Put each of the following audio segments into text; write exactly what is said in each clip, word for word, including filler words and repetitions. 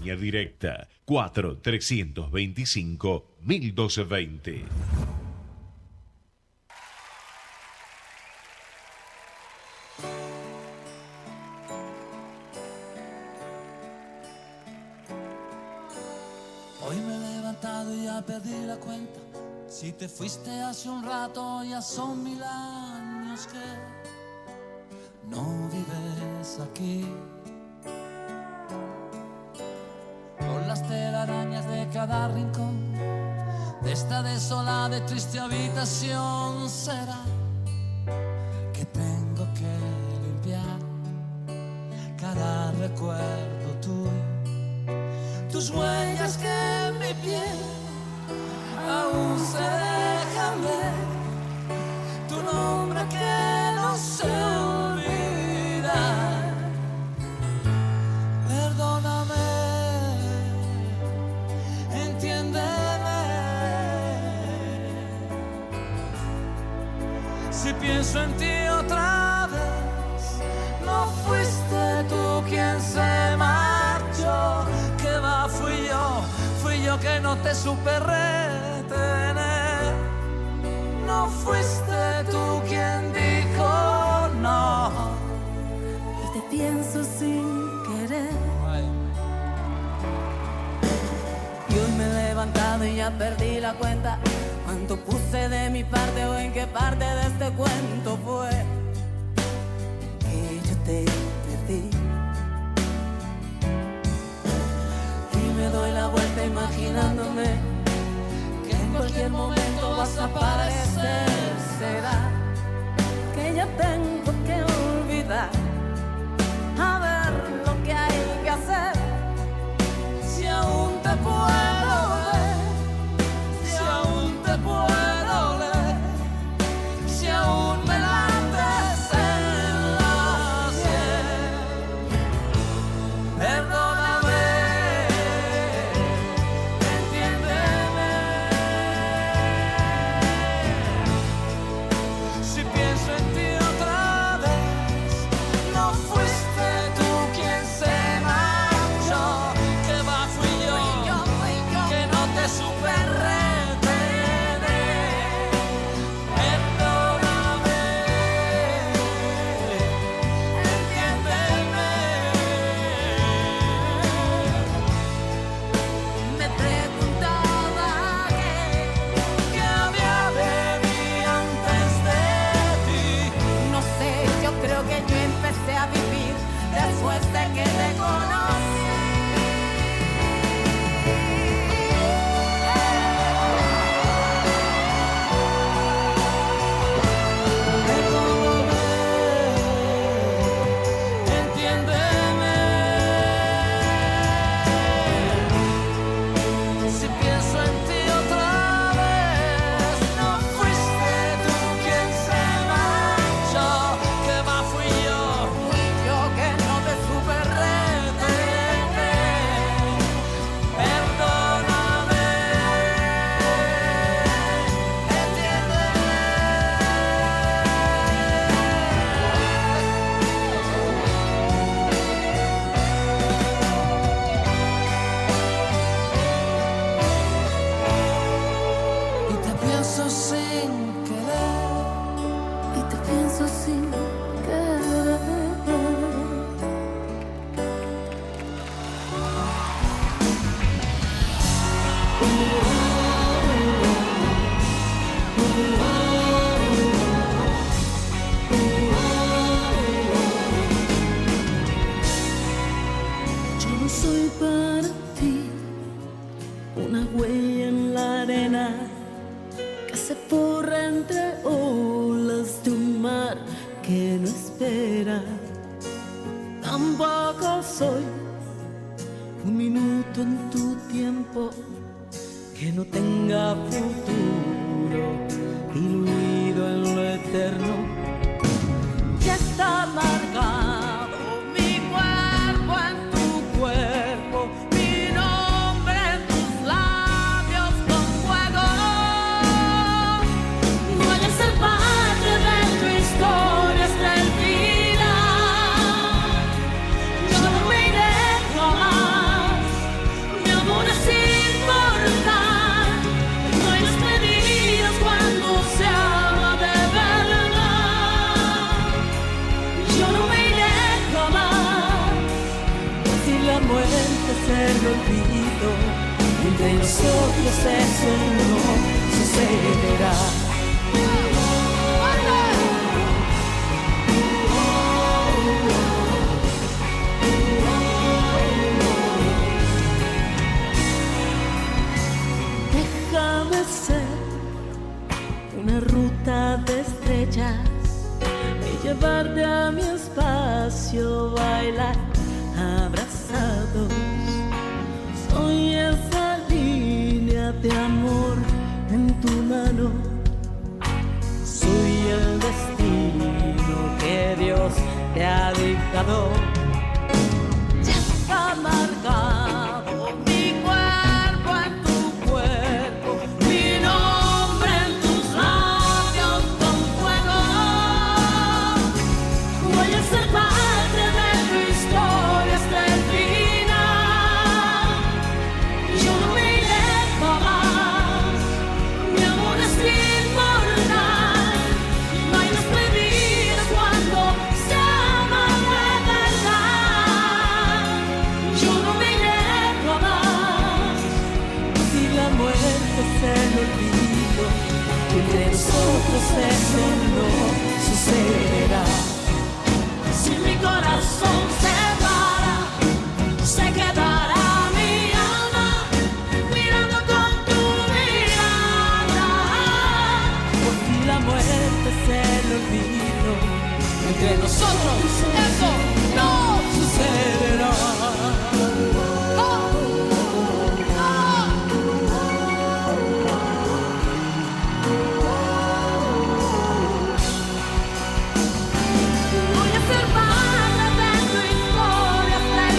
Línea directa cuatro tres dos cinco, uno dos dos cero. Hoy me he levantado y ya perdí la cuenta. Si te fuiste hace un rato, ya son mil años que no vives aquí. Con las telarañas de cada rincón de esta desolada y triste habitación, será que tengo que limpiar cada recuerdo tuyo. Tus huellas que en mi piel aún se dejan ver, tu nombre que no se olvida. Perdóname, entiéndeme. Si pienso en ti otra vez, no fuiste tú quien se marchó. Que va, fui yo, fui yo que no te supe retener. No fuiste tú quien dijo no. Y te pienso sin querer. Ay. Y hoy me he levantado y ya perdí la cuenta. Cuánto puse de mi parte o en qué parte de este cuento fue que yo te perdí. Me doy la vuelta imaginándome que en cualquier momento vas a aparecer. Será que ya tengo que olvidar, a ver lo que hay que hacer. Si aún te puedo ver, si aún te puedo leer, si aún me lates en la sien. Perdóname. muerte es el olvido, entre nosotros eso no sucederá. Déjame ser una ruta de estrellas y llevarte a mi espacio, bailar abrazados. Soy esa línea de amor en tu mano, soy el destino que Dios te ha dictado. Ya está marcado mi cuerpo en tu cuerpo, mi nombre en tus labios con fuego. Voy a ser parte de tu historia hasta el final. Yo no me iré jamás, mi amor es inmortal. No hay despedidas cuando se ama de verdad. Yo no me iré jamás, si la muerte es el olvido, entre nosotros eso no sucederá. Si mi corazón se para, se quedará mi alma mirando con tu mirada. Por si la muerte es el olvido, entre nosotros eso no sucederá. Oh, oh. Voy a ser parte de tu historia hasta el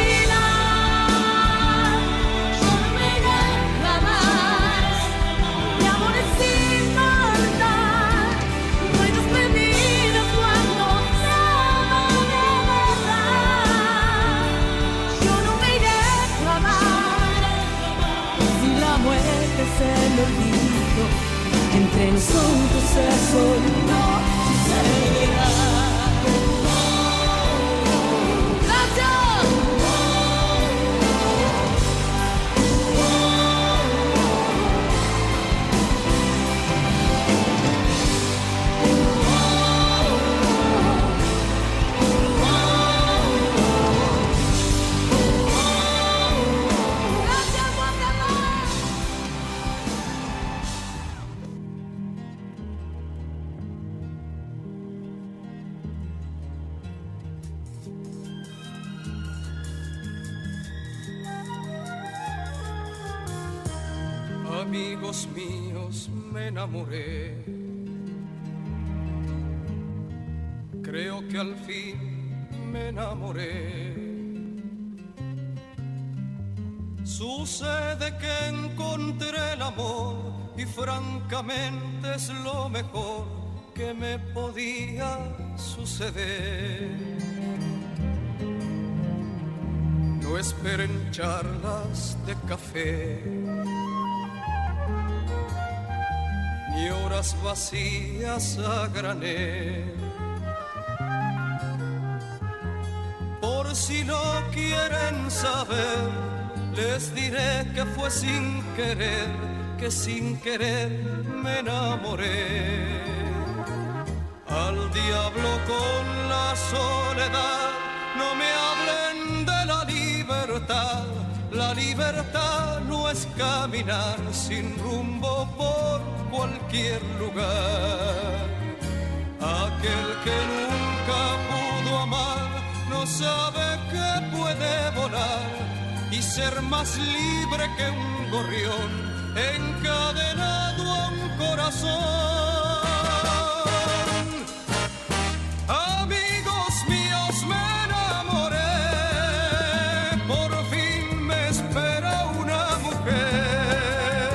final. Yo no me iré jamás, mi amor es inmortal. No hay despedidas cuando se ama de verdad. Yo no me iré jamás, si la muerte es el olvido, entre nosotros eso no sucederá. Amigos míos, me enamoré. Creo que al fin me enamoré. Sucede que encontré el amor y francamente es lo mejor que me podía suceder. No esperen charlas de café ni horas vacías a granel. Por si no quieren saber, les diré que fue sin querer, que sin querer me enamoré. Al diablo con la soledad, no me hablen de la libertad. La libertad no es caminar sin rumbo por cualquier lugar. Aquel que nunca pudo amar no sabe que puede volar y ser más libre que un gorrión encadenado a un corazón. Amigos míos, me enamoré, por fin me espera una mujer,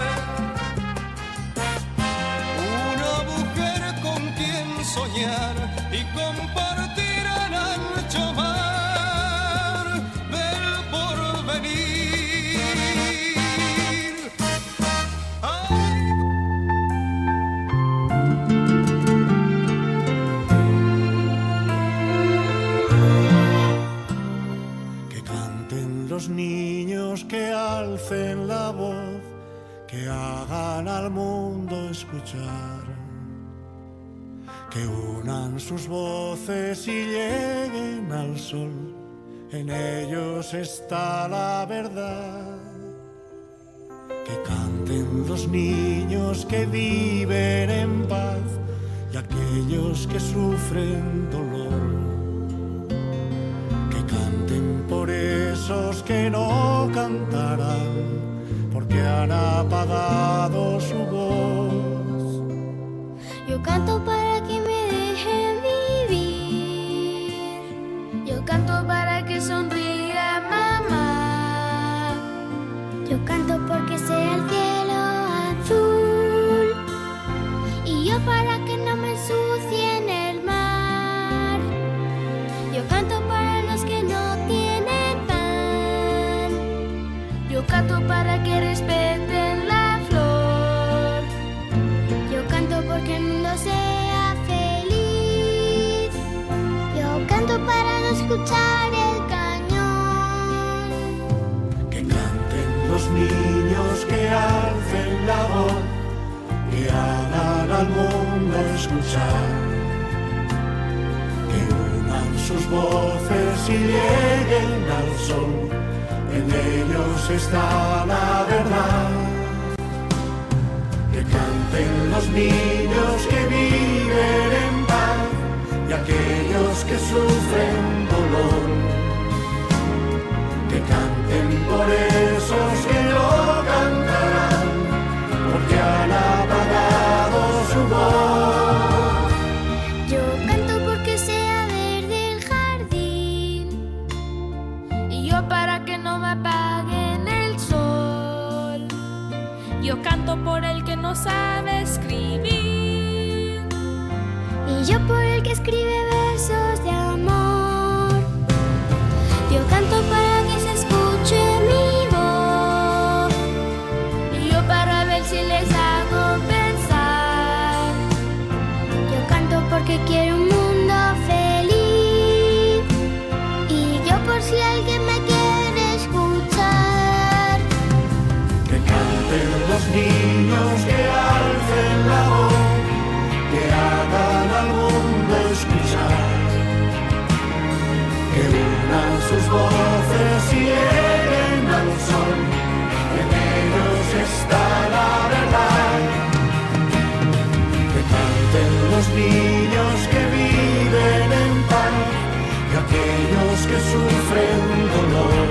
una mujer con quien soñar y compartir el ancho mar del porvenir. Ay. niños que alcen la voz, que hagan al mundo escuchar, que unan sus voces y lleguen al sol. En ellos está la verdad. Que canten los niños que viven en paz y aquellos que sufren dolor. Que canten por esos que no cantarán porque han apagado su voz. Yo canto para que me dejen vivir. Yo canto para que sonría mamá. Yo canto porque sea el cielo azul. Y yo para que no me ensucien el mar. Yo canto para los que no tienen pan. Yo canto para que respeten la flor. Yo canto porque el mundo sea feliz. Yo canto para no escuchar el cañón. Que canten los niños que alcen la voz, que hagan al mundo escuchar, que unan sus voces y lleguen al sol. En ellos está la verdad. Que canten los niños que viven en paz y aquellos que sufren dolor. Que canten por esos que no cantarán porque han apagado su voz. Yo canto porque sea verde el jardín y yo para que no me apaguen el sol. Yo canto por el que no sabe escribir y yo por el que escribe versos de amor. Yo canto para que se escuche mi voz y yo para ver si les hago pensar. Yo canto porque quiero un mundo feliz y yo por si alguien me quiere escuchar. Que canten los niños que alcen la voz, que hagan al mundo escuchar, que unan sus voces y lleguen al sol. En ellos está la verdad. Que canten los niños que viven en paz y aquellos que sufren dolor.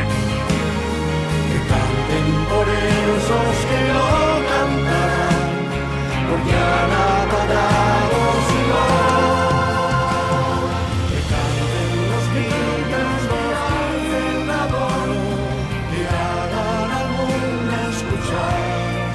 Que canten por esos que no cantarán porque han apagado su voz. Que canten los niños que alcen la voz, que hagan al mundo escuchar,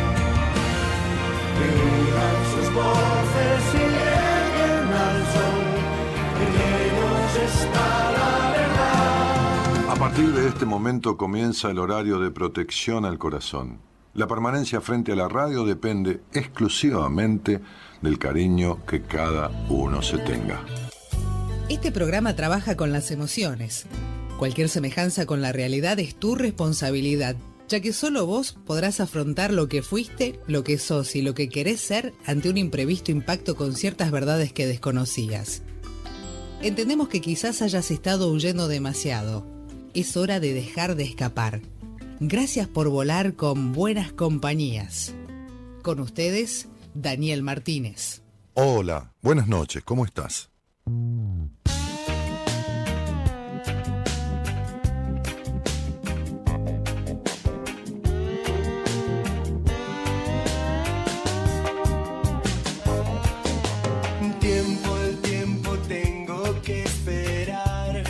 que unan sus voces y lleguen al sol. En ellos está la verdad. A partir de este momento comienza el horario de protección al corazón. La permanencia frente a la radio depende exclusivamente del cariño que cada uno se tenga. Este programa trabaja con las emociones. Cualquier semejanza con la realidad es tu responsabilidad, ya que solo vos podrás afrontar lo que fuiste, lo que sos y lo que querés ser ante un imprevisto impacto con ciertas verdades que desconocías. Entendemos que quizás hayas estado huyendo demasiado. Es hora de dejar de escapar. Gracias por volar con buenas compañías. Con ustedes, Daniel Martínez. Hola, buenas noches, ¿cómo estás? Tiempo, el tiempo tengo que esperar.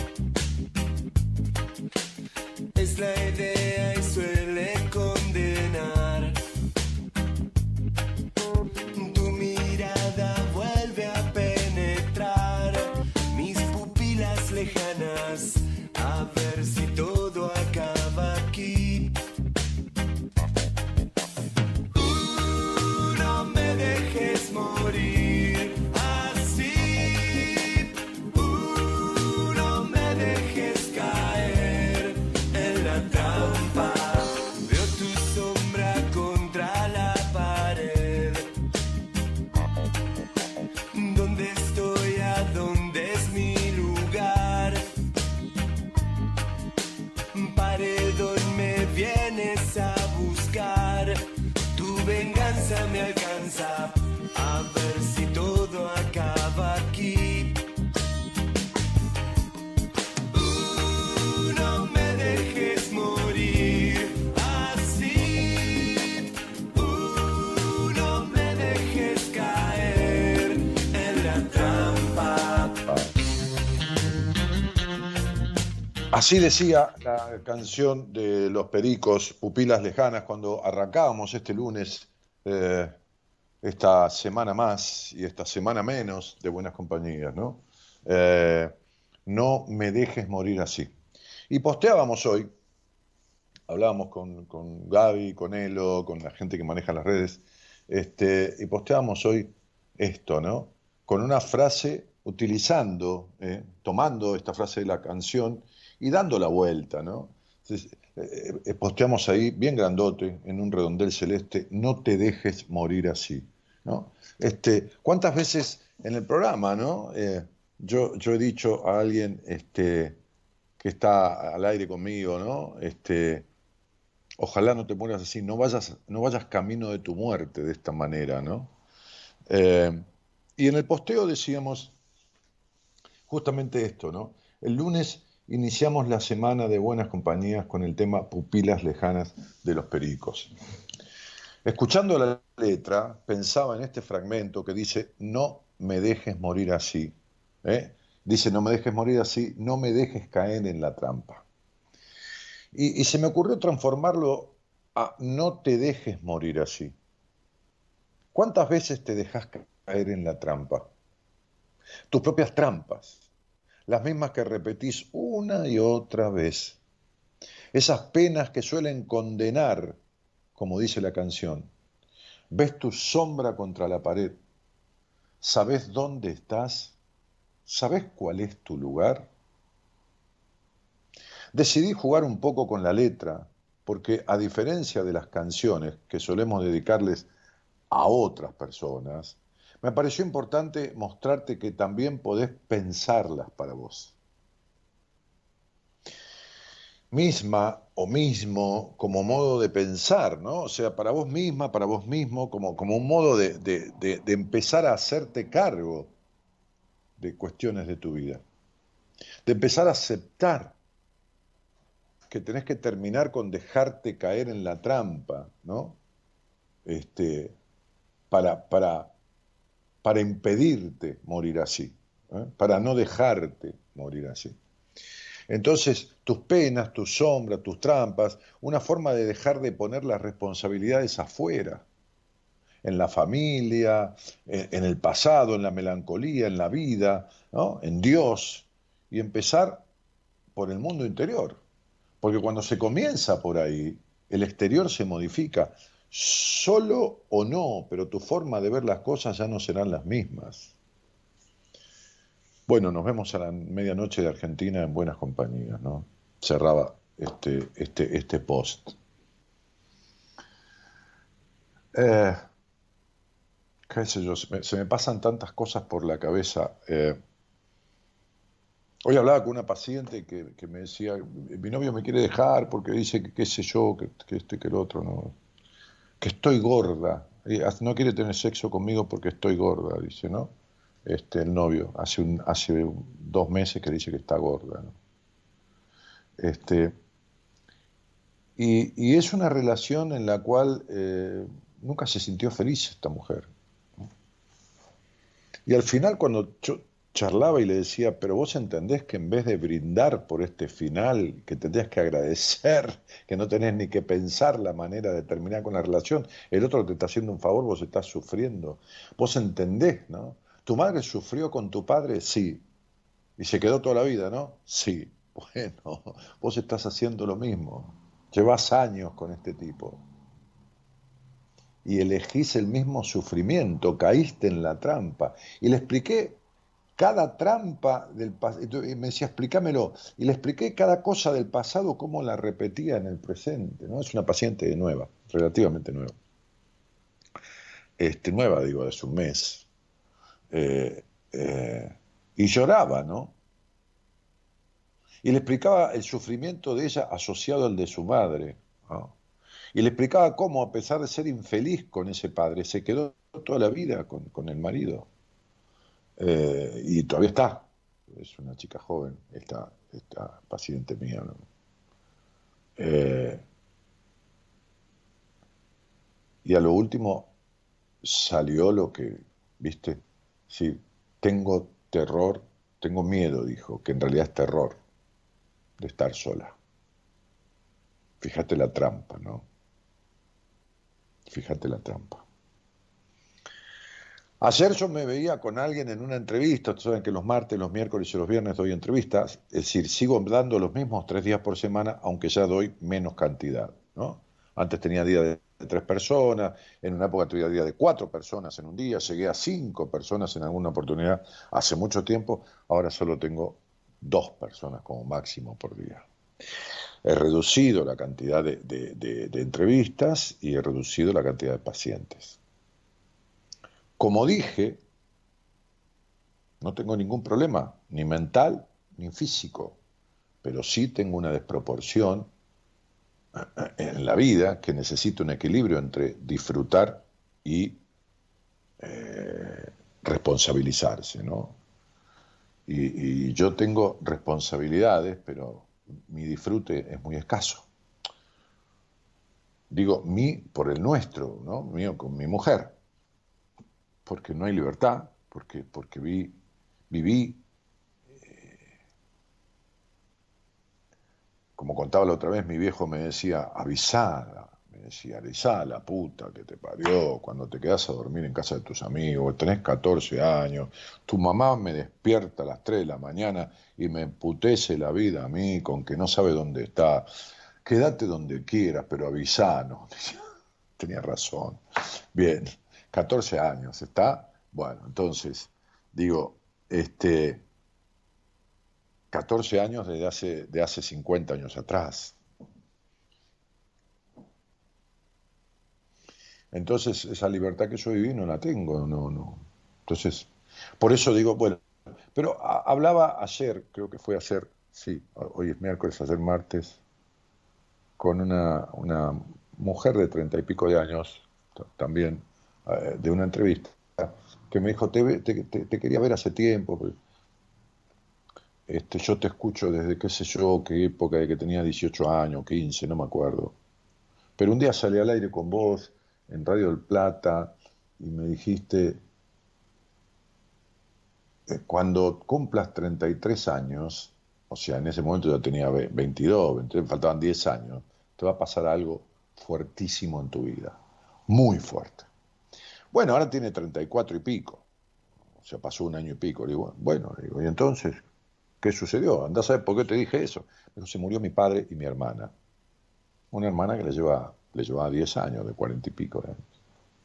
Es la idea y suele condenar. Tu mirada vuelve a penetrar. tu venganza me alcanza. A ver si todo acaba aquí. Uh, no me dejes morir así. Uh, no me dejes caer en la trampa. Así decía la canción de Los Pericos, Pupilas Lejanas, cuando arrancábamos este lunes, eh, esta semana más y esta semana menos de Buenas Compañías, ¿no? Eh, no me dejes morir así. Y posteábamos hoy, hablábamos con, con Gaby, con Elo, con la gente que maneja las redes, este, y posteábamos hoy esto, ¿no? Con una frase, utilizando, eh, tomando esta frase de la canción y dando la vuelta, ¿no? Entonces, eh, eh, posteamos ahí, bien grandote, en un redondel celeste, no te dejes morir así, ¿no? Este, ¿cuántas veces en el programa, ¿no? Eh, yo, yo he dicho a alguien este, que está al aire conmigo, ¿no? Este, ojalá no te mueras así, no vayas, no vayas camino de tu muerte de esta manera, ¿no? Eh, y en el posteo decíamos justamente esto, ¿no? El lunes iniciamos la semana de Buenas Compañías con el tema Pupilas Lejanas de Los Pericos. Escuchando la letra, pensaba en este fragmento que dice, no me dejes morir así. ¿eh? Dice, no me dejes morir así, no me dejes caer en la trampa. Y, y se me ocurrió transformarlo a no te dejes morir así. ¿Cuántas veces te dejas caer en la trampa? Tus propias trampas, las mismas que repetís una y otra vez. Esas penas que suelen condenar, como dice la canción. Ves tu sombra contra la pared. ¿Sabés dónde estás? ¿Sabés cuál es tu lugar? Decidí jugar un poco con la letra, porque a diferencia de las canciones que solemos dedicarles a otras personas, me pareció importante mostrarte que también podés pensarlas para vos. Misma o mismo como modo de pensar, ¿no? O sea, para vos misma, para vos mismo, como, como un modo de, de, de, de empezar a hacerte cargo de cuestiones de tu vida. De empezar a aceptar que tenés que terminar con dejarte caer en la trampa, ¿no? Este, para, para, para impedirte morir así, ¿eh? Para no dejarte morir así. Entonces, tus penas, tus sombras, tus trampas, una forma de dejar de poner las responsabilidades afuera, en la familia, en el pasado, en la melancolía, en la vida, ¿no? En Dios, y empezar por el mundo interior. Porque cuando se comienza por ahí, el exterior se modifica, solo o no, pero tu forma de ver las cosas ya no serán las mismas. Bueno, nos vemos a la medianoche de Argentina en Buenas Compañías, ¿no? Cerraba este, este, este post. Eh, qué sé yo, se me, se me pasan tantas cosas por la cabeza. Eh, hoy hablaba con una paciente que, que me decía, mi novio me quiere dejar porque dice que qué sé yo, que, que este, que el otro, ¿no? Que estoy gorda. No quiere tener sexo conmigo porque estoy gorda, dice, ¿no? Este, el novio, hace, un, hace dos meses que dice que está gorda, ¿no? Este, y, y es una relación en la cual eh, nunca se sintió feliz esta mujer, ¿no? Y al final cuando yo charlaba y le decía, pero vos entendés que en vez de brindar por este final, que tendrías que agradecer, que no tenés ni que pensar la manera de terminar con la relación, el otro te está haciendo un favor, vos estás sufriendo, vos entendés, ¿no? ¿Tu madre sufrió con tu padre? Sí. ¿Y se quedó toda la vida, no? Sí. Bueno, vos estás haciendo lo mismo. Llevas años con este tipo. Y elegís el mismo sufrimiento, caíste en la trampa. Y le expliqué cada trampa del pasado. Y me decía, explícamelo. Y le expliqué cada cosa del pasado, cómo la repetía en el presente, ¿no? Es una paciente nueva, relativamente nueva. Este, nueva, digo, hace un mes. Eh, eh, y lloraba, ¿no? Y le explicaba el sufrimiento de ella asociado al de su madre, ¿no? Y le explicaba cómo, a pesar de ser infeliz con ese padre, se quedó toda la vida con, con el marido. Eh, y todavía está. Es una chica joven, esta, esta paciente mía, ¿no? Eh, y a lo último salió lo que, ¿viste? Sí, tengo terror, tengo miedo, dijo, que en realidad es terror de estar sola. Fíjate la trampa, ¿no? Fíjate la trampa. Ayer yo me veía con alguien en una entrevista. Ustedes saben que los martes, los miércoles y los viernes doy entrevistas. Es decir, sigo dando los mismos tres días por semana, aunque ya doy menos cantidad, ¿no? Antes tenía día de tres personas, en una época tuve día de cuatro personas en un día, llegué a cinco personas en alguna oportunidad hace mucho tiempo, ahora solo tengo dos personas como máximo por día. He reducido la cantidad de, de, de, de entrevistas y he reducido la cantidad de pacientes. Como dije, no tengo ningún problema, ni mental ni físico, pero sí tengo una desproporción en la vida que necesita un equilibrio entre disfrutar y eh, responsabilizarse, ¿no? Y, y yo tengo responsabilidades, pero mi disfrute es muy escaso. Digo mi por el nuestro, ¿no? Mío con mi mujer, porque no hay libertad, porque, porque vi, viví, eh, como contaba la otra vez, mi viejo me decía, avisala, me decía, avisá la puta que te parió, cuando te quedás a dormir en casa de tus amigos, tenés catorce años, tu mamá me despierta a las tres de la mañana y me emputece la vida a mí con que no sabe dónde está, quédate donde quieras, pero avisanos. Tenía razón. Bien, catorce años, ¿está? Bueno, entonces, digo, este, catorce años desde hace, de hace cincuenta años atrás. Entonces, esa libertad que yo viví no la tengo, no, no. Entonces, por eso digo, bueno, pero a, hablaba ayer, creo que fue ayer, sí, hoy es miércoles, ayer martes, con una, una mujer de treinta y pico de años, también, eh, de una entrevista, que me dijo, te, te, te, te quería ver hace tiempo, este, yo te escucho desde qué sé yo, qué época, de que tenía dieciocho años, quince, no me acuerdo. Pero un día salí al aire con vos, en Radio del Plata, y me dijiste, eh, cuando cumplas treinta y tres años, o sea, en ese momento ya tenía veintidós, veintidós, faltaban diez años, te va a pasar algo fuertísimo en tu vida, muy fuerte. Bueno, ahora tiene treinta y cuatro y pico, o sea, pasó un año y pico. Le digo, bueno, le digo, ¿y entonces qué sucedió? Andá a saber por qué te dije eso. Me dijo, se murió mi padre y mi hermana. Una hermana que le lleva, le llevaba diez años, de cuarenta y pico de años.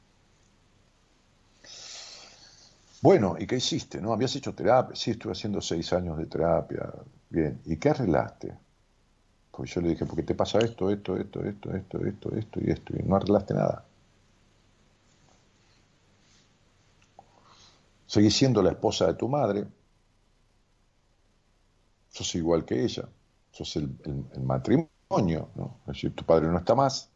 Bueno, ¿y qué hiciste? ¿No? ¿Habías hecho terapia? Sí, estuve haciendo seis años de terapia. Bien, ¿y qué arreglaste? Pues yo le dije, porque te pasa esto, esto, esto, esto, esto, esto, esto y esto, y no arreglaste nada. Seguís siendo la esposa de tu madre, sos igual que ella, sos el, el, el matrimonio, ¿no? Es decir, tu padre no está más.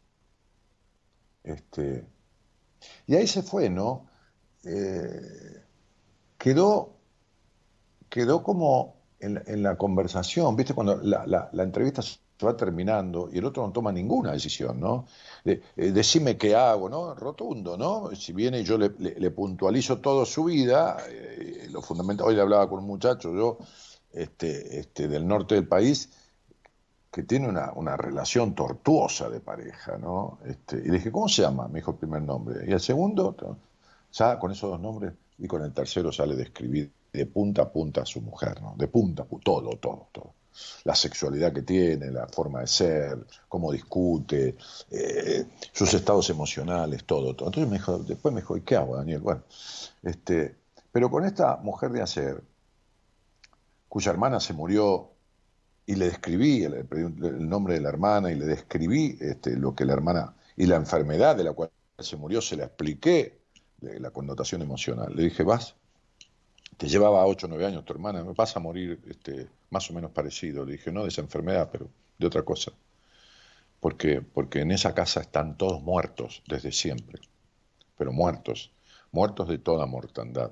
Este, y ahí se fue, ¿no? Eh, quedó, quedó como en, en la conversación, ¿viste? Cuando la, la, la entrevista se va terminando y el otro no toma ninguna decisión, ¿no? De, eh, decime qué hago, ¿no? Rotundo, ¿no? Si viene yo le, le, le puntualizo toda su vida, eh, lo fundamental. Hoy le hablaba con un muchacho, yo, este, este, del norte del país, que tiene una, una relación tortuosa de pareja, ¿no? Este, y le dije, ¿cómo se llama? Me dijo el primer nombre. Y el segundo, ya con esos dos nombres, y con el tercero ya le describí de punta a punta a su mujer, ¿no? De punta a punta, todo, todo, todo. La sexualidad que tiene, la forma de ser, cómo discute, eh, sus estados emocionales, todo, todo. Entonces me dijo, después me dijo, ¿y qué hago, Daniel? Bueno, este, pero con esta mujer de ayer, cuya hermana se murió, y le describí el, el nombre de la hermana, y le describí este, lo que la hermana, y la enfermedad de la cual se murió, se la expliqué, la connotación emocional. Le dije, vas, te llevaba ocho o nueve años tu hermana, me vas a morir este, más o menos parecido. Le dije, no de esa enfermedad, pero de otra cosa. porque, porque en esa casa están todos muertos desde siempre, pero muertos, muertos de toda mortandad.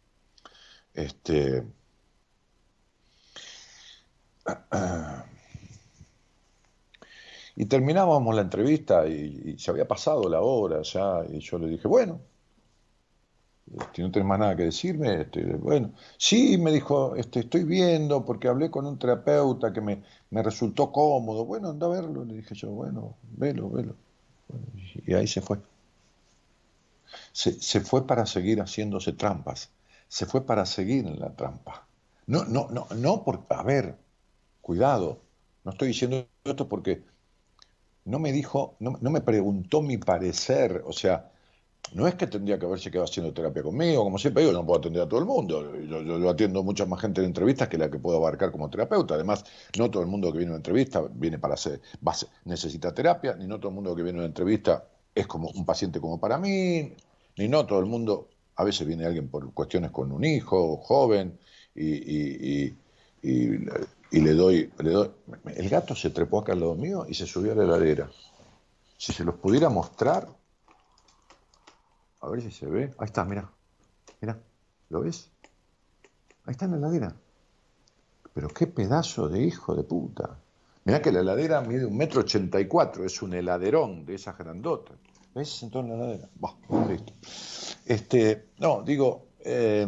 Este, y terminábamos la entrevista y, y se había pasado la hora ya, y yo le dije, bueno, este, no tenés más nada que decirme, este, bueno, sí, me dijo, este, estoy viendo porque hablé con un terapeuta que me, me resultó cómodo, bueno, anda a verlo, le dije yo, bueno, velo, velo, bueno, y ahí se fue. Se, se fue para seguir haciéndose trampas, se fue para seguir en la trampa. No, no, no, no por, a ver, cuidado, no estoy diciendo esto porque no me dijo, no, no me preguntó mi parecer, o sea, no es que tendría que haberse quedado haciendo terapia conmigo, como siempre digo, no puedo atender a todo el mundo, yo, yo, yo atiendo mucha más gente en entrevistas que la que puedo abarcar como terapeuta, además no todo el mundo que viene a una entrevista viene para hacer, va, necesita terapia, ni no todo el mundo que viene a una entrevista es como un paciente como para mí, ni no todo el mundo, a veces viene alguien por cuestiones con un hijo joven y, y, y, y, y le, doy, le doy, el gato se trepó acá al lado mío y se subió a la heladera, si se los pudiera mostrar. A ver si se ve. Ahí está, mira. Mira. ¿Lo ves? Ahí está en la heladera. Pero qué pedazo de hijo de puta. Mirá que la heladera mide un metro ochenta y cuatro. Es un heladerón de esas grandotas. ¿Ves? Sentó en la heladera. Bah, listo. Este, no, digo, eh,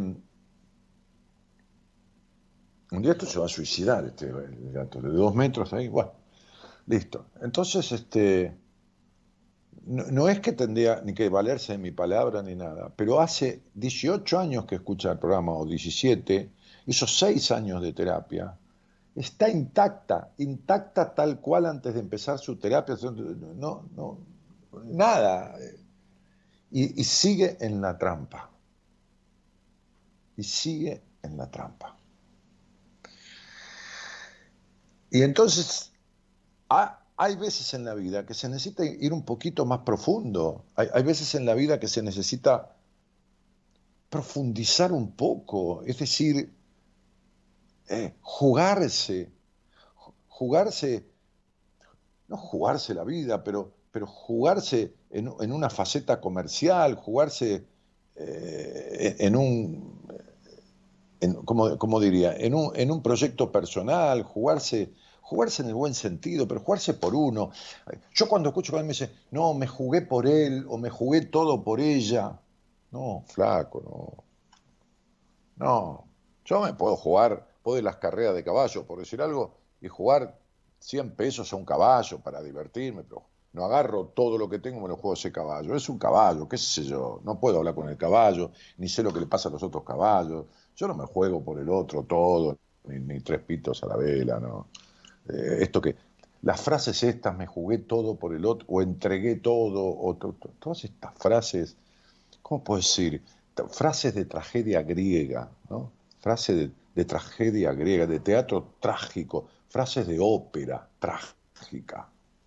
un día esto se va a suicidar, este el gato, de dos metros ahí. Bueno, listo. Entonces, este... No, no es que tendría ni que valerse de mi palabra ni nada, pero hace dieciocho años que escucha el programa, o diecisiete, hizo seis años de terapia, está intacta, intacta tal cual antes de empezar su terapia, no, no, nada, y, y sigue en la trampa, y sigue en la trampa. Y entonces, ah, hay veces en la vida que se necesita ir un poquito más profundo. Hay, hay veces en la vida que se necesita profundizar un poco. Es decir, eh, jugarse. Jugarse, no jugarse la vida, pero, pero jugarse en, en una faceta comercial, jugarse eh, en un, en, ¿cómo, cómo diría? En un, en un proyecto personal, jugarse... Jugarse en el buen sentido, pero jugarse por uno. Yo cuando escucho que alguien me dice, no, me jugué por él o me jugué todo por ella. No, flaco, no. No, yo me puedo jugar, puedo ir a las carreras de caballo, por decir algo, y jugar cien pesos a un caballo para divertirme, pero no agarro todo lo que tengo y me lo juego a ese caballo. Es un caballo, qué sé yo, no puedo hablar con el caballo, ni sé lo que le pasa a los otros caballos. Yo no me juego por el otro todo, ni, ni tres pitos a la vela, no. Eh, esto que, las frases estas, me jugué todo por el otro, o entregué todo, o to, to, todas estas frases, ¿cómo puedo decir? Frases de tragedia griega, ¿no? Frases de, de tragedia griega, de teatro trágico, frases de ópera trágica.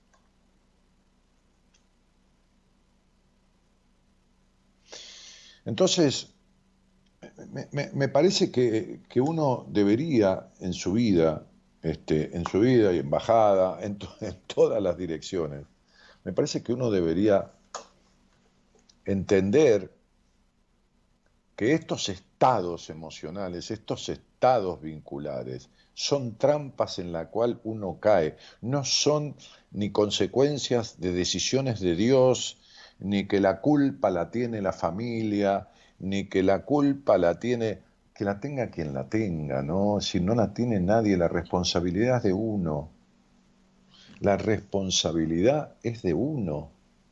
Entonces, me, me, me parece que, que uno debería en su vida, Este, en su vida y en bajada, en, to, en todas las direcciones, me parece que uno debería entender que estos estados emocionales, estos estados vinculares, son trampas en la cual uno cae, no son ni consecuencias de decisiones de Dios, ni que la culpa la tiene la familia, ni que la culpa la tiene... que la tenga quien la tenga, ¿no? Si no la tiene nadie, la responsabilidad es de uno. La responsabilidad es de uno.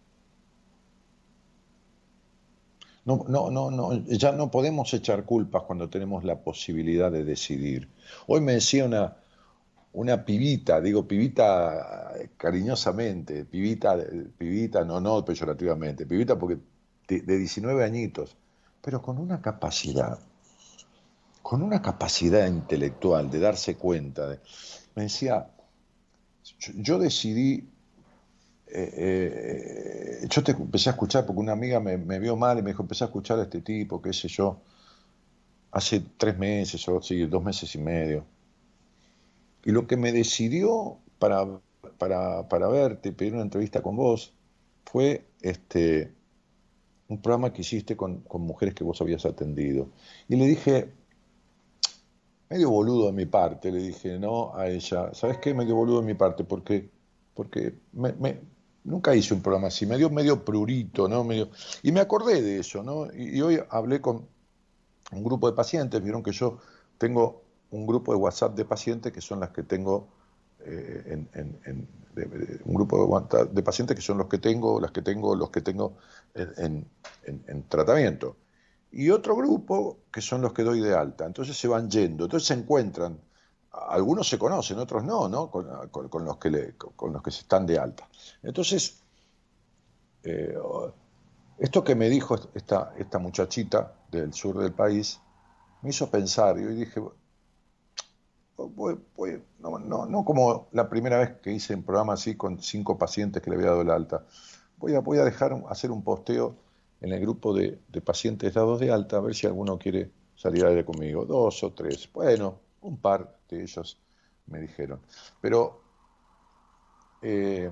No, no, no, no, ya no podemos echar culpas cuando tenemos la posibilidad de decidir. Hoy me decía una, una pibita, digo pibita cariñosamente, pibita, pibita, no, no peyorativamente, pibita porque de, de diecinueve añitos, pero con una capacidad, con una capacidad intelectual de darse cuenta. De, me decía, yo, yo decidí, eh, eh, yo te empecé a escuchar porque una amiga me, me vio mal y me dijo, empecé a escuchar a este tipo, qué sé yo, hace tres meses o sí, dos meses y medio. Y lo que me decidió para para, para verte y pedir una entrevista con vos fue este, un programa que hiciste con, con mujeres que vos habías atendido. Y le dije, medio boludo de mi parte, le dije, no, a ella, ¿sabes qué? Medio boludo de mi parte, porque, porque me, me, nunca hice un programa así, me dio medio prurito, ¿no? Medio, y me acordé de eso, ¿no? Y, y hoy hablé con un grupo de pacientes, vieron que yo tengo un grupo de WhatsApp de pacientes que son las que tengo, eh, en, en, en de, de, un grupo de WhatsApp de pacientes que son los que tengo, las que tengo, los que tengo en, en, en tratamiento. Y otro grupo que son los que doy de alta. Entonces se van yendo, entonces se encuentran. Algunos se conocen, otros no, ¿no? Con, con, con, los, que le, con los que se están de alta. Entonces, eh, esto que me dijo esta, esta muchachita del sur del país me hizo pensar. Y hoy dije, voy, voy, no, no, no como la primera vez que hice un programa así con cinco pacientes que le había dado el alta. Voy a, voy a dejar hacer un posteo en el grupo de, de pacientes dados de alta, a ver si alguno quiere salir al aire conmigo. Dos o tres. Bueno, un par de ellos me dijeron. Pero eh,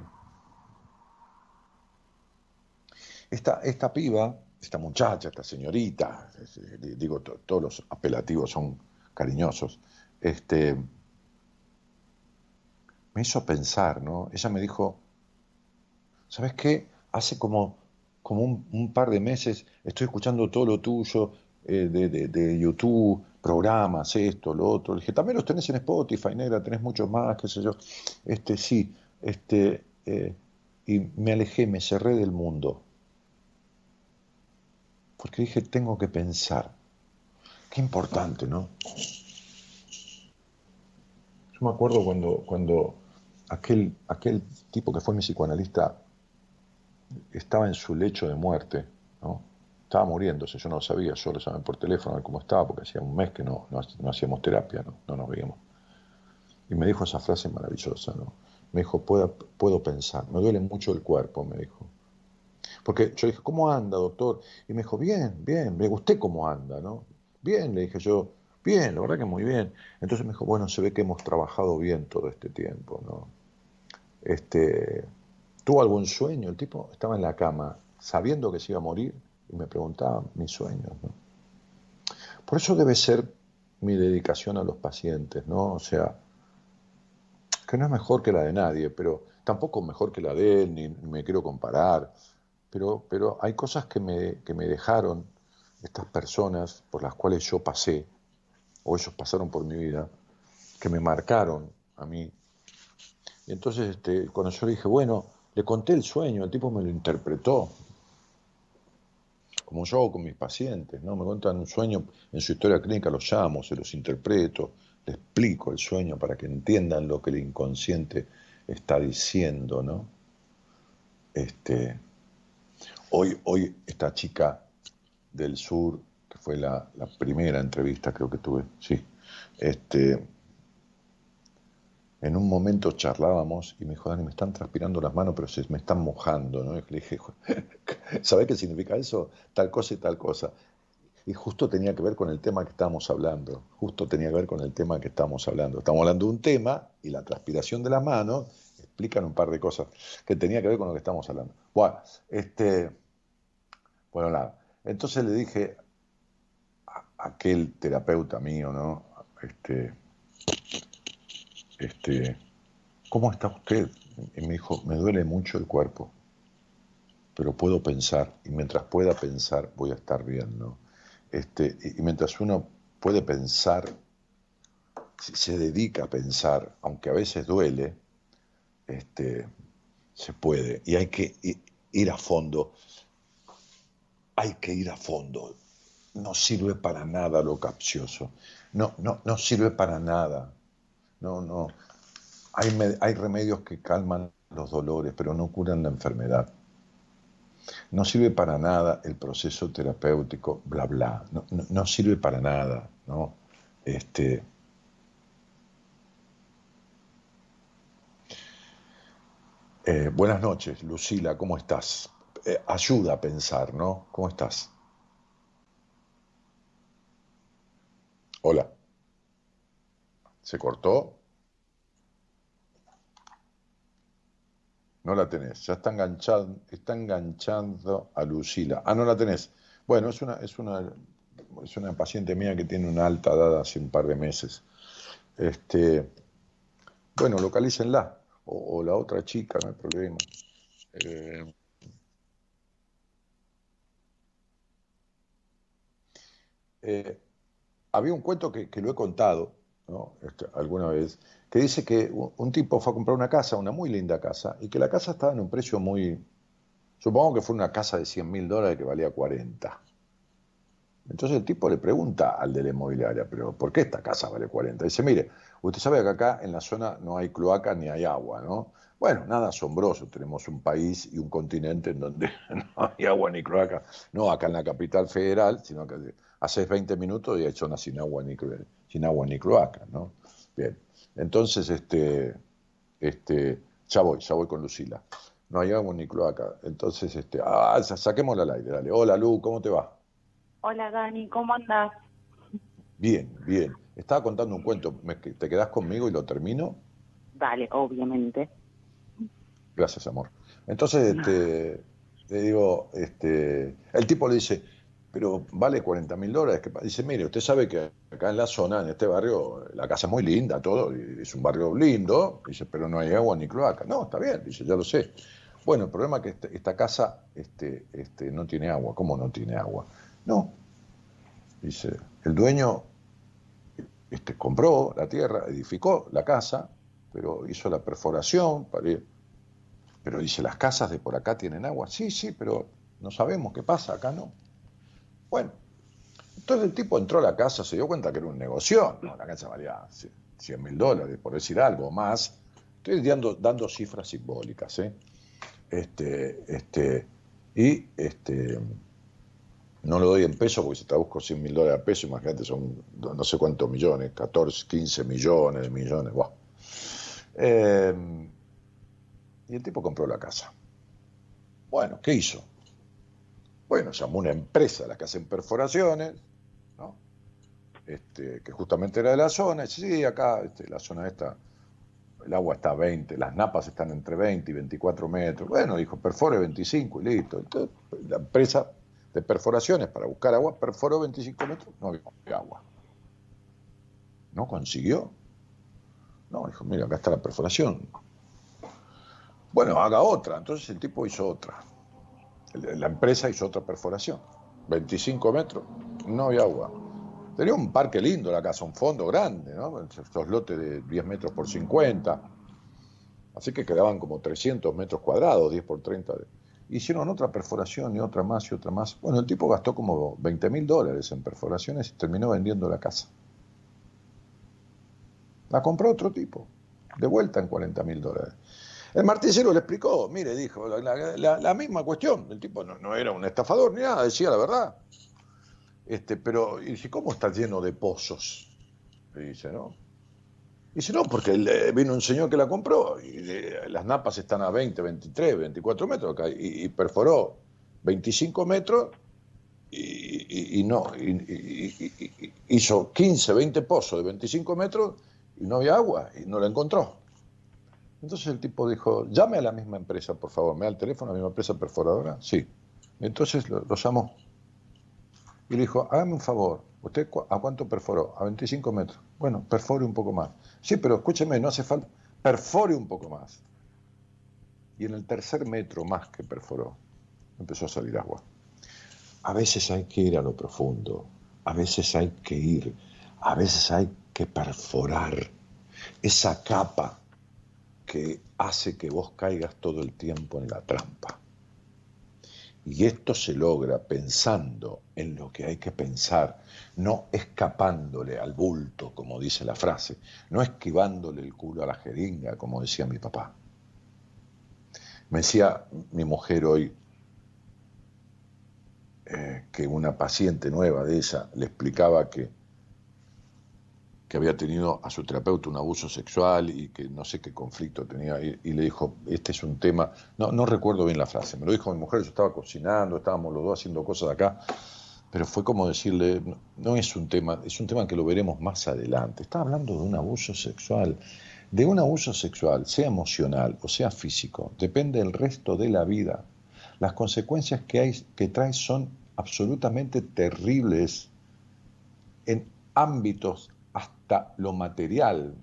esta, esta piba, esta muchacha, esta señorita, digo, to, todos los apelativos son cariñosos, este, me hizo pensar, ¿no? Ella me dijo, ¿sabes qué? Hace como... como un, un par de meses estoy escuchando todo lo tuyo, eh, de, de, de YouTube, programas, esto, lo otro. Le dije, también los tenés en Spotify, negra, tenés muchos más, qué sé yo. Este, sí, este, eh, y me alejé, me cerré del mundo. Porque dije, tengo que pensar. Qué importante, ¿no? Yo me acuerdo cuando, cuando aquel, aquel tipo que fue mi psicoanalista estaba en su lecho de muerte, ¿no? Estaba muriéndose, yo no lo sabía, yo lo sabía por teléfono a ver cómo estaba, porque hacía un mes que no, no, no hacíamos terapia, ¿no? No nos veíamos. Y me dijo esa frase maravillosa, ¿no? Me dijo, puedo, puedo pensar, me duele mucho el cuerpo, me dijo. Porque yo dije, ¿cómo anda, doctor? Y me dijo, bien, bien, me gusté cómo anda, ¿no? Bien, le dije yo, bien, la verdad que muy bien. Entonces me dijo, bueno, se ve que hemos trabajado bien todo este tiempo, ¿no? Este... ¿Tuvo algún sueño? El tipo estaba en la cama sabiendo que se iba a morir y me preguntaba mis sueños, ¿no? Por eso debe ser mi dedicación a los pacientes, ¿no? O sea, que no es mejor que la de nadie, pero tampoco mejor que la de él, ni me quiero comparar, pero, pero hay cosas que me, que me dejaron estas personas por las cuales yo pasé, o ellos pasaron por mi vida, que me marcaron a mí. Y entonces, este, cuando yo le dije, bueno, le conté el sueño, el tipo me lo interpretó, como yo hago con mis pacientes, ¿no? Me cuentan un sueño, en su historia clínica los llamo, se los interpreto, les explico el sueño para que entiendan lo que el inconsciente está diciendo, ¿no? Este, hoy, hoy esta chica del sur, que fue la, la primera entrevista creo que tuve, sí, este... En un momento charlábamos y me dijo, Dani, me están transpirando las manos, pero se me están mojando, ¿no? Y le dije, ¿sabés qué significa eso? Tal cosa y tal cosa. Y justo tenía que ver con el tema que estábamos hablando. Justo tenía que ver con el tema que estábamos hablando. Estamos hablando de un tema y la transpiración de las manos explican un par de cosas que tenía que ver con lo que estamos hablando. Bueno, este, bueno, nada. Entonces le dije a aquel terapeuta mío, ¿no? Este... Este, ¿cómo está usted? Y me dijo, me duele mucho el cuerpo, pero puedo pensar, y mientras pueda pensar voy a estar bien, ¿no? Este, y, y mientras uno puede pensar, si se dedica a pensar, aunque a veces duele, este, se puede, y hay que ir a fondo, hay que ir a fondo, no sirve para nada lo capcioso, no, no, no sirve para nada. No, no. Hay, hay remedios que calman los dolores, pero no curan la enfermedad. No sirve para nada el proceso terapéutico, bla, bla. No, no, no sirve para nada, ¿no? Este... Eh, buenas noches, Lucila, ¿cómo estás? Eh, ayuda a pensar, ¿no? ¿Cómo estás? Hola. ¿Se cortó? No la tenés, ya está enganchado, está enganchando a Lucila. Ah, no la tenés. Bueno, es una, es una, es una paciente mía que tiene una alta dada hace un par de meses. Este, bueno, localícenla. O, o la otra chica, no hay problema. Eh, eh, había un cuento que, que lo he contado, ¿no? Este, alguna vez, que dice que un, un tipo fue a comprar una casa, una muy linda casa, y que la casa estaba en un precio muy... Supongo que fue una casa de cien mil dólares que valía cuarenta. Entonces el tipo le pregunta al de la inmobiliaria, pero ¿por qué esta casa vale cuarenta? Dice, mire, usted sabe que acá en la zona no hay cloaca ni hay agua, ¿no? Bueno, nada asombroso, tenemos un país y un continente en donde no hay agua ni cloaca. No acá en la capital federal, sino que hace veinte minutos y hay zonas sin agua ni, sin agua ni cloaca, ¿no? Bien, entonces, este, este, ya voy, ya voy con Lucila. No hay agua ni cloaca. Entonces, este, ah, saquémosla al aire, dale. Hola, Lu, ¿cómo te va? Hola Dani, ¿cómo andás? Bien, bien. Estaba contando un cuento. ¿Me, ¿Te quedás conmigo y lo termino? Dale, obviamente. Gracias, amor. Entonces, este, te digo, este, el tipo le dice, pero vale cuarenta mil dólares. Dice, mire, usted sabe que acá en la zona, en este barrio, la casa es muy linda, todo, es un barrio lindo. Dice, pero no hay agua ni cloaca. No, está bien, dice, ya lo sé. Bueno, el problema es que este, esta casa este, este, no tiene agua. ¿Cómo no tiene agua? No, dice, el dueño este, compró la tierra, edificó la casa, pero hizo la perforación, para ir. Pero dice, ¿las casas de por acá tienen agua? Sí, sí, pero no sabemos qué pasa, acá no. Bueno, entonces el tipo entró a la casa, se dio cuenta que era un negocio, no, la casa valía cien mil dólares, por decir algo más. Estoy dando, dando cifras simbólicas, ¿eh? Este, este, y este... No lo doy en pesos porque si te busco cien mil dólares a peso, imagínate, son no sé cuántos millones, catorce, quince millones de millones. Wow. Eh, y el tipo compró la casa. Bueno, ¿qué hizo? Bueno, llamó una empresa, la que hacen perforaciones, ¿no? Este, que justamente era de la zona. Y dice, sí, acá, este, la zona esta, el agua está a veinte, las napas están entre veinte y veinticuatro metros. Bueno, dijo, perfore veinticinco y listo. Entonces, la empresa de perforaciones para buscar agua, perforó veinticinco metros, no había agua. ¿No consiguió? No, dijo, mira, acá está la perforación. Bueno, haga otra. Entonces el tipo hizo otra. La empresa hizo otra perforación. veinticinco metros, no había agua. Tenía un parque lindo la casa, un fondo grande, ¿no? Estos lotes de diez metros por cincuenta. Así que quedaban como trescientos metros cuadrados, diez por treinta. Hicieron otra perforación y otra más y otra más. Bueno, el tipo gastó como veinte mil dólares en perforaciones y terminó vendiendo la casa. La compró otro tipo, de vuelta en cuarenta mil dólares. El martillero le explicó, mire, dijo, la, la, la misma cuestión. El tipo no, no era un estafador ni nada, decía la verdad. Este, pero, y dice, ¿cómo está lleno de pozos? Le dice, ¿no? Dice, no, porque le, vino un señor que la compró y de, las napas están a veinte, veintitrés, veinticuatro metros acá, y, y perforó veinticinco metros y, y, y no, y, y, y, hizo quince, veinte pozos de veinticinco metros y no había agua y no la encontró. Entonces el tipo dijo, llame a la misma empresa, por favor, me da el teléfono, a la misma empresa perforadora. Sí. Entonces lo, lo llamó y le dijo, hágame un favor, ¿usted a cuánto perforó? A veinticinco metros. Bueno, perfore un poco más. Sí, pero escúcheme, no hace falta. Perfore un poco más. Y en el tercer metro más que perforó, empezó a salir agua. A veces hay que ir a lo profundo, a veces hay que ir, a veces hay que perforar esa capa que hace que vos caigas todo el tiempo en la trampa. Y esto se logra pensando en lo que hay que pensar, no escapándole al bulto, como dice la frase, no esquivándole el culo a la jeringa, como decía mi papá. Me decía mi mujer hoy eh, que una paciente nueva de ella le explicaba que, que había tenido a su terapeuta un abuso sexual y que no sé qué conflicto tenía, y, y le dijo, este es un tema, no, no recuerdo bien la frase, me lo dijo mi mujer, yo estaba cocinando, estábamos los dos haciendo cosas acá, pero fue como decirle, no, no es un tema, es un tema que lo veremos más adelante, está hablando de un abuso sexual, de un abuso sexual, sea emocional o sea físico, depende el resto de la vida. Las consecuencias que, hay, que trae son absolutamente terribles en ámbitos hasta lo material.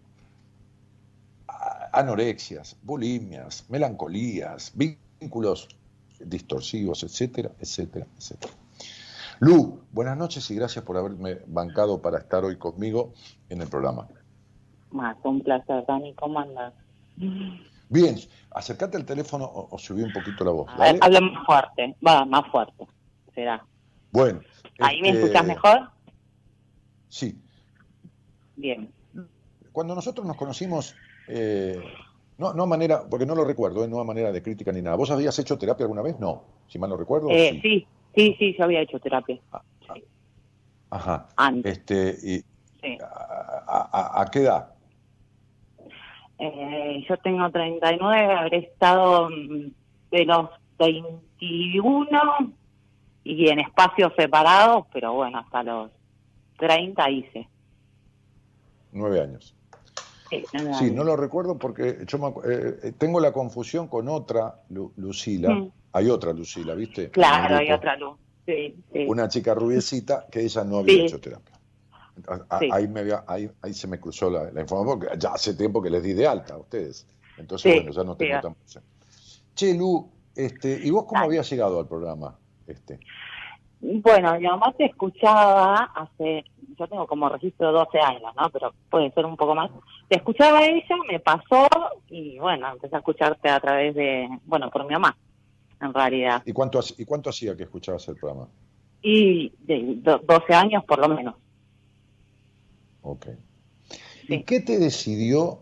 Anorexias, bulimias, melancolías, vínculos distorsivos, etcétera, etcétera, etcétera. Lu, buenas noches y gracias por haberme bancado para estar hoy conmigo en el programa. Más, un placer, Dani, ¿cómo andas? Bien, acércate al teléfono o, o subí un poquito la voz. A ver, habla más fuerte, va, más fuerte, será. Bueno. ¿Ahí este, me escuchas mejor? Sí. Bien. Cuando nosotros nos conocimos, eh, no, no a manera, porque no lo recuerdo, eh, no a manera de crítica ni nada. ¿Vos habías hecho terapia alguna vez? No, si mal no recuerdo. Eh, sí. sí, sí, sí, yo había hecho terapia. Ah, sí. Ajá. Antes. Este, y, sí. a, a, ¿A qué edad? Eh, yo tengo treinta y nueve, habré estado de los veintiuno y en espacios separados, pero bueno, hasta los treinta hice. Nueve años. Sí, nueve sí años. No lo recuerdo porque yo me, eh, tengo la confusión con otra Lu, Lucila. Mm. Hay otra Lucila, ¿viste? Claro, hay otra Lu. Sí, sí. Una chica rubiecita que ella no había sí. hecho terapia. A, sí. ahí, me había, ahí, ahí se me cruzó la, la información, porque ya hace tiempo que les di de alta a ustedes. Entonces, sí, bueno, ya no tengo sí. tan presente. Che, Lu, este, ¿y vos cómo Dale. habías llegado al programa? este? Bueno, mi mamá te escuchaba hace, yo tengo como registro doce años, ¿no? Pero puede ser un poco más. Te escuchaba ella, me pasó y bueno, empecé a escucharte a través de, bueno, por mi mamá, en realidad. ¿Y cuánto, ¿y cuánto hacía que escuchabas el programa? Y de doce años por lo menos. Ok. ¿Y sí. qué te decidió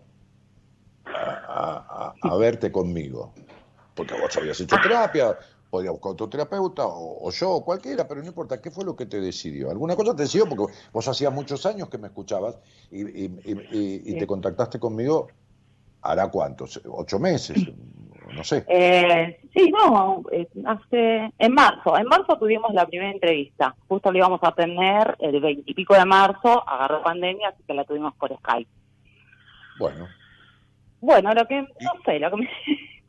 a, a, a verte conmigo? Porque vos habías hecho terapia, podías buscar otro terapeuta, o, o yo, o cualquiera, pero no importa, ¿qué fue lo que te decidió? ¿Alguna cosa te decidió? Porque vos hacías muchos años que me escuchabas y, y, y, y, y sí. te contactaste conmigo, ¿hará cuántos? ¿Ocho meses? No sé. Eh, sí, no, hace, en marzo, en marzo tuvimos la primera entrevista, justo lo íbamos a tener el veintipico de marzo, agarró pandemia, así que la tuvimos por Skype. Bueno. Bueno, lo que, no sé, lo que me,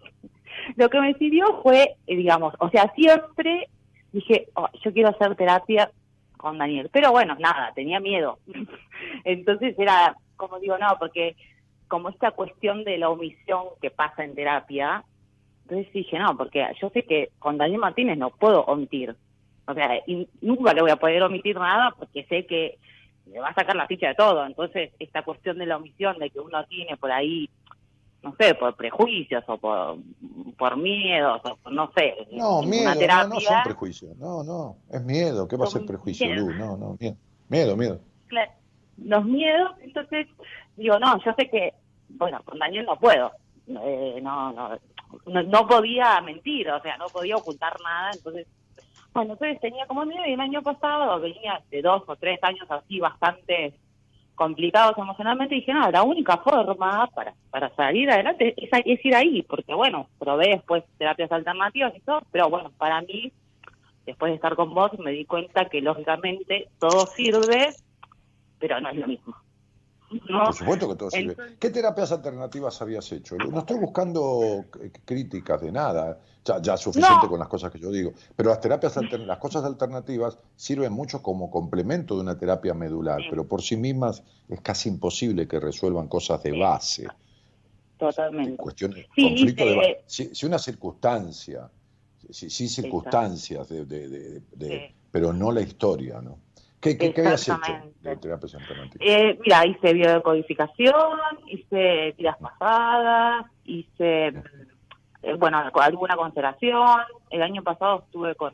lo que me sirvió fue, digamos, o sea, siempre dije, oh, yo quiero hacer terapia con Daniel, pero bueno, nada, tenía miedo. Entonces era, como digo, no, porque como esta cuestión de la omisión que pasa en terapia, entonces dije, no, porque yo sé que con Daniel Martínez no puedo omitir, o sea, y nunca le voy a poder omitir nada porque sé que me va a sacar la ficha de todo, entonces esta cuestión de la omisión de que uno tiene por ahí, no sé, por prejuicios o por, por miedos, o por, no sé. No, miedo, terapia, no, no son prejuicios, no, no, es miedo, ¿qué va a ser prejuicio, Lu? No, no, miedo, miedo, miedo. Claro, los miedos, entonces digo, no, yo sé que, bueno, con Daniel no puedo, eh, no, no, no, no podía mentir, o sea, no podía ocultar nada, entonces, bueno, entonces tenía como miedo y el año pasado venía de dos o tres años así bastante complicados emocionalmente y dije, no, la única forma para, para salir adelante es, es ir ahí, porque bueno, probé después terapias alternativas y todo, pero bueno, para mí, después de estar con vos, me di cuenta que lógicamente todo sirve, pero no es lo mismo. No. Por supuesto que todo sirve. Entonces, ¿qué terapias alternativas habías hecho? No estoy buscando críticas de nada, ya, ya es suficiente no. con las cosas que yo digo, pero las terapias alter, las cosas alternativas sirven mucho como complemento de una terapia medular, sí. pero por sí mismas es casi imposible que resuelvan cosas de base. Totalmente. Cuestiones, sí, conflicto sí, de base. Si, si una circunstancia, si, si circunstancias, de, de, de, de, sí. pero no la historia, ¿no? ¿Qué, qué, ¿Qué habías hecho de terapias alternativas? Eh, mira, hice biodecodificación, hice tiras pasadas, hice, eh, bueno, alguna constelación. El año pasado estuve con,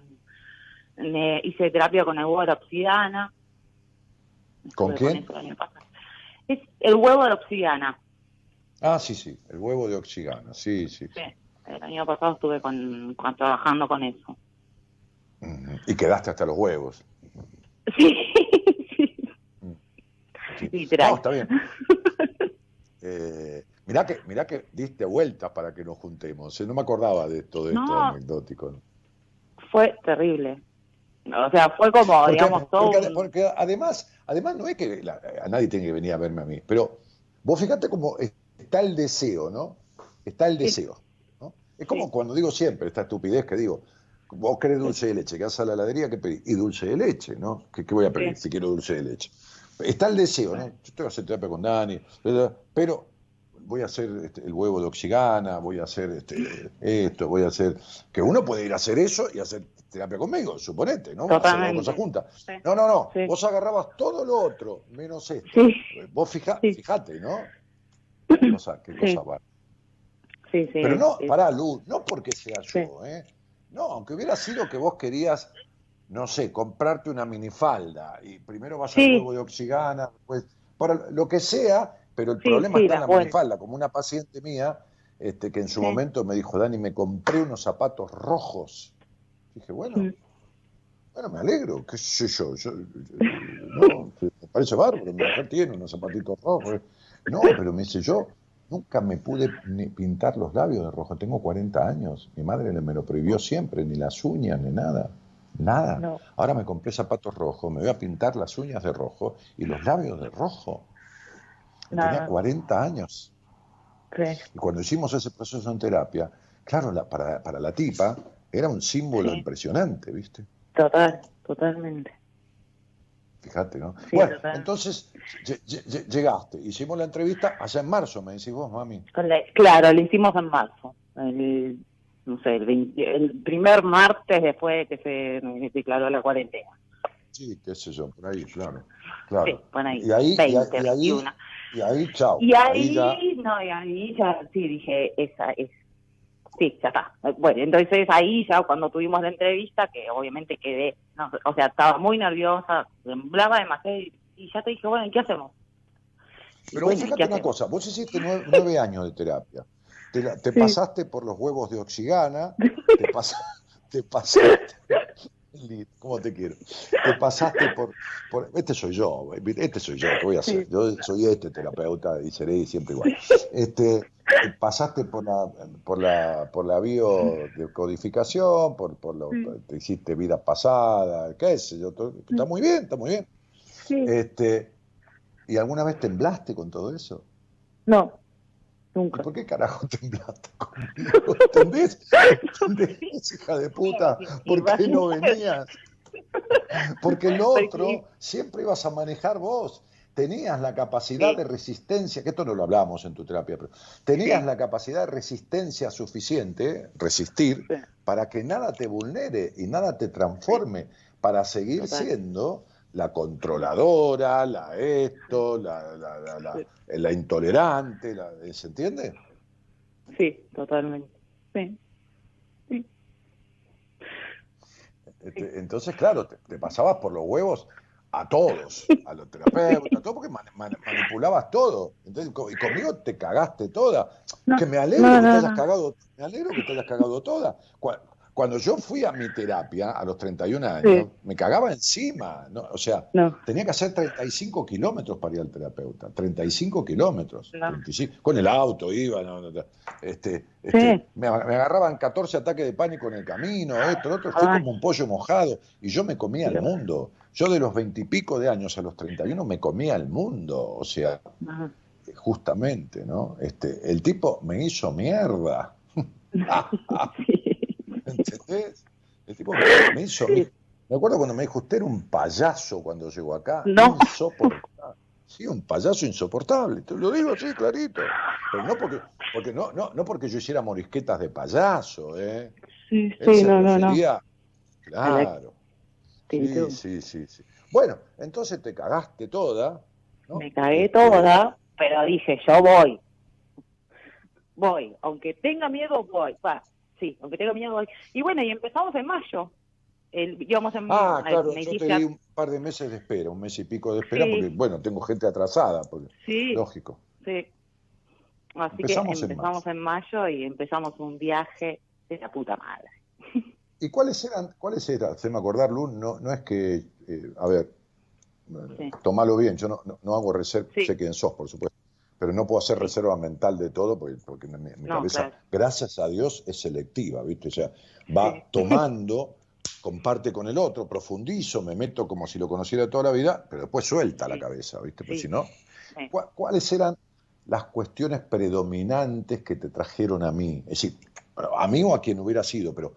eh, hice terapia con el huevo de la obsidiana. ¿Con qué? Con el, es el huevo de la obsidiana. Ah, sí, sí, el huevo de obsidiana, sí, sí. Sí, el año pasado estuve con, con, trabajando con eso. Y quedaste hasta los huevos. Sí, sí. sí. Literal. No, está bien. Eh, mirá que, mirá que diste vueltas para que nos juntemos. No me acordaba de todo esto no, anecdótico. ¿No? Fue terrible. O sea, fue como, porque, digamos, todo. Porque, porque además, además no es que la, a nadie tiene que venir a verme a mí, pero vos fíjate cómo está el deseo, ¿no? Está el deseo, ¿no? Es como Sí. cuando digo siempre, esta estupidez que digo, vos querés dulce de leche, que vas a la heladería, ¿qué pedís? Y dulce de leche, ¿no? ¿Qué, qué voy a pedir Sí. si quiero dulce de leche? Está el deseo, ¿no? Yo tengo que hacer terapia con Dani, pero voy a hacer este, el huevo de oxigana, voy a hacer este, esto, voy a hacer... Que uno puede ir a hacer eso y hacer terapia conmigo, suponete, ¿no? Hacer las Totalmente. cosas juntas. Sí. No, no, no. Sí. Vos agarrabas todo lo otro, menos esto. Sí. Vos fija, Sí. fijate, ¿no? Qué cosa, qué Sí. cosa va. Sí, sí. Pero no, sí. pará, Luz, no porque sea yo, Sí. ¿eh? No, aunque hubiera sido que vos querías, no sé, comprarte una minifalda y primero vas Sí. al huevo de oxigana, después, para lo que sea, pero el Sí, problema sí, está de en la acuerdo. minifalda, como una paciente mía, este, que en su Sí. momento me dijo, Dani, me compré unos zapatos rojos. Dije, bueno, Mm. bueno, me alegro, qué sé yo, yo, yo- no, me parece bárbaro, mi mujer tiene unos zapatitos rojos. No, pero me dice, yo nunca me pude ni pintar los labios de rojo, tengo cuarenta años, mi madre me lo prohibió siempre, ni las uñas, ni nada, nada. No. Ahora me compré zapatos rojos, me voy a pintar las uñas de rojo y los labios de rojo. Y tenía Nada. cuarenta años. Sí. Y cuando hicimos ese proceso en terapia, claro, la- para, para la tipa era un símbolo Sí. impresionante, ¿viste? Total, totalmente. Fíjate, ¿no? Sí, bueno, total. entonces lle- lle- llegaste, hicimos la entrevista allá en marzo, me decís vos, mami. Con la- Claro, lo hicimos en marzo. El, no sé, el, veinte el primer martes después de que se declaró la cuarentena. Sí, qué sé yo, por ahí, claro. claro. Sí, bueno, ahí, y ahí, y ahí- veinte, y ahí, veintiuno. y ahí, chao. Y ahí, ya, no, y ahí ya, sí, dije, esa es, sí, ya está. Bueno, entonces ahí ya cuando tuvimos la entrevista, que obviamente quedé, no, o sea, estaba muy nerviosa, temblaba demasiado, y, y ya te dije, bueno, ¿y qué hacemos? Y pero bueno, ¿y fíjate qué una hacemos? cosa, vos hiciste nueve, nueve años de terapia. Te, la- te Sí. pasaste por los huevos de oxigana, te, pas- te pasaste... Lindo, ¿cómo te quiero? Te pasaste por, por... Este soy yo, este soy yo, ¿qué voy a hacer? Sí. Yo soy este terapeuta y seré siempre igual. Este, te pasaste por la por la por la biodecodificación, por, por lo, Sí. te hiciste vida pasada, qué sé yo, todo- está muy bien, está muy bien. Sí. Este, ¿y alguna vez temblaste con todo eso? No, ¿Y nunca. por qué carajo temblaste conmigo? ¿Entendés? ¿Entendés, hija de puta? ¿Por qué no venías? Porque el otro Porque- siempre ibas a manejar vos. Tenías la capacidad Sí. de resistencia, que esto no lo hablamos en tu terapia, pero tenías Sí. la capacidad de resistencia suficiente, resistir, Sí. para que nada te vulnere y nada te transforme, para seguir Total. siendo la controladora, la esto, la, la, la, la- la intolerante, la- ¿se entiende? Sí, totalmente. Sí. Este, Entonces, claro, te, te pasabas por los huevos a todos, a los terapeutas, a todo, porque man- man- manipulabas todo. Entonces, co- y conmigo te cagaste toda. No, que me alegro no, que te no, hayas no. cagado, me alegro que te hayas cagado toda. Cu- Cuando yo fui a mi terapia a los treinta y un años, Sí. me cagaba encima, ¿no? O sea, No. tenía que hacer treinta y cinco kilómetros para ir al terapeuta, treinta y cinco kilómetros, No. treinta y cinco, con el auto iba, no, no, no. Este, este, Sí. me, me agarraban catorce ataques de pánico en el camino, esto, lo otro, fui Ay. como un pollo mojado y yo me comía el Dios. mundo. Yo de los veintipico de años a los treinta y uno me comía el mundo, o sea, Ajá. justamente, ¿no? Este, el tipo me hizo mierda. ¿Entendés? El tipo me, me hizo mierda. Me acuerdo cuando me dijo, usted era un payaso cuando llegó acá. No. Insoportable. Sí, un payaso insoportable. Te lo digo así, clarito. Pero no porque, porque no, no, no porque yo hiciera morisquetas de payaso, ¿eh? Sí, Él sí, se no, no, no. refería- Claro. Sí, actitud. sí, sí, sí. Bueno, entonces te cagaste toda, ¿no? Me cagué Este, toda, pero dije, yo voy. Voy. Aunque tenga miedo, voy. Va. Sí, aunque tenga miedo, voy. Y bueno, y empezamos en mayo. El, íbamos en, Ah, eh, claro, me yo hiciste te a- di un par de meses de espera, un mes y pico de espera, Sí. porque, bueno, tengo gente atrasada, porque, Sí, lógico. sí. Así Empezamos que en empezamos en mayo y empezamos un viaje de la puta madre. ¿Y cuáles eran, cuáles eran? Se me acordar, Lu, no, no es que, eh, a ver, Sí. tomalo bien, yo no, no, no hago reserva, Sí. sé quién sos, por supuesto, pero no puedo hacer reserva mental de todo, porque, porque mi, mi No, cabeza, claro. gracias a Dios, es selectiva, ¿viste? O sea, va Sí. tomando, comparte con el otro, profundizo, me meto como si lo conociera toda la vida, pero después suelta la Sí. cabeza, ¿viste? Pero Sí. si no, Sí. ¿cu- ¿cuáles eran las cuestiones predominantes que te trajeron a mí? Es decir, a mí o a quien hubiera sido, pero...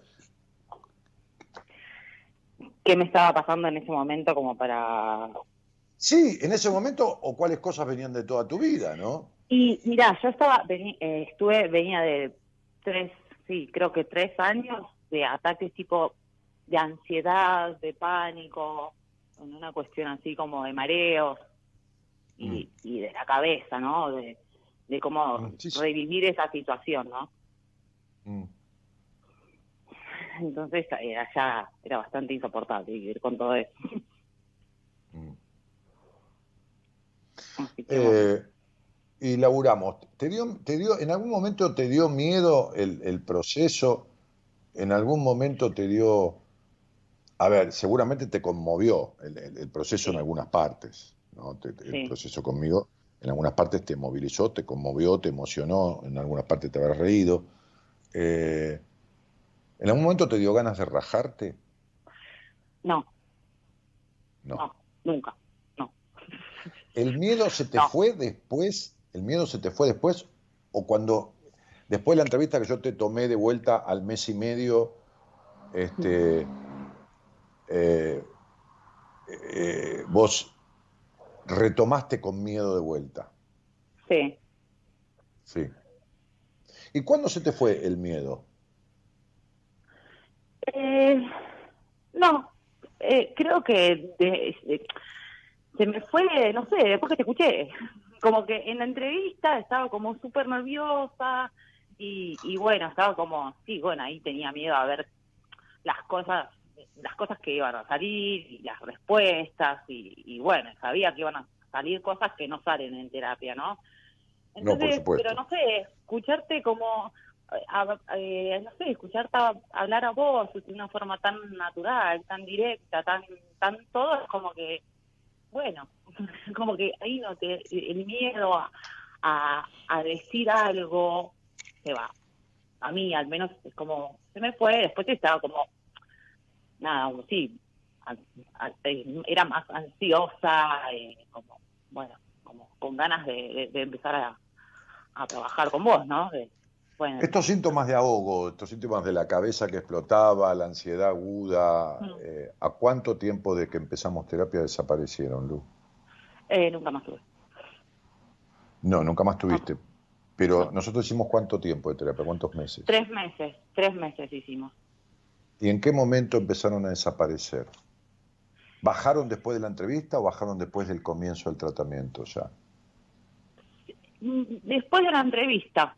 ¿Qué me estaba pasando en ese momento como para...? Sí, en ese momento, o cuáles cosas venían de toda tu vida, ¿no? Y mirá, yo estaba, vení, eh, estuve, venía de tres, sí, creo que tres años de ataques tipo de ansiedad, de pánico, en una cuestión así como de mareos y, mm. y de la cabeza, ¿no? De, de cómo mm, sí, sí. revivir esa situación, ¿no? Mm. Entonces era ya, era bastante insoportable vivir con todo eso. Mm. Así que, eh, bueno. Y laburamos. ¿Te dio, te dio, en algún momento te dio miedo el, el proceso? ¿En algún momento te dio... A ver, seguramente te conmovió el, el, el proceso sí. en algunas partes, ¿no? Te, te, sí. El proceso conmigo en algunas partes te movilizó, te conmovió, te emocionó, en algunas partes te habrás reído. Eh, ¿En algún momento te dio ganas de rajarte? No. No. No, nunca. No. ¿El miedo se te no. fue después? ¿El miedo se te fue después? ¿O cuando, después de la entrevista que yo te tomé de vuelta al mes y medio, este, eh, eh, vos retomaste con miedo de vuelta? Sí. Sí. ¿Y cuándo se te fue el miedo? Eh, no, eh, creo que de, de, se me fue, no sé, después que te escuché. Como que en la entrevista estaba como súper nerviosa y, y bueno, estaba como, sí, bueno, ahí tenía miedo a ver las cosas, las cosas que iban a salir y las respuestas y, y bueno, sabía que iban a salir cosas que no salen en terapia, ¿no? Entonces, no, por supuesto. Pero no sé, escucharte como, a, eh, no sé, escucharte a, hablar a vos de una forma tan natural, tan directa, tan, tan todo, es como que, bueno, como que ahí no te, el miedo a, a, a decir algo se va. A mí al menos es como, se me fue, después estaba como, nada, sí, a, a, era más ansiosa, eh, como, bueno, como con ganas de, de, de empezar a, a trabajar con vos, ¿no? De, bueno. Estos síntomas de ahogo, estos síntomas de la cabeza que explotaba, la ansiedad aguda, mm. eh, ¿a cuánto tiempo de que empezamos terapia desaparecieron, Lu? Eh, nunca más tuve. No, nunca más tuviste. No. Pero no. nosotros hicimos ¿cuánto tiempo de terapia? ¿Cuántos meses? Tres meses, tres meses hicimos. ¿Y en qué momento empezaron a desaparecer? ¿Bajaron después de la entrevista o bajaron después del comienzo del tratamiento ya? Después de la entrevista.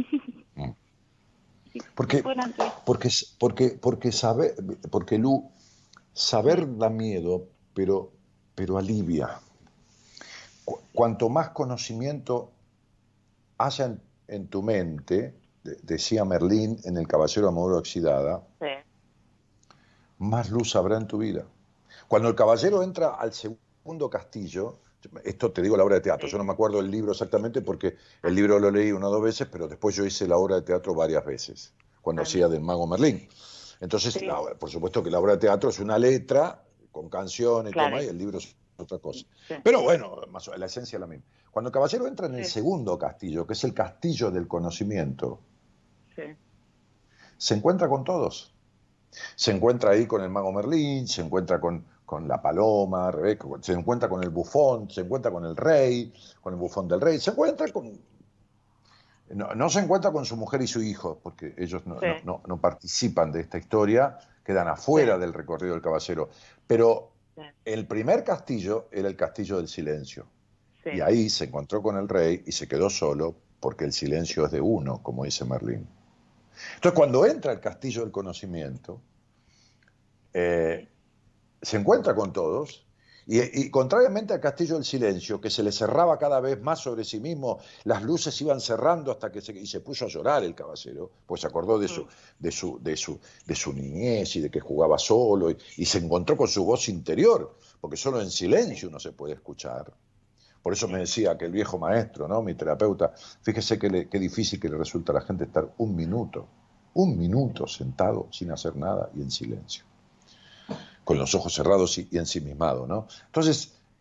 Porque, porque, porque, porque, saber, porque Lu, saber da miedo, pero, pero alivia. Cu- cuanto más conocimiento haya en, en tu mente, de, decía Merlín en El Caballero de Armadura Oxidada, sí. más luz habrá en tu vida. Cuando el caballero entra al segundo castillo, esto te digo la obra de teatro, sí. Yo no me acuerdo del libro exactamente porque el libro lo leí una o dos veces, pero después yo hice la obra de teatro varias veces, cuando ah, hacía del Mago Merlín. Entonces, sí. la, por supuesto que la obra de teatro es una letra con canciones, claro. Toma, y el libro es otra cosa. Sí. Pero bueno, más, la esencia es la misma. Cuando el caballero entra en sí. el segundo castillo, que es el castillo del conocimiento, sí. se encuentra con todos. Se encuentra ahí con el Mago Merlín, se encuentra con... con la paloma, Rebeca, se encuentra con el bufón, se encuentra con el rey, con el bufón del rey, se encuentra con... No, no se encuentra con su mujer y su hijo, porque ellos no, sí. no, no, no participan de esta historia, quedan afuera sí. del recorrido del caballero. Pero sí. el primer castillo era el castillo del silencio. Sí. Y ahí se encontró con el rey y se quedó solo, porque el silencio es de uno, como dice Merlín. Entonces, cuando entra al castillo del conocimiento, eh, se encuentra con todos y, y contrariamente al castillo del silencio, que se le cerraba cada vez más sobre sí mismo, las luces iban cerrando hasta que se, y se puso a llorar el caballero, pues se acordó de su, de su, de su, de su niñez y de que jugaba solo y, y se encontró con su voz interior, porque solo en silencio uno se puede escuchar. Por eso me decía que el viejo maestro, ¿no? Mi terapeuta, fíjese qué, le, qué difícil que le resulta a la gente estar un minuto, un minuto sentado sin hacer nada y en silencio, con los ojos cerrados y, y ensimismado, ¿no? Entonces,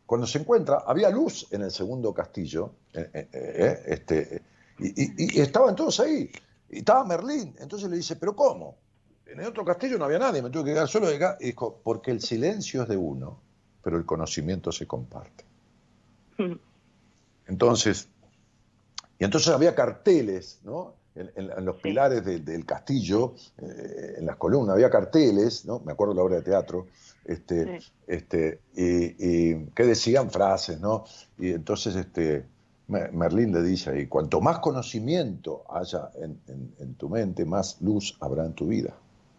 cuando se encuentra, había luz en el segundo castillo, eh, eh, eh, este, y, y, y estaban todos ahí, y estaba Merlín. Entonces le dice, ¿pero cómo? En el otro castillo no había nadie, me tuve que quedar solo de acá. Y dijo, porque el silencio es de uno, pero el conocimiento se comparte. Entonces, y entonces había carteles, ¿no? En, en, en los sí. pilares de, del castillo, eh, en las columnas, había carteles, ¿no? Me acuerdo de la obra de teatro, este, sí. este, y, y que decían frases, ¿no? Y entonces este, Merlín le dice ahí, cuanto más conocimiento haya en, en, en tu mente, más luz habrá en tu vida.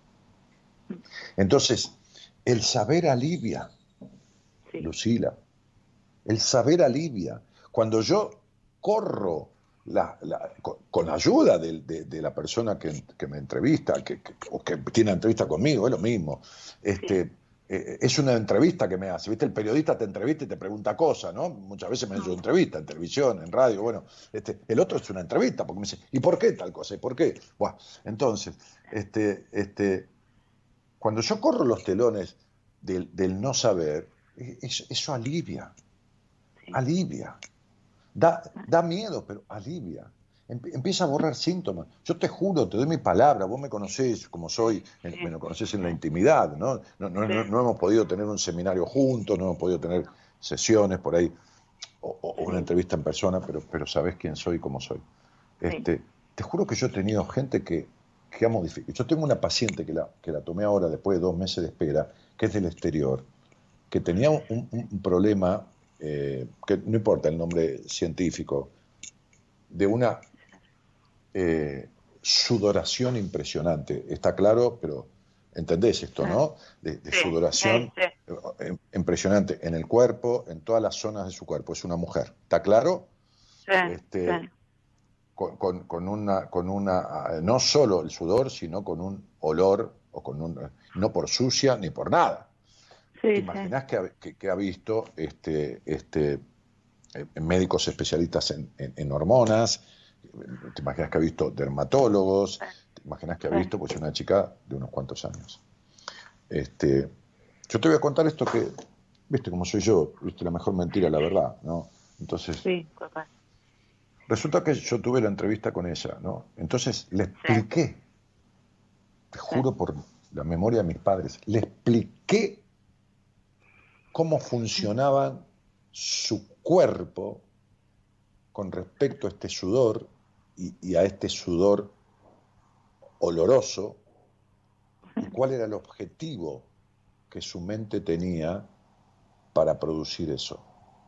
Entonces, el saber alivia, sí. Lucila, el saber alivia. Cuando yo corro La, la, con, con ayuda de, de, de la persona que, que me entrevista, que, que, o que tiene entrevista conmigo, es lo mismo. Este, sí. eh, es una entrevista que me hace, ¿viste? El periodista te entrevista y te pregunta cosas, ¿no? Muchas veces me han hecho entrevista en televisión, en radio, bueno. Este, el otro es una entrevista, porque me dice, ¿y por qué tal cosa? ¿Y por qué? Buah, entonces, este, este, cuando yo corro los telones del, del no saber, eso, eso alivia, sí. alivia. Da, da miedo, pero alivia. Empieza a borrar síntomas. Yo te juro, te doy mi palabra, vos me conocés como soy, sí. me lo conocés en la intimidad, ¿no? No, no, sí. no, no hemos podido tener un seminario juntos, no hemos podido tener sesiones por ahí, o, o sí. una entrevista en persona, pero, pero sabés quién soy y cómo soy. Este, sí. Te juro que yo he tenido gente que, que ha modificado. Yo tengo una paciente que la, que la tomé ahora después de dos meses de espera, que es del exterior, que tenía un, un, un problema... Eh, que no importa el nombre científico, de una eh, sudoración impresionante. Está claro, pero entendés esto, ¿no? De, de sí, sudoración sí, sí. impresionante en el cuerpo, en todas las zonas de su cuerpo. Es una mujer, ¿está claro? Sí, este, sí. Con, con, con una, con una, no solo el sudor, sino con un olor, o con un, no por sucia ni por nada. Sí, ¿te imaginás sí. que, ha, que, que ha visto este, este, médicos especialistas en, en, en hormonas? ¿Te imaginas que ha visto dermatólogos? ¿Te imaginas que ha visto pues, una chica de unos cuantos años? Este, yo te voy a contar esto que, viste cómo soy yo, viste la mejor mentira, la verdad, ¿no? Entonces, sí, papá. Resulta que yo tuve la entrevista con ella, ¿no? Entonces le expliqué, sí. te juro sí. por la memoria de mis padres, le expliqué cómo funcionaba su cuerpo con respecto a este sudor y, y a este sudor oloroso, y cuál era el objetivo que su mente tenía para producir eso.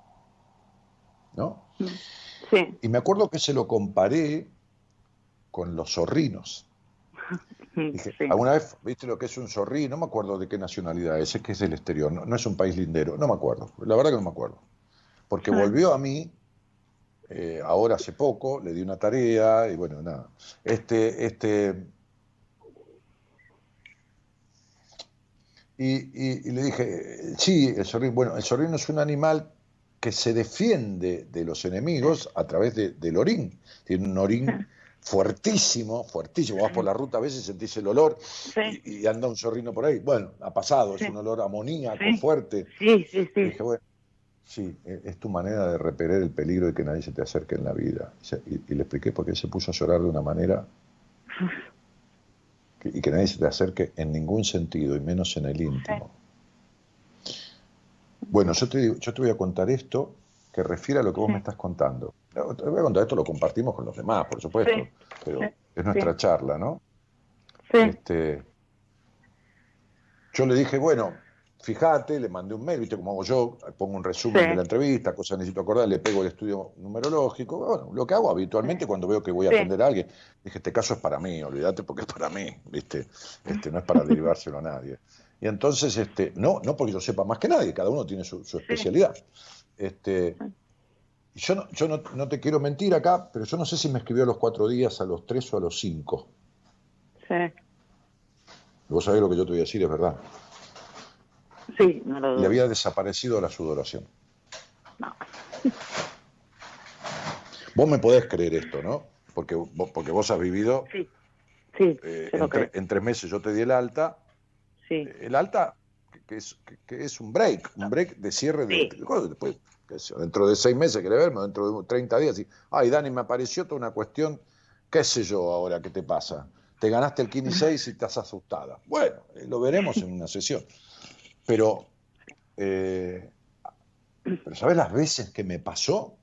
¿No? Sí. Y me acuerdo que se lo comparé con los zorrinos. Dije, sí. ¿alguna vez viste lo que es un zorrino? No me acuerdo de qué nacionalidad es, es que es del exterior, no, no es un país lindero, no me acuerdo, la verdad que no me acuerdo. Porque ah. volvió a mí, eh, ahora hace poco, le di una tarea y bueno, nada. Este, este, y, y, y le dije, sí, el zorrino, bueno, el zorrino es un animal que se defiende de los enemigos a través de, del orín. Tiene un orín fuertísimo, fuertísimo. Vas por la ruta a veces sentís el olor sí. y, y anda un zorrino por ahí. Bueno, ha pasado, sí. es un olor amoníaco sí. fuerte. Sí, sí, sí. Y dije, bueno, sí, es tu manera de repeler el peligro de que nadie se te acerque en la vida. Y, y le expliqué por qué se puso a llorar de una manera que, y que nadie se te acerque en ningún sentido, y menos en el íntimo. Sí. Bueno, yo te, digo, yo te voy a contar esto que refiere a lo que vos sí. me estás contando. Te voy a contar esto, lo compartimos con los demás, por supuesto, sí. pero sí. es nuestra sí. charla, ¿no? Sí. Este, yo le dije, bueno, fíjate, le mandé un mail, viste cómo hago yo, pongo un resumen sí. de la entrevista, cosas necesito acordar, le pego el estudio numerológico, bueno, lo que hago habitualmente cuando veo que voy a sí. atender a alguien. Dije, este caso es para mí, olvídate porque es para mí, viste, este, no es para derivárselo a nadie. Y entonces, este, no, no porque yo sepa más que nadie, cada uno tiene su, su especialidad. Este, yo no, yo no, no te quiero mentir acá, pero yo no sé si me escribió a los cuatro días, a los tres o a los cinco. Sí. Vos sabés lo que yo te voy a decir, es verdad. Sí, no lo dudo. Le había desaparecido la sudoración. No. Vos me podés creer esto, ¿no? Porque vos, porque vos has vivido... Sí, sí. Eh, en, tre, en tres meses yo te di el alta. Sí. El alta, que, es, que, que es un break, un break de cierre de... Sí. Después, qué sé yo, dentro de seis meses querés verme, dentro de treinta días, y, ay, Dani, me apareció toda una cuestión, qué sé yo ahora, ¿qué te pasa? Te ganaste el Kini seis y estás asustada. Bueno, eh, lo veremos en una sesión. Pero, eh, pero ¿sabes las veces que me pasó?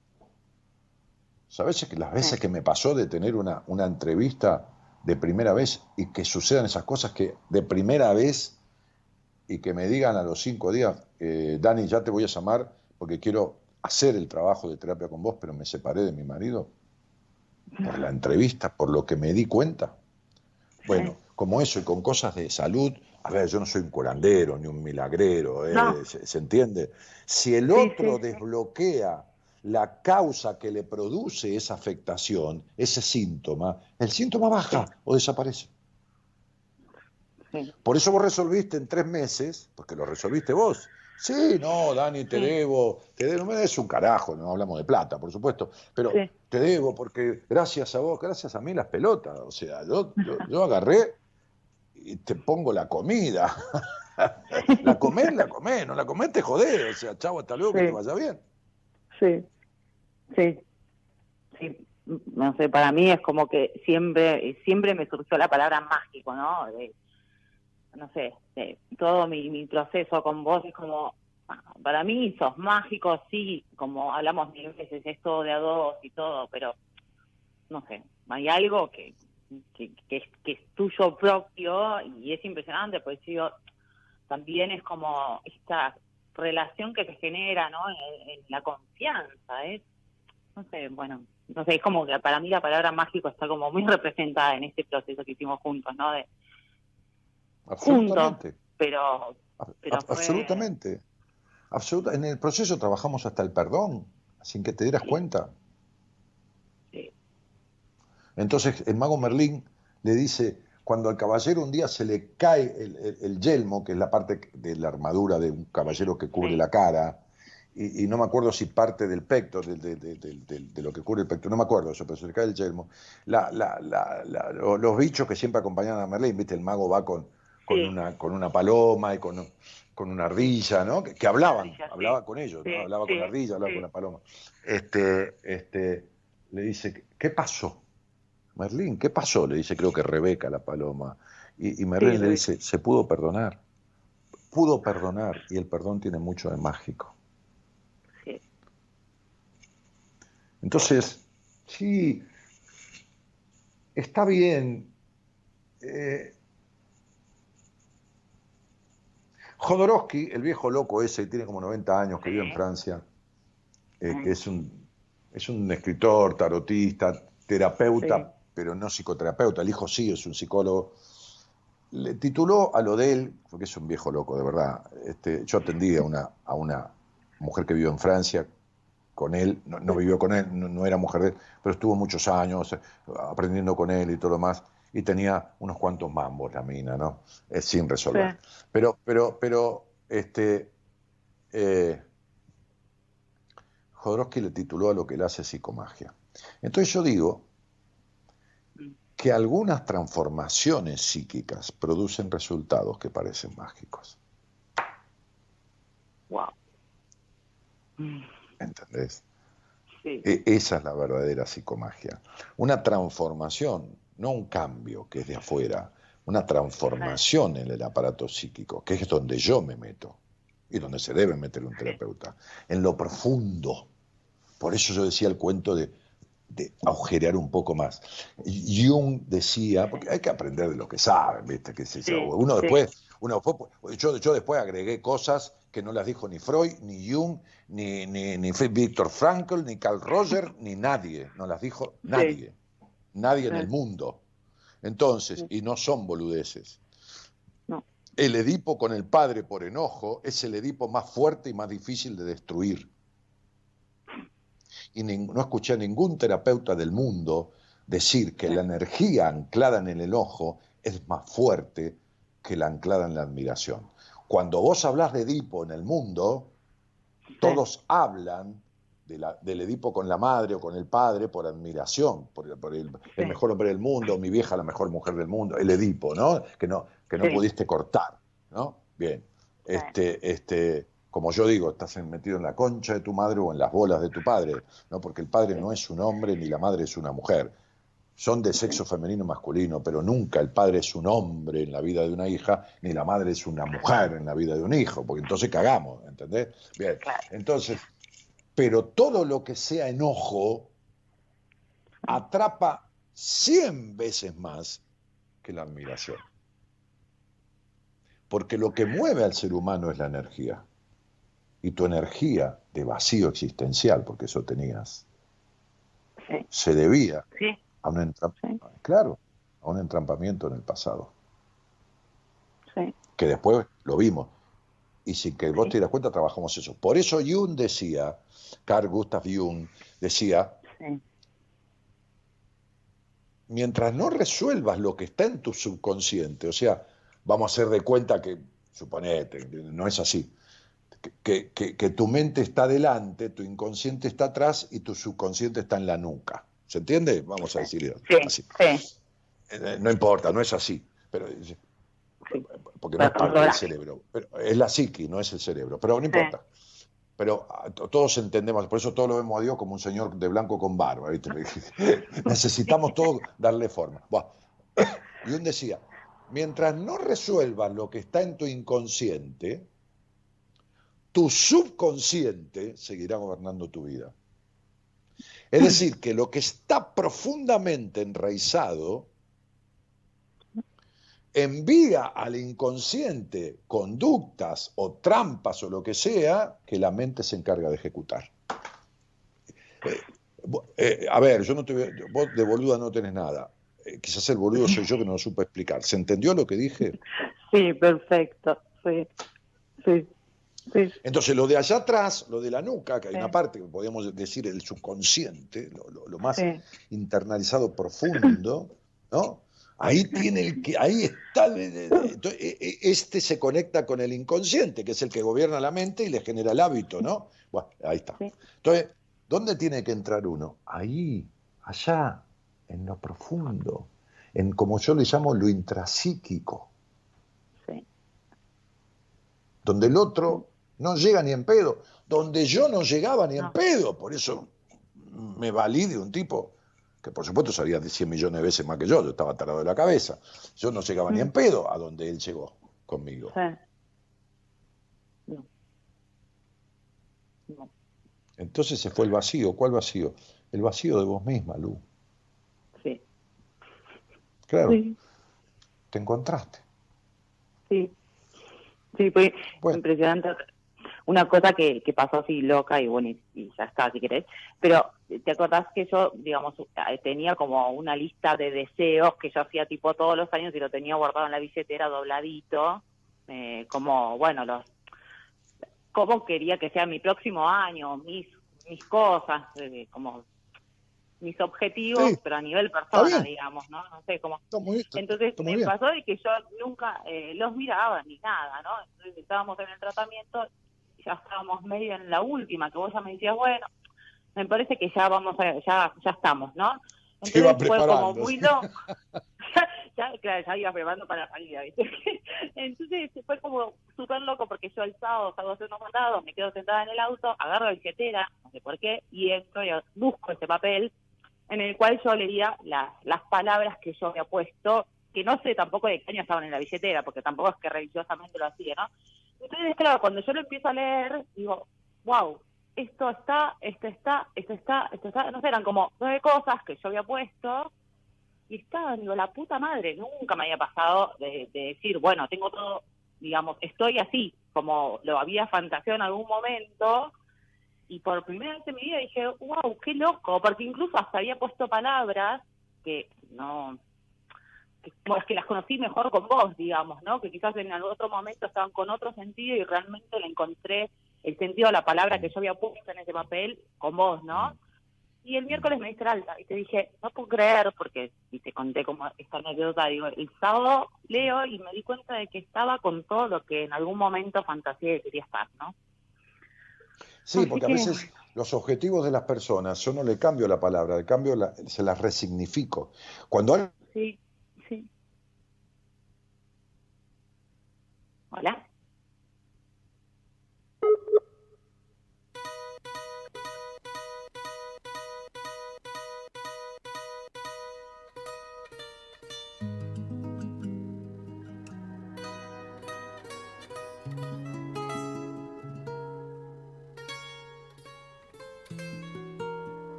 ¿Sabes que las veces que me pasó de tener una, una entrevista de primera vez y que sucedan esas cosas que de primera vez y que me digan a los cinco días, eh, Dani, ya te voy a llamar porque quiero hacer el trabajo de terapia con vos, pero me separé de mi marido por la entrevista, por lo que me di cuenta? Bueno, como eso y con cosas de salud, a ver, yo no soy un curandero ni un milagrero, ¿eh? No. ¿Se, se entiende? Si el Sí, otro sí, sí. desbloquea la causa que le produce esa afectación, ese síntoma, el síntoma baja o desaparece. Sí. Por eso vos resolviste en tres meses, porque lo resolviste vos. Sí, no, Dani, te Sí. debo, te debo, no me des un carajo, no hablamos de plata, por supuesto, pero Sí. te debo porque gracias a vos, gracias a mí las pelotas, o sea, yo, yo, yo agarré y te pongo la comida. La comés, la comés, no la comés, te jodés, o sea, chavo, hasta luego, Sí. que te vaya bien. Sí, sí, sí. No sé, para mí es como que siempre siempre me surgió la palabra mágico, ¿no? De, no sé, de, todo mi, mi proceso con vos es como, para mí sos mágico, sí, como hablamos mil veces, es todo de a dos y todo, pero no sé, hay algo que, que, que, es, que es tuyo propio y es impresionante, porque yo también es como esta relación que se genera, ¿no? En, en la confianza, ¿eh? No sé, bueno, no sé, es como que para mí la palabra mágico está como muy representada en este proceso que hicimos juntos, ¿no? De juntos, Absolutamente. pero, pero Ab- fue... Absolutamente. Absoluta. En el proceso trabajamos hasta el perdón, sin que te dieras Sí. cuenta. Sí. Entonces el mago Merlín le dice, cuando al caballero un día se le cae el, el- el yelmo, que es la parte de la armadura de un caballero que cubre Sí. la cara, y, y no me acuerdo si parte del pecto, de, de- de- de- de- de lo que cubre el pecto, no me acuerdo eso, pero se le cae el yelmo. La, la- la- la- lo- los bichos que siempre acompañan a Merlín, ¿viste? El mago va con, con, Sí. una, con una paloma y con, con una ardilla, ¿no? Que, que hablaban, Ardilla, sí. hablaba con ellos, ¿no? Sí, Hablaba sí, con la ardilla, hablaba sí. con la paloma. Este, este, le dice, ¿qué pasó? Merlín, ¿qué pasó? Le dice, creo que Rebeca, la paloma. Y, y Merlín Sí, le Rebeca. dice, se pudo perdonar. Pudo perdonar. Y el perdón tiene mucho de mágico. Sí. Entonces, sí, está bien. Eh, Jodorowsky, el viejo loco ese, que tiene como noventa años, que vive en Francia, eh, que es un, es un escritor, tarotista, terapeuta, Sí. pero no psicoterapeuta. El hijo sí es un psicólogo. Le tituló a lo de él, porque es un viejo loco, de verdad. Este, yo atendí a una, a una mujer que vivió en Francia con él, no, no vivió con él, no, no era mujer de él, pero estuvo muchos años eh, aprendiendo con él y todo lo más, y tenía unos cuantos mambos la mina, ¿no? Eh, sin resolver. Sí. Pero, pero, pero, este, eh, Jodorowsky le tituló a lo que él hace psicomagia. Entonces yo digo que algunas transformaciones psíquicas producen resultados que parecen mágicos. Wow. ¿Entendés? Sí. E- esa es la verdadera psicomagia. Una transformación, no un cambio que es de afuera, una transformación en el aparato psíquico, que es donde yo me meto y donde se debe meter un terapeuta, en lo profundo. Por eso yo decía el cuento de, de agujerear un poco más. Jung decía, porque hay que aprender de lo que saben, ¿viste? ¿Qué sé yo? Sí, Uno sí. después, uno después, yo, yo después agregué cosas que no las dijo ni Freud, ni Jung, ni, ni, ni Viktor Frankl, ni Carl Roger, ni nadie. No las dijo nadie. Nadie en Sí. el mundo. Entonces, y no son boludeces. El Edipo con el padre por enojo es el Edipo más fuerte y más difícil de destruir. Y ning- no escuché a ningún terapeuta del mundo decir que la energía anclada en el enojo es más fuerte que la anclada en la admiración. Cuando vos hablas de Edipo en el mundo, todos hablan de la- del Edipo con la madre o con el padre por admiración, por, el, por el- el Sí. mejor hombre del mundo, mi vieja la mejor mujer del mundo, el Edipo, ¿no? Que no, que no Sí. pudiste cortar, ¿no? Bien. este, este, como yo digo, estás metido en la concha de tu madre o en las bolas de tu padre, ¿no? Porque el padre no es un hombre ni la madre es una mujer. Son de sexo femenino y masculino, pero nunca el padre es un hombre en la vida de una hija, ni la madre es una mujer en la vida de un hijo, porque entonces cagamos, ¿entendés? Bien, entonces, pero todo lo que sea enojo atrapa cien veces más que la admiración. Porque lo que mueve al ser humano es la energía. Y tu energía de vacío existencial, porque eso tenías, sí. se debía sí. a un entrampamiento, sí. claro, a un entrampamiento en el pasado. Sí. Que después lo vimos. Y sin que vos sí. te das cuenta, trabajamos eso. Por eso Jung decía, Carl Gustav Jung decía, sí. mientras no resuelvas lo que está en tu subconsciente, o sea, vamos a hacer de cuenta que, suponete, no es así, que, que, que tu mente está delante, tu inconsciente está atrás y tu subconsciente está en la nuca. ¿Se entiende? Vamos a decirlo sí, así. Sí. No importa, no es así, pero sí. porque no es parte del cerebro. Pero es la psiqui, no es el cerebro, pero no importa. Sí. Pero todos entendemos, por eso todos lo vemos a Dios como un señor de blanco con barba, ¿viste? Necesitamos todos darle forma. Bueno, y un decía, mientras no resuelvas lo que está en tu inconsciente, tu subconsciente seguirá gobernando tu vida. Es decir, que lo que está profundamente enraizado envía al inconsciente conductas o trampas o lo que sea que la mente se encarga de ejecutar. Eh, eh, a ver, yo no te voy, vos de boluda no tenés nada. Eh, quizás el boludo soy yo que no lo supe explicar. ¿Se entendió lo que dije? Sí, perfecto. Sí, sí. Sí. Entonces, lo de allá atrás, lo de la nuca, que hay sí. una parte que podríamos decir el subconsciente, lo, lo, lo más sí. internalizado profundo, ¿no? Ahí tiene el que, ahí está, este se conecta con el inconsciente, que es el que gobierna la mente y le genera el hábito, ¿no? Bueno, ahí está. Sí. Entonces, ¿dónde tiene que entrar uno? Ahí, allá, en lo profundo, en como yo le llamo lo intrapsíquico. Sí. Donde el otro no llega ni en pedo, donde yo no llegaba ni no. en pedo, por eso me valí de un tipo que por supuesto sabía de cien millones de veces más que yo, yo estaba tarado de la cabeza, yo no llegaba mm. ni en pedo a donde él llegó conmigo. Sí. No. No. Entonces se fue el vacío. ¿Cuál vacío? El vacío de vos misma, Lu. Sí. Claro. Sí. Te encontraste. Sí. Sí, fue bueno. impresionante. Una cosa que, que pasó así loca y bueno, y, y ya está, si querés. Pero, ¿te acordás que yo, digamos, tenía como una lista de deseos que yo hacía tipo todos los años y lo tenía guardado en la billetera dobladito? Eh, como, bueno, los cómo quería que sea mi próximo año, mis mis cosas, eh, como mis objetivos, sí. pero a nivel persona, digamos, ¿no? No sé cómo. Muy, Entonces me bien. pasó de que yo nunca eh, los miraba ni nada, ¿no? Entonces estábamos en el tratamiento, ya estábamos medio en la última, que vos ya me decías, bueno, me parece que ya vamos a, ya, ya estamos, ¿no? Entonces fue como muy loco. ya, claro, ya iba preparando para la salida, ¿viste? Entonces fue como súper loco porque yo el sábado salgo a hacer unos mandados, me quedo sentada en el auto, agarro la billetera, no sé por qué, y entro y busco ese papel en el cual yo leía las, las palabras que yo había puesto, que no sé tampoco de qué año estaban en la billetera, porque tampoco es que religiosamente lo hacía, ¿no? Entonces, claro, cuando yo lo empiezo a leer, digo, wow, esto está, esto está, esto está, esto está, no sé, eran como nueve cosas que yo había puesto, y estaban, digo, la puta madre, nunca me había pasado de, de decir, bueno, tengo todo, digamos, estoy así, como lo había fantaseado en algún momento, y por primera vez en mi vida dije, wow, qué loco, porque incluso hasta había puesto palabras que no, que, bueno, es que las conocí mejor con vos, digamos, ¿no? Que quizás en algún otro momento estaban con otro sentido y realmente le encontré el sentido a la palabra que yo había puesto en ese papel con vos, ¿no? Y el miércoles me diste el alta y te dije, no puedo creer, porque, y te conté como esta anécdota, digo, el sábado leo y me di cuenta de que estaba con todo lo que en algún momento fantaseé que quería estar, ¿no? Sí, porque a veces los objetivos de las personas, yo no le cambio la palabra, le cambio la, se las resignifico. Cuando Sí, sí. ¿Hola?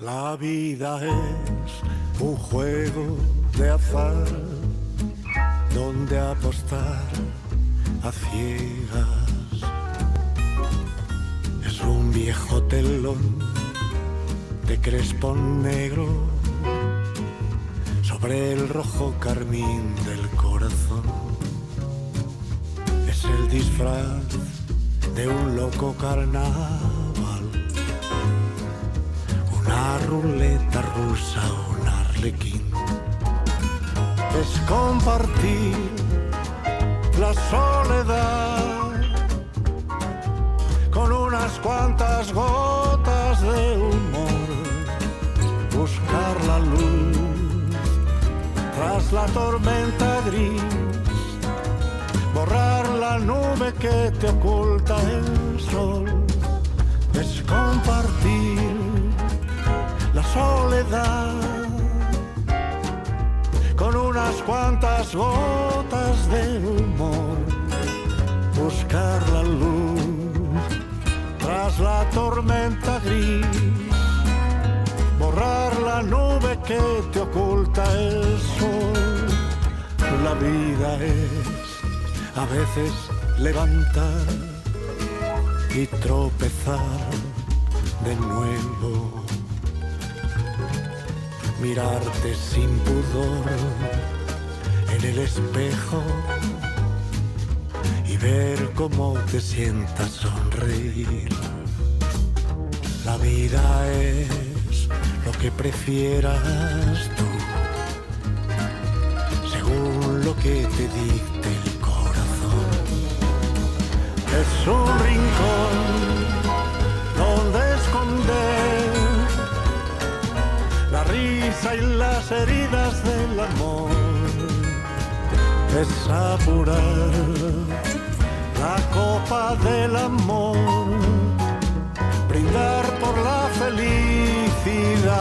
La vida es un juego de azar donde apostar a ciegas. Es un viejo telón de crespón negro sobre el rojo carmín del corazón. Es el disfraz de un loco carnaval, una ruleta rusa, un arlequín. Es compartir la soledad con unas cuantas gotas de humor, buscar la luz tras la tormenta gris, borrar la nube que te oculta el sol. Es compartir la soledad con unas cuantas gotas de humor, buscar la luz tras la tormenta gris, borrar la nube que te oculta el sol. La vida es a veces levantar y tropezar de nuevo, mirarte sin pudor en el espejo y ver cómo te sientas sonreír. La vida es lo que prefieras tú, según lo que te dicte el corazón. Es un rincón donde esconder la risa y las heridas del amor. Es apurar la copa del amor, brindar por la felicidad.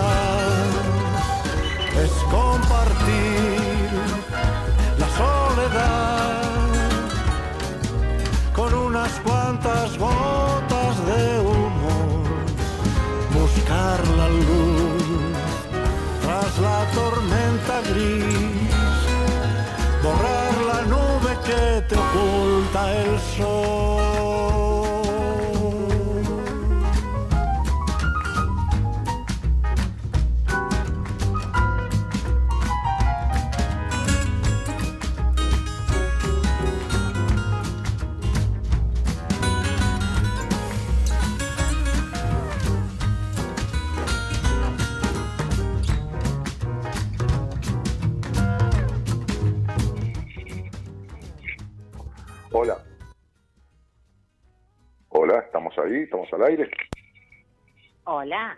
Es compartir la soledad con unas cuantas gotas de humor, buscar la luz tras la tormenta gris, borrar la nube que te oculta el sol. Hola. Hola, ¿estamos ahí? ¿Estamos al aire? Hola.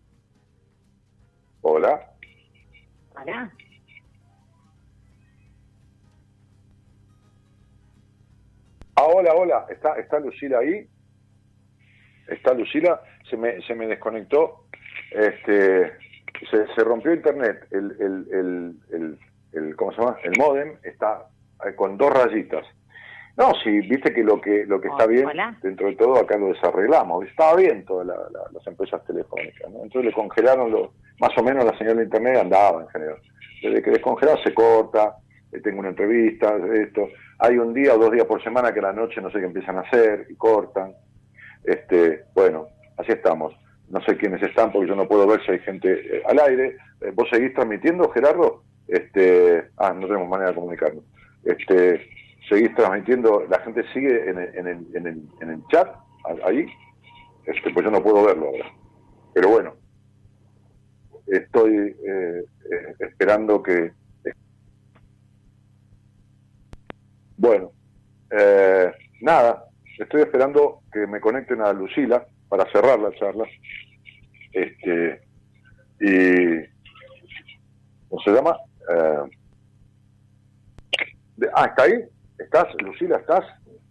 Hola. Hola. Ah, hola, hola. ¿Está, está Lucila ahí? ¿Está Lucila? Se me, se me desconectó. Este, se, se rompió internet. El, el, el, el, el, ¿cómo se llama? El módem está con dos rayitas. No, sí, viste que lo que lo que está bien, Hola. dentro de todo acá lo desarreglamos. Estaba bien todas la, la, las empresas telefónicas, ¿no? Entonces le congelaron, lo, más o menos la señal de internet andaba en general. Desde que descongelar se corta, eh, tengo una entrevista, esto. Hay un día o dos días por semana que a la noche no sé qué empiezan a hacer y cortan. Este, bueno, así estamos. No sé quiénes están porque yo no puedo ver si hay gente eh, al aire. Eh, ¿Vos seguís transmitiendo, Gerardo? Este, ah, no tenemos manera de comunicarnos. Este... ¿Seguís transmitiendo? ¿La gente sigue en el, en el, en el, en el chat? Ahí. Este, pues yo no puedo verlo ahora. Pero bueno, estoy eh, eh, esperando que... Bueno, eh, nada, estoy esperando que me conecten a Lucila para cerrar la charla. Este, y... ¿Cómo se llama? Eh, de, ah, ¿está ahí? ¿Estás, Lucila? ¿Estás?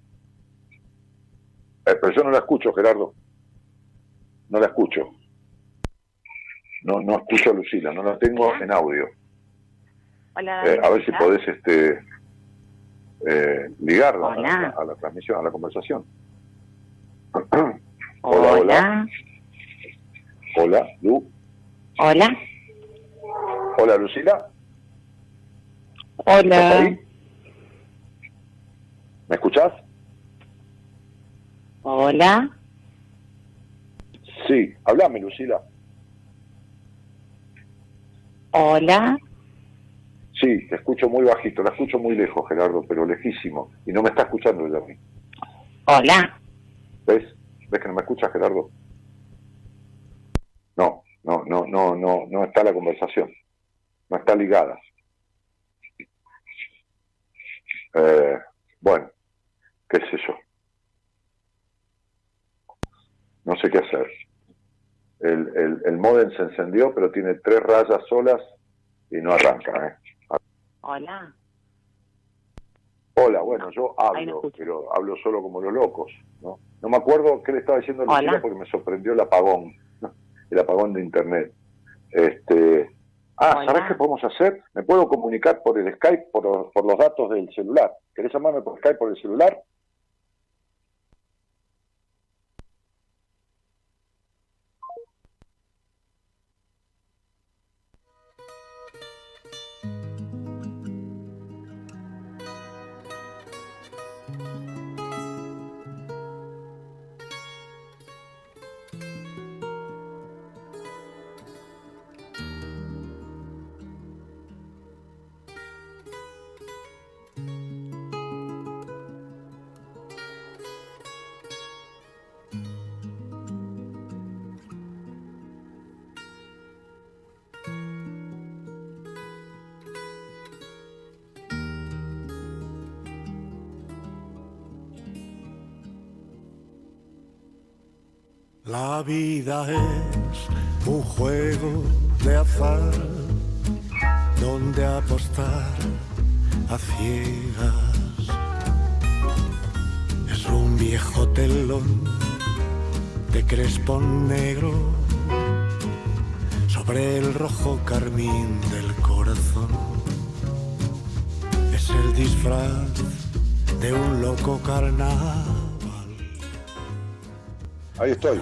Eh, pero yo no la escucho, Gerardo. No la escucho. No no escucho a Lucila, no la tengo en audio. Hola. Eh, a ver si podés este, eh, ligarla a, Hola. a, a la transmisión, a la conversación. Hola. Hola, Lu. Hola. Hola, Lucila. Hola. ¿Estás ahí? ¿Me escuchás? Hola. Sí, hablame, Lucila. Hola. Sí, te escucho muy bajito, la escucho muy lejos, Gerardo, pero lejísimo. Y no me está escuchando ella a mí. Hola. ¿Ves? ¿Ves que no me escuchas, Gerardo? No, no, no, no, no, no está la conversación. No está ligada. Eh, bueno, qué sé yo. No sé qué hacer. El, el, el módem se encendió, pero tiene tres rayas solas y no arranca, ¿eh? Hola. Hola, bueno, yo Ahí no hablo, escucho. pero hablo solo como los locos, ¿no? No me acuerdo qué le estaba diciendo a Lucila Hola. porque me sorprendió el apagón, ¿no? El apagón de internet. Este, ah, Hola. ¿sabés qué podemos hacer? Me puedo comunicar por el Skype, por, por los datos del celular. ¿Querés llamarme por Skype por el celular? La vida es un juego de azar donde apostar a ciegas es un viejo telón de crespón negro sobre el rojo carmín del corazón. Es el disfraz de un loco carnaval. Ahí estoy.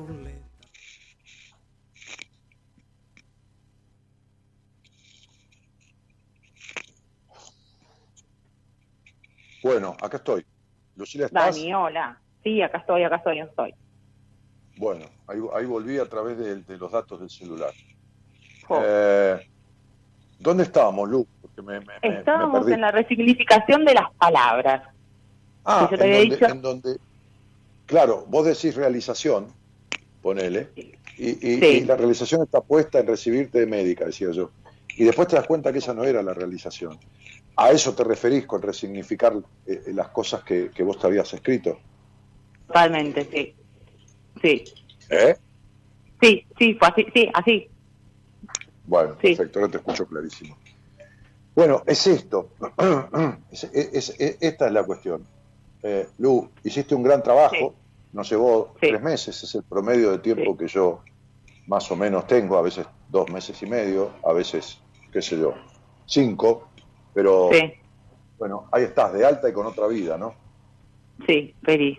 Bueno, acá estoy. Lucila, ¿estás? Dani, hola. Sí, acá estoy, acá estoy, acá estoy. Bueno, ahí, ahí volví a través de, de los datos del celular. Oh. Eh, ¿Dónde estábamos, Lu? Porque me, me, me- Estábamos me perdí. en la resignificación de las palabras. Ah, que yo te en había donde, dicho. en donde, claro, vos decís realización, ponele, y, y- Sí. y la realización está puesta en recibirte de médica, decía yo. Y después te das cuenta que esa no era la realización. ¿A eso te referís con resignificar eh, las cosas que, que vos te habías escrito? Totalmente, sí. Sí, ¿Eh? sí, sí, fue así, sí, así. Bueno, Sí. perfecto, ahora te escucho clarísimo. Bueno, es esto. Es- es- es- esta es la cuestión. Eh, Lu, hiciste un gran trabajo, nos llevó Sí. tres meses, es el promedio de tiempo Sí. que yo más o menos tengo, a veces dos meses y medio, a veces, qué sé yo, cinco, pero Sí, bueno, ahí estás, de alta y con otra vida, ¿no? sí, feliz.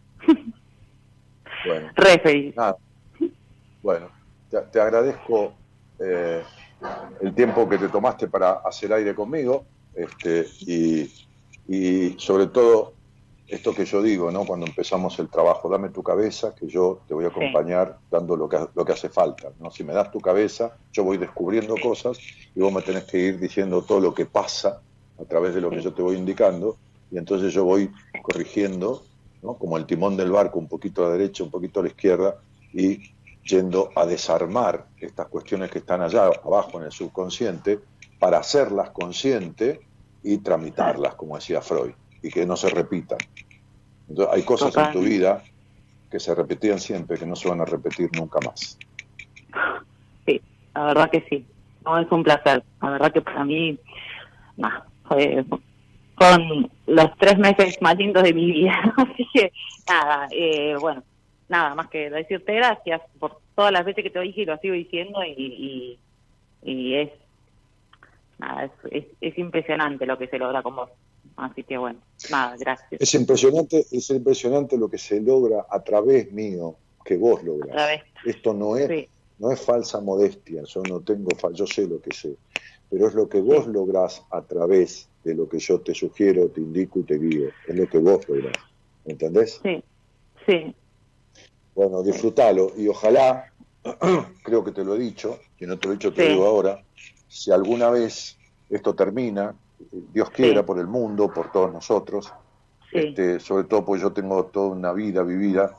Bueno, Re feliz. nada. Bueno, te, te agradezco eh, el tiempo que te tomaste para hacer aire conmigo, este, y, y sobre todo esto que yo digo, ¿no? Cuando empezamos el trabajo, dame tu cabeza, que yo te voy a acompañar dando lo que, lo que hace falta, ¿no? Si me das tu cabeza, yo voy descubriendo cosas y vos me tenés que ir diciendo todo lo que pasa a través de lo que yo te voy indicando, y entonces yo voy corrigiendo, ¿no? Como el timón del barco, un poquito a la derecha, un poquito a la izquierda, y yendo a desarmar estas cuestiones que están allá abajo en el subconsciente para hacerlas consciente y tramitarlas, como decía Freud, y que no se repitan. Entonces, hay cosas en tu vida que se repetían siempre, que no se van a repetir nunca más. Sí, la verdad que sí. No, es un placer. La verdad que para mí, nah, fue, fueron los tres meses más lindos de mi vida. Así que, nada, eh, bueno, nada más que decirte gracias por todas las veces que te lo dije y lo sigo diciendo, y, y, y es, nada, es, es, es impresionante lo que se logra con vos. Así que bueno, nada, gracias. Es impresionante, es impresionante lo que se logra a través mío, que vos lográs. A través. Esto no es, Sí. no es falsa modestia, yo no tengo, fa- yo sé lo que sé, pero es lo que vos lográs a través de lo que yo te sugiero, te indico y te guío, es lo que vos lográs, ¿me entendés? Sí, sí. Bueno, disfrútalo y ojalá, creo que te lo he dicho, y no te lo he dicho, te lo Sí. digo ahora, si alguna vez esto termina, Dios quiera, Sí. por el mundo, por todos nosotros, Sí. este, sobre todo porque yo tengo toda una vida vivida,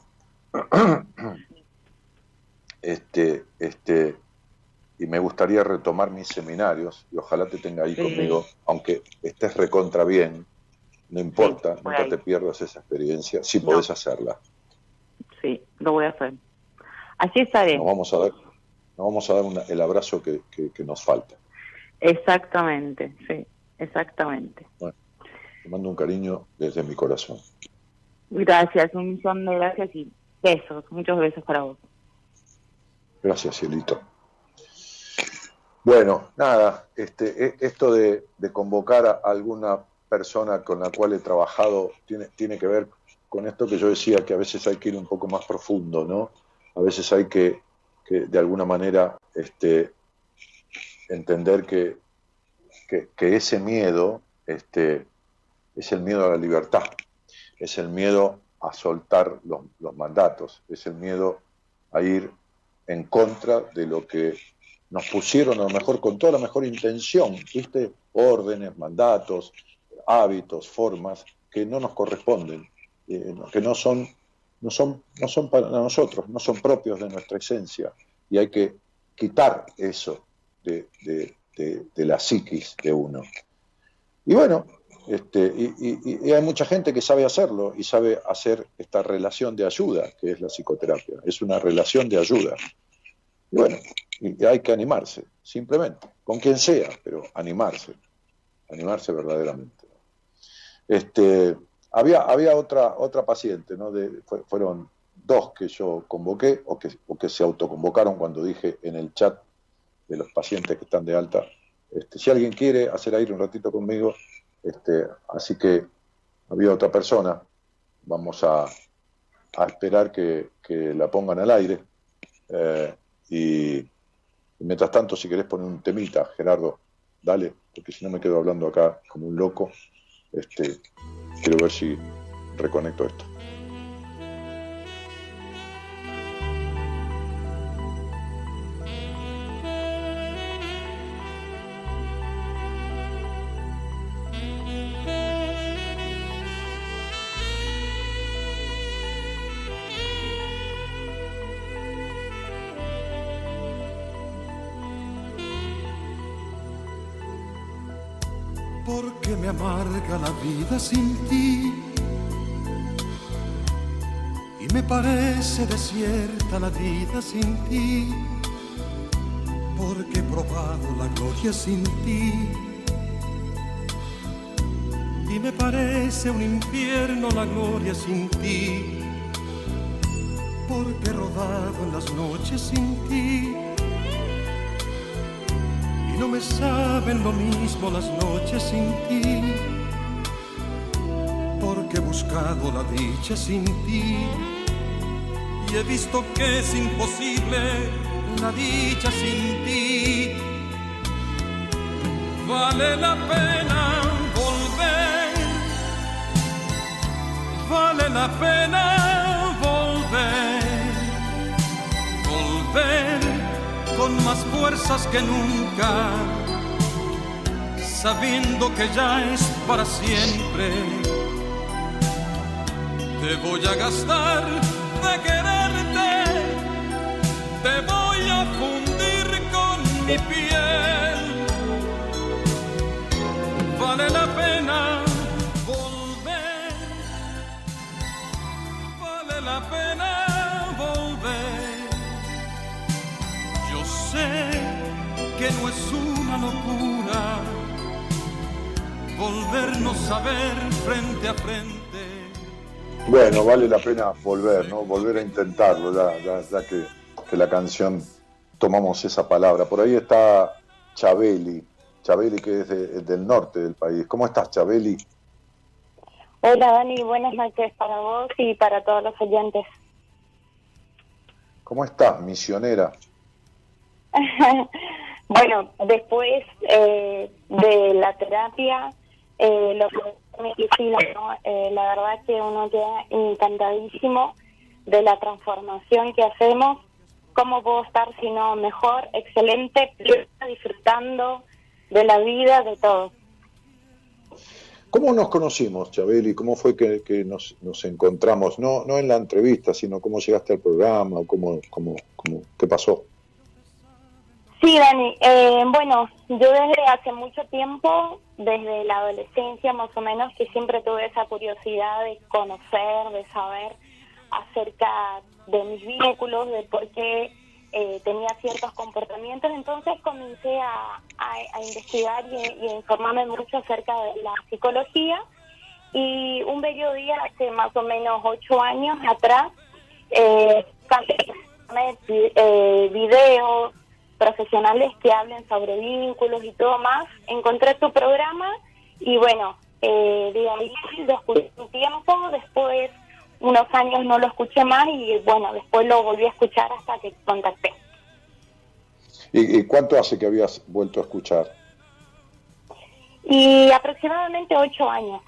este, este, y me gustaría retomar mis seminarios, y ojalá te tenga ahí Sí. conmigo, aunque estés recontra bien, no importa, por nunca ahí. te pierdas esa experiencia, si No. podés hacerla. Sí, lo voy a hacer. Así estaré. Nos vamos a dar, nos vamos a dar una- el abrazo que, que, que nos falta. Exactamente, sí, exactamente. Bueno, te mando un cariño desde mi corazón. Gracias, un millón de gracias y besos, muchos besos para vos. Gracias, Cielito. Bueno, nada, este, e- esto de, de convocar a alguna persona con la cual he trabajado tiene, tiene que ver con esto que yo decía, que a veces hay que ir un poco más profundo, ¿no? A veces hay que, que de alguna manera este, entender que, que, que ese miedo este, es el miedo a la libertad, es el miedo a soltar los, los mandatos, es el miedo a ir en contra de lo que nos pusieron, a lo mejor con toda la mejor intención, ¿viste? Órdenes, mandatos, hábitos, formas que no nos corresponden, eh, que no son, no son, no son para nosotros, no son propios de nuestra esencia, y hay que quitar eso de, de, de, de la psiquis de uno. Y bueno, este, y, y, y hay mucha gente que sabe hacerlo y sabe hacer esta relación de ayuda, que es la psicoterapia, es una relación de ayuda. Y bueno, y hay que animarse, simplemente, con quien sea, pero animarse, animarse verdaderamente. Este, había, había otra, otra paciente, ¿no? De, fue, fueron dos que yo convoqué, o que, o que se autoconvocaron cuando dije en el chat de los pacientes que están de alta, este, si alguien quiere hacer aire un ratito conmigo, este, así que había otra persona, vamos a, a esperar que, que la pongan al aire, eh, y, y mientras tanto, si querés poner un temita, Gerardo, dale, porque si no me quedo hablando acá como un loco. Este, quiero ver si reconecto esto. Porque me amarga la vida sin ti y me parece desierta la vida sin ti, porque he probado la gloria sin ti y me parece un infierno la gloria sin ti, porque he rodado en las noches sin ti. No me saben lo mismo las noches sin ti, porque he buscado la dicha sin ti y he visto que es imposible la dicha sin ti. Vale la pena volver, vale la pena volver, volver con más fuerzas que nunca, sabiendo que ya es para siempre. Te voy a gastar de quererte, te voy a fundir con mi piel. Vale la pena volver, vale la pena volver. Yo sé que no es una locura volvernos a ver frente a frente. Bueno, vale la pena volver, ¿no? Volver a intentarlo, ya, ya, ya que, que la canción tomamos esa palabra. Por ahí está Chabeli, Chabeli que es de, del norte del país. ¿Cómo estás, Chabeli? Hola, Dani, buenas noches para vos y para todos los oyentes. ¿Cómo estás, misionera? Bueno, después eh, de la terapia, eh, lo que me quisiera, ¿no? eh, la verdad que uno queda encantadísimo de la transformación que hacemos. ¿Cómo puedo estar sino mejor, excelente, disfrutando de la vida, de todo? ¿Cómo nos conocimos, Chabeli? ¿Cómo fue que, que nos, nos encontramos? No, no en la entrevista, sino cómo llegaste al programa, o cómo, cómo, cómo, qué pasó. Sí, Dani. Eh, bueno, yo desde hace mucho tiempo, desde la adolescencia más o menos, que siempre tuve esa curiosidad de conocer, de saber acerca de mis vínculos, de por qué eh, tenía ciertos comportamientos. Entonces comencé a, a, a investigar y, y a informarme mucho acerca de la psicología. Y un bello día, hace más o menos ocho años atrás, eh, eh, videos profesionales que hablen sobre vínculos y todo más, encontré tu programa y bueno, eh, digamos, lo escuché un tiempo, después unos años no lo escuché más y bueno, después lo volví a escuchar hasta que contacté. ¿Y, y cuánto hace que habías vuelto a escuchar? Y aproximadamente ocho años.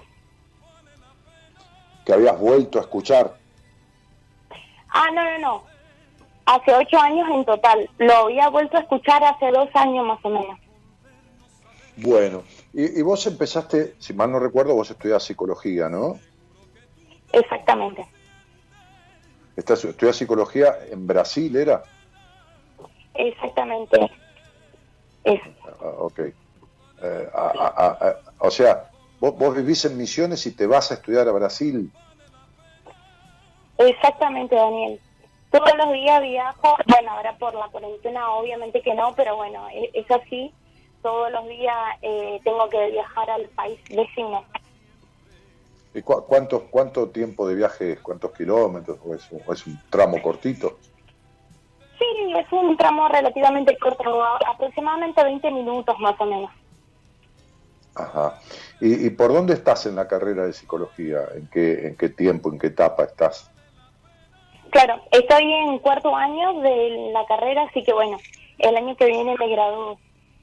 ¿Que habías vuelto a escuchar? Ah, no, no, no. Hace ocho años en total. Lo había vuelto a escuchar hace dos años más o menos. Bueno, y, y vos empezaste, si mal no recuerdo, vos estudiás psicología, ¿no? Exactamente. Estás, ¿Estudiás psicología en Brasil, era? Exactamente. Es. Ah, ok. Eh, a, a, a, o sea, vos, vos vivís en Misiones y te vas a estudiar a Brasil. Exactamente, Daniel. Todos los días viajo, bueno, ahora por la cuarentena obviamente que no, pero bueno, es, es así. Todos los días eh, tengo que viajar al país vecino. ¿Y cu cuánto, cuánto tiempo de viaje es? ¿Cuántos kilómetros? ¿O es, o es un tramo cortito? Sí, es un tramo relativamente corto, aproximadamente veinte minutos más o menos. Ajá. ¿Y, y por dónde estás en la carrera de psicología? ¿En qué, en qué tiempo, en qué etapa estás? Claro, estoy en cuarto año de la carrera, así que bueno, el año que viene me gradúo.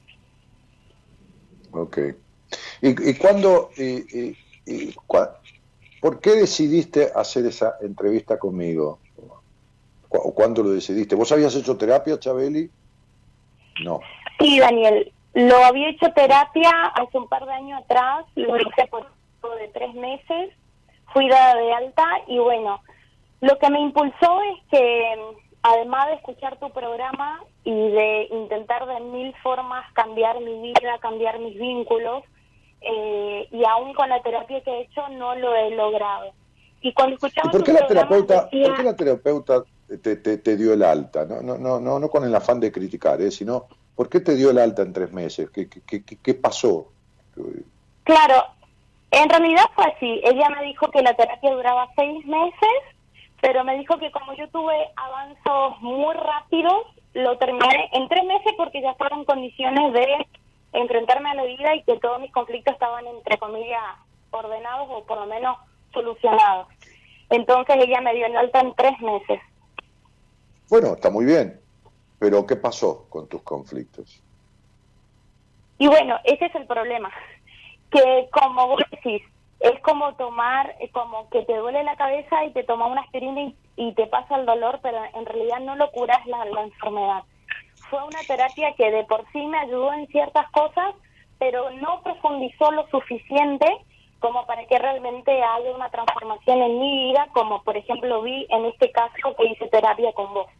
Ok. ¿Y, y cuándo, y, y, y cua, por qué decidiste hacer esa entrevista conmigo? ¿O cuándo lo decidiste? ¿Vos habías hecho terapia, Chabeli? No. Sí, Daniel, lo había hecho terapia hace un par de años atrás, lo hice por de tres meses, fui dada de alta y bueno, lo que me impulsó es que, además de escuchar tu programa y de intentar de mil formas cambiar mi vida, cambiar mis vínculos, eh, y aún con la terapia que he hecho no lo he logrado. Y cuando escuchaba ¿Y por qué tu la programa, terapeuta, decía... por qué la terapeuta te, te, te dio el alta? No, no, no, no, no con el afán de criticar, ¿eh? Sino, ¿por qué te dio el alta en tres meses? ¿Qué, qué, qué, qué pasó? Claro, en realidad fue así. Ella me dijo que la terapia duraba seis meses, pero me dijo que como yo tuve avances muy rápidos, lo terminé en tres meses porque ya estaba en condiciones de enfrentarme a la vida y que todos mis conflictos estaban, entre comillas, ordenados o por lo menos solucionados. Entonces ella me dio el alta en tres meses. Bueno, está muy bien, pero ¿qué pasó con tus conflictos? Y bueno, ese es el problema, que como vos decís, es como tomar, como que te duele la cabeza y te tomas una aspirina y, y te pasa el dolor, pero en realidad no lo curas la, la enfermedad. Fue una terapia que de por sí me ayudó en ciertas cosas, pero no profundizó lo suficiente como para que realmente haya una transformación en mi vida, como por ejemplo vi en este caso que hice terapia con vos.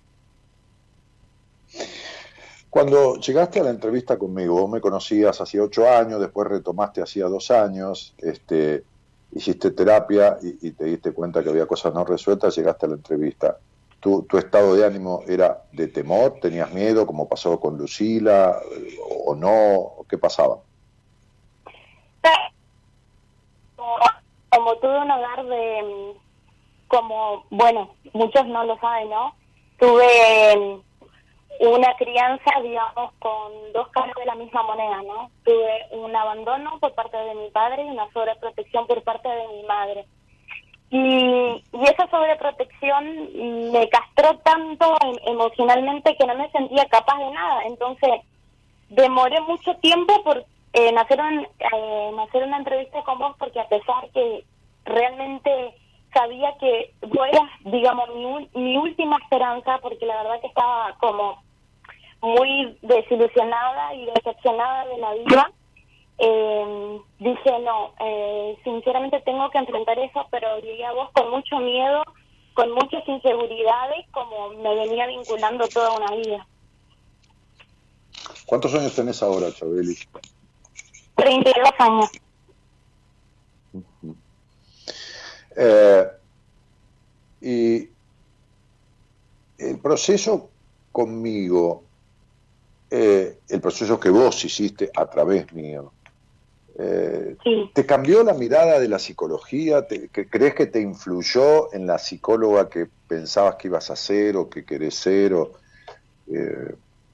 Cuando llegaste a la entrevista conmigo, vos me conocías hacía ocho años, después retomaste hacía dos años, este, hiciste terapia y, y te diste cuenta que había cosas no resueltas, llegaste a la entrevista. ¿Tu, tu estado de ánimo era de temor? ¿Tenías miedo, como pasó con Lucila, o no? ¿Qué pasaba? Como, como tuve un hogar de, como, bueno, muchos no lo saben, ¿no? Tuve una crianza, digamos, con dos caras de la misma moneda, ¿no? Tuve un abandono por parte de mi padre y una sobreprotección por parte de mi madre. Y, y esa sobreprotección me castró tanto emocionalmente que no me sentía capaz de nada. Entonces, demoré mucho tiempo por eh, hacer, un, eh, hacer una entrevista con vos, porque a pesar que realmente sabía que vos eras, digamos, mi, mi última esperanza, porque la verdad que estaba como muy desilusionada y decepcionada de la vida, eh, dije, no, eh, sinceramente tengo que enfrentar eso, pero llegué a vos con mucho miedo, con muchas inseguridades, como me venía vinculando toda una vida. ¿Cuántos años tenés ahora, Chabeli? treinta y dos años. Uh-huh. Eh, y el proceso conmigo, eh, el proceso que vos hiciste a través mío, eh, sí. ¿te cambió la mirada de la psicología? ¿Te, que, ¿Crees que te influyó en la psicóloga que pensabas que ibas a ser o que querés ser? O, eh...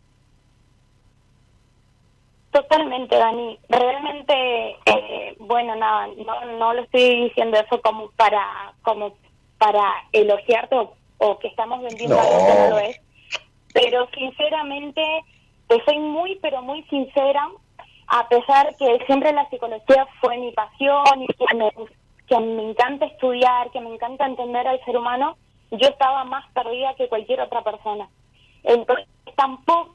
Totalmente, Dani. Realmente, eh, bueno, nada, no, no lo estoy diciendo eso como para como para elogiarte o, o que estamos vendiendo no. algo que no lo es. Pero sinceramente, te soy muy, pero muy sincera, a pesar que siempre la psicología fue mi pasión y que me, que me encanta estudiar, que me encanta entender al ser humano, yo estaba más perdida que cualquier otra persona. Entonces, tampoco...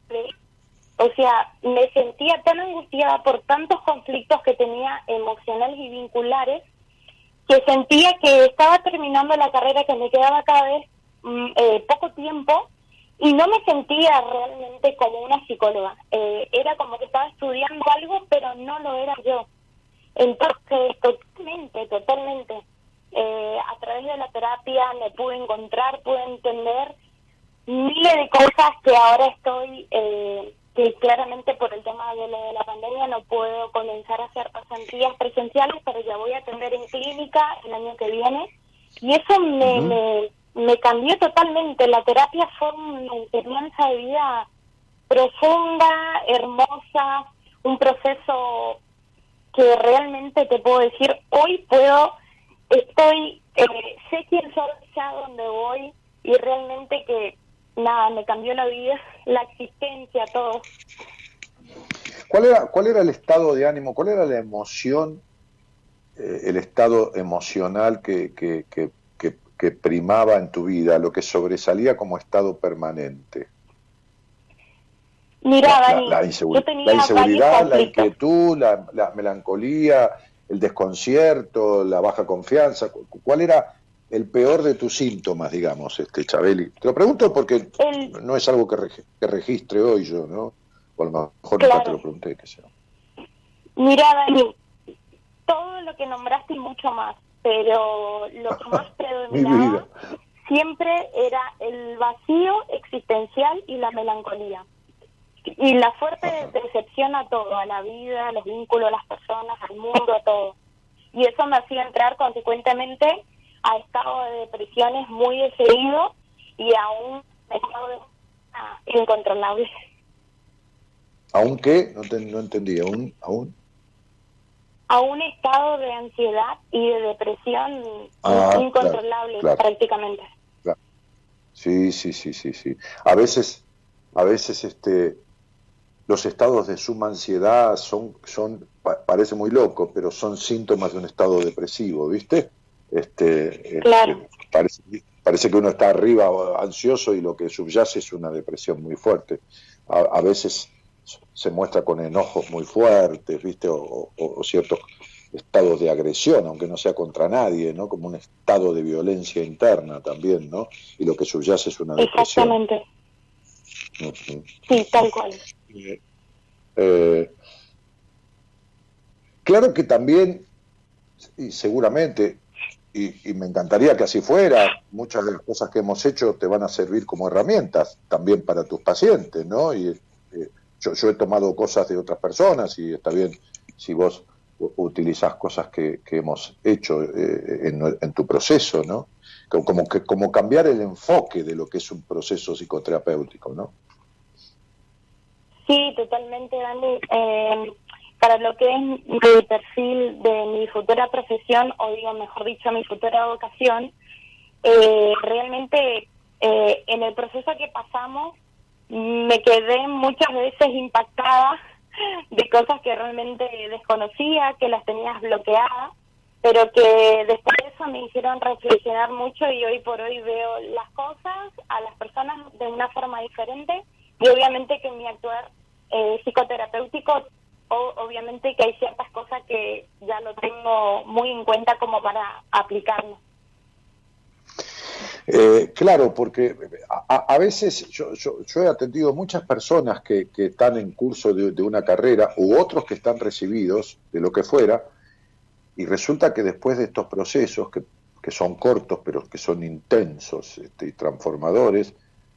O sea, me sentía tan angustiada por tantos conflictos que tenía emocionales y vinculares, que sentía que estaba terminando la carrera, que me quedaba cada vez mm, eh, poco tiempo, y no me sentía realmente como una psicóloga. Eh, era como que estaba estudiando algo, pero no lo era yo. Entonces, totalmente, totalmente, eh, a través de la terapia me pude encontrar, pude entender miles de cosas que ahora estoy... Eh, que claramente por el tema de la, de la pandemia no puedo comenzar a hacer pasantías presenciales, pero ya voy a atender en clínica el año que viene, y eso me, uh-huh. me, me cambió totalmente. La terapia fue una enseñanza de vida profunda, hermosa, un proceso que realmente te puedo decir, hoy puedo, estoy, eh, sé quién soy, ya dónde voy, y realmente que nada, me cambió la vida, la existencia, todo. ¿Cuál era, cuál era el estado de ánimo, cuál era la emoción, eh, el estado emocional que, que, que, que, que primaba en tu vida, lo que sobresalía como estado permanente? Mira, la, Dani, la, la, insegur- yo tenía la inseguridad, la conflictos. inquietud, la, la melancolía, el desconcierto, la baja confianza. ¿Cuál era el peor de tus síntomas, digamos, este Chabeli? Te lo pregunto porque el... no es algo que, reg- que registre hoy yo, ¿no? O a lo mejor claro. nunca te lo pregunté, que sea. Mira, Dani, todo lo que nombraste y mucho más, pero lo que más predominaba siempre era el vacío existencial y la melancolía. Y la fuerte decepción a todo, a la vida, a los vínculos, a las personas, al mundo, a todo. Y eso me hacía entrar consecuentemente a estado de depresiones muy de seguido y a un estado de ah, incontrolable. ¿Aún qué? No, te, no entendí. ¿Aún? ¿Aún? A un estado de ansiedad y de depresión ah, incontrolable, claro, claro, prácticamente. Claro. Sí, sí, sí, sí, sí. A veces, a veces este, los estados de suma ansiedad son, son, parece muy loco, pero son síntomas de un estado depresivo, ¿viste? Este, claro. este, parece, parece que uno está arriba ansioso y lo que subyace es una depresión muy fuerte. A, a veces se muestra con enojos muy fuertes, ¿viste? O, o, o ciertos estados de agresión, aunque no sea contra nadie, ¿no? Como un estado de violencia interna también, ¿no? Y lo que subyace es una depresión. Exactamente. Uh-huh. Sí, tal cual. Eh, eh, claro que también, y seguramente, y, y me encantaría que así fuera, muchas de las cosas que hemos hecho te van a servir como herramientas también para tus pacientes, ¿no? Y eh, yo, yo he tomado cosas de otras personas y está bien si vos utilizás cosas que, que hemos hecho eh, en, en tu proceso, ¿no? Como, como, que, como cambiar el enfoque de lo que es un proceso psicoterapéutico, ¿no? Sí, totalmente, Dani. Eh, para lo que es mi perfil de mi futura profesión, o digo, mejor dicho, mi futura vocación, eh, realmente eh, en el proceso que pasamos me quedé muchas veces impactada de cosas que realmente desconocía, que las tenías bloqueadas, pero que después de eso me hicieron reflexionar mucho, y hoy por hoy veo las cosas, a las personas de una forma diferente, y obviamente que en mi actuar eh, psicoterapéutico, o, obviamente que hay ciertas cosas que ya lo tengo muy en cuenta como para aplicarlo. Eh, claro, porque a, a veces yo, yo, yo he atendido muchas personas que, que están en curso de, de una carrera, u otros que están recibidos de lo que fuera, y resulta que después de estos procesos, que, que son cortos pero que son intensos este, y transformadores,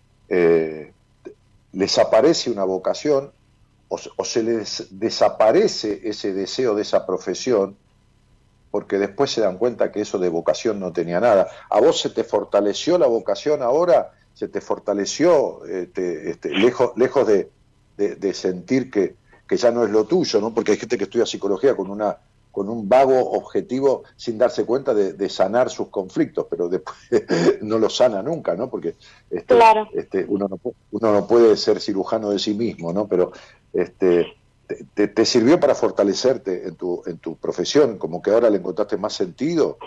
eh, les aparece una vocación o, o se les desaparece ese deseo de esa profesión, porque después se dan cuenta que eso de vocación no tenía nada. ¿A vos se te fortaleció la vocación ahora? ¿Se te fortaleció este, este, lejos, lejos de, de, de sentir que, que ya no es lo tuyo, ¿no? Porque hay gente que estudia psicología con una con un vago objetivo sin darse cuenta de, de sanar sus conflictos, pero después no los sana nunca, ¿no? Porque este, claro. este, uno, no, uno no puede ser cirujano de sí mismo, ¿no? Pero este, te, te, te sirvió para fortalecerte en tu, en tu profesión, como que ahora le encontraste más sentido.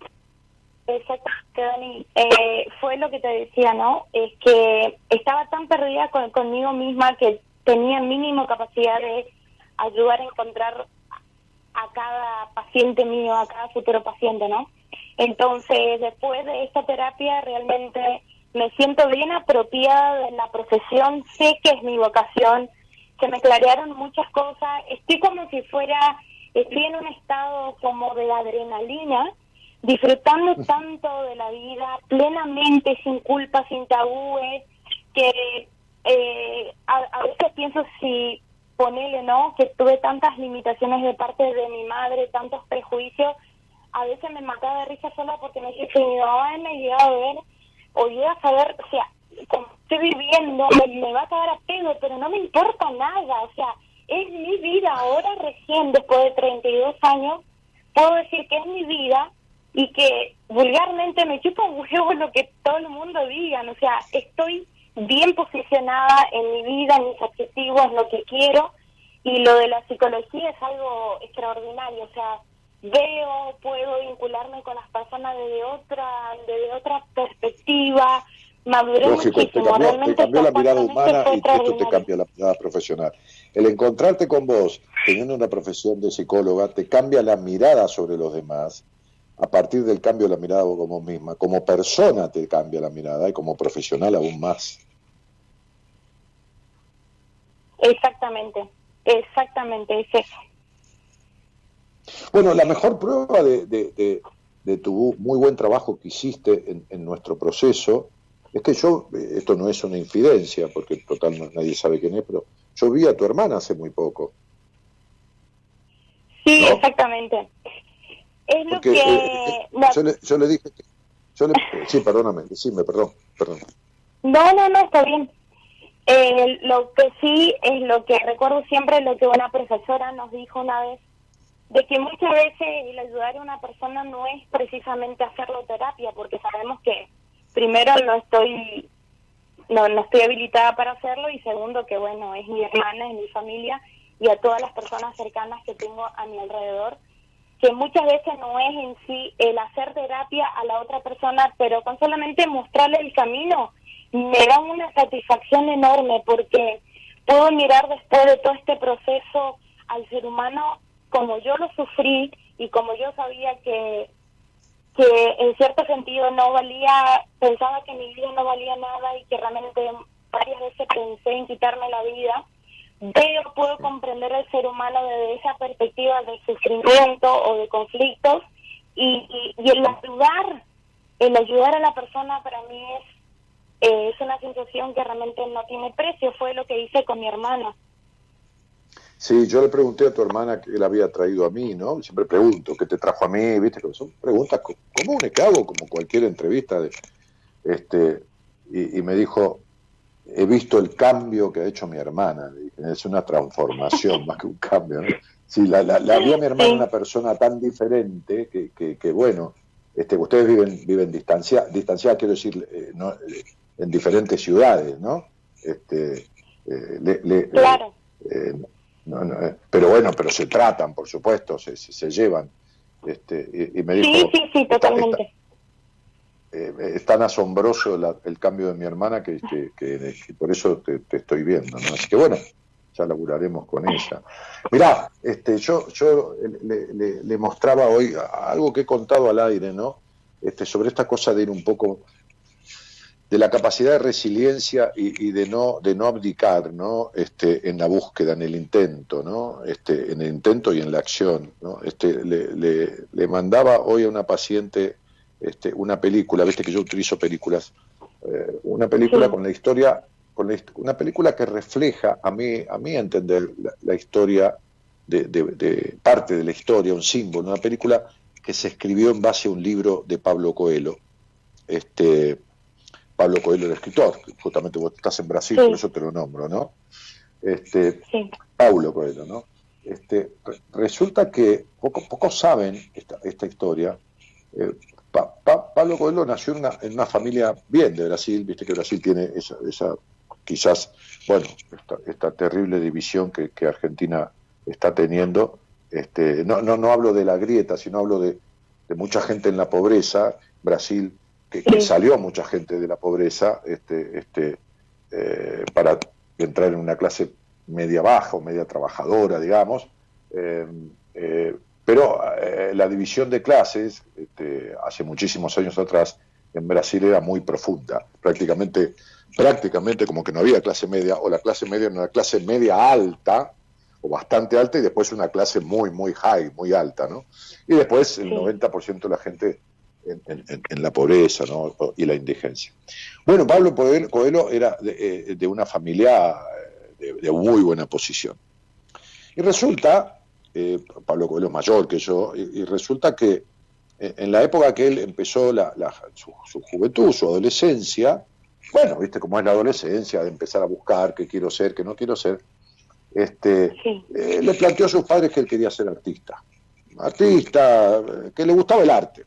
Exactamente, Dani. Eh, fue lo que te decía, ¿no? Es que estaba tan perdida con, conmigo misma que tenía mínimo capacidad de ayudar a encontrar a cada paciente mío, a cada futuro paciente, ¿no? Entonces, después de esta terapia, realmente me siento bien apropiada de la profesión, sé que es mi vocación, se me clarearon muchas cosas, estoy como si fuera, estoy en un estado como de adrenalina, disfrutando tanto de la vida, plenamente, sin culpa, sin tabúes, que eh, a, a veces pienso si... ponele, ¿no? Que tuve tantas limitaciones de parte de mi madre, tantos prejuicios, a veces me mataba de risa sola porque me decía que mi mamá me llegaba a ver, o llega a saber, o sea, como estoy viviendo, me, me va a cagar a pedo, pero no me importa nada, o sea, es mi vida, ahora recién, después de treinta y dos años, puedo decir que es mi vida, y que vulgarmente me chupa un huevo lo que todo el mundo diga, o sea, estoy bien posicionada en mi vida, en mis objetivos, lo que quiero, y lo de la psicología es algo extraordinario, o sea, veo, puedo vincularme con las personas desde otra, desde otra perspectiva, maduré Lógico, muchísimo, te cambió, realmente te cambió la mirada humana y esto te extraordinario. cambia la mirada profesional. El encontrarte con vos, teniendo una profesión de psicóloga, te cambia la mirada sobre los demás, a partir del cambio de la mirada vos como misma, como persona te cambia la mirada y como profesional aún más. Exactamente, exactamente, es eso. Bueno, la mejor prueba de, de, de, de tu muy buen trabajo que hiciste en, en nuestro proceso es que yo, esto no es una infidencia, porque total no, nadie sabe quién es, pero yo vi a tu hermana hace muy poco. Sí, ¿no? Exactamente. Es lo porque, que... eh, la... yo, le, yo le dije... Yo le, sí, perdóname, decime, perdón, perdón. No, no, no, está bien. Eh, lo que sí es lo que recuerdo siempre, lo que una profesora nos dijo una vez, de que muchas veces el ayudar a una persona no es precisamente hacerlo terapia, porque sabemos que primero no estoy no, no estoy habilitada para hacerlo, y segundo que bueno, es mi hermana, es mi familia, y a todas las personas cercanas que tengo a mi alrededor, que muchas veces no es en sí el hacer terapia a la otra persona, pero con solamente mostrarle el camino, me da una satisfacción enorme, porque puedo mirar después de todo este proceso al ser humano como yo lo sufrí, y como yo sabía que que en cierto sentido no valía, pensaba que mi vida no valía nada, y que realmente varias veces pensé en quitarme la vida, veo, puedo comprender al ser humano desde esa perspectiva de sufrimiento o de conflictos, y, y, y el ayudar, el ayudar a la persona para mí es, eh, es una sensación que realmente no tiene precio. Fue lo que hice con mi hermana. Sí, yo le pregunté a tu hermana que él había traído a mí, ¿no? Siempre pregunto, ¿qué te trajo a mí? ¿Viste? Son preguntas comunes que hago, como cualquier entrevista. De, este y, y me dijo, he visto el cambio que ha hecho mi hermana. Es una transformación más que un cambio, ¿no? Sí, la, la, la vi a mi hermana una persona tan diferente que, que, que bueno, este, ustedes viven viven distancia, distanciadas, quiero decir, eh, no, eh, en diferentes ciudades, ¿no? Este, eh, le, le, claro. Eh, no, no, eh, pero bueno, pero se tratan, por supuesto, se, se, se llevan. Este, y, y me dijo, sí, sí, sí, totalmente. Esta, Eh, es tan asombroso la, el cambio de mi hermana que, que, que, que por eso te, te estoy viendo, ¿no? Así que bueno, ya laburaremos con ella. Mirá, este, yo, yo le, le, le mostraba hoy algo que he contado al aire, ¿no? Este, sobre esta cosa de ir un poco de la capacidad de resiliencia y, y de no de no abdicar, ¿no? Este, en la búsqueda, en el intento, ¿no? Este, en el intento y en la acción, ¿no? Este, le, le, le mandaba hoy a una paciente Este, una película, viste que yo utilizo películas, eh, una película sí. con la historia, con la, una película que refleja, a mí, a mí entender, la, la historia, de, de, de parte de la historia, un símbolo, una película que se escribió en base a un libro de Pablo Coelho. Este, Pablo Coelho, el escritor, justamente vos estás en Brasil, sí. por eso te lo nombro, ¿no? Este, sí. Paulo Coelho, ¿no? Este, re, resulta que pocos poco saben esta, esta historia. Eh, Pa, pa, Pablo Coelho nació en una, en una familia bien de Brasil, viste que Brasil tiene esa, esa quizás, bueno, esta, esta terrible división que, que Argentina está teniendo. Este, no, no, no hablo de la grieta, sino hablo de, de mucha gente en la pobreza. Brasil, que, que salió mucha gente de la pobreza este, este, eh, para entrar en una clase media baja o media trabajadora, digamos. Eh, eh, Pero eh, la división de clases, este, hace muchísimos años atrás, en Brasil era muy profunda. Prácticamente, prácticamente como que no había clase media, o la clase media era una clase media alta, o bastante alta, y después una clase muy, muy high, muy alta, ¿no? Y después el noventa por ciento de la gente en, en, en la pobreza, ¿no? Y la indigencia. Bueno, Pablo Coelho era de, de una familia de, de muy buena posición. Y resulta... Eh, Pablo Coelho es mayor que yo, y, y resulta que eh, en la época que él empezó la, la, su, su juventud, su adolescencia, bueno, viste cómo es la adolescencia, de empezar a buscar qué quiero ser, qué no quiero ser, este, sí. eh, le planteó a sus padres que él quería ser artista, artista, eh, que le gustaba el arte.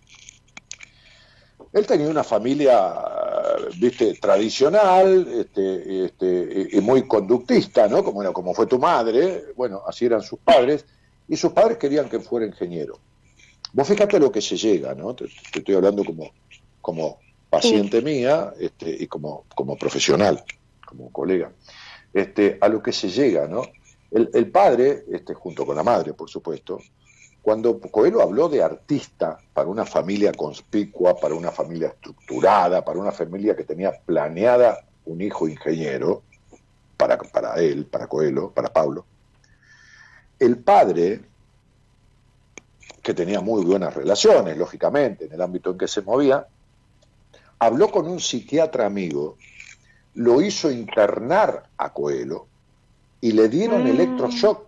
Él tenía una familia, viste, tradicional, este, este, y muy conductista, ¿no? Como, bueno, como fue tu madre, bueno, así eran sus padres, y sus padres querían que fuera ingeniero. Vos fíjate lo que se llega, ¿no? Te, te estoy hablando como, como paciente sí. mía, este, y como, como profesional, como colega. Este, a lo que se llega, ¿no? El, el padre, este, junto con la madre, por supuesto, cuando Coelho habló de artista para una familia conspicua, para una familia estructurada, para una familia que tenía planeada un hijo ingeniero, para, para él, para Coelho, para Pablo, el padre, que tenía muy buenas relaciones, lógicamente, en el ámbito en que se movía, habló con un psiquiatra amigo, lo hizo internar a Coelho y le dieron mm. electroshock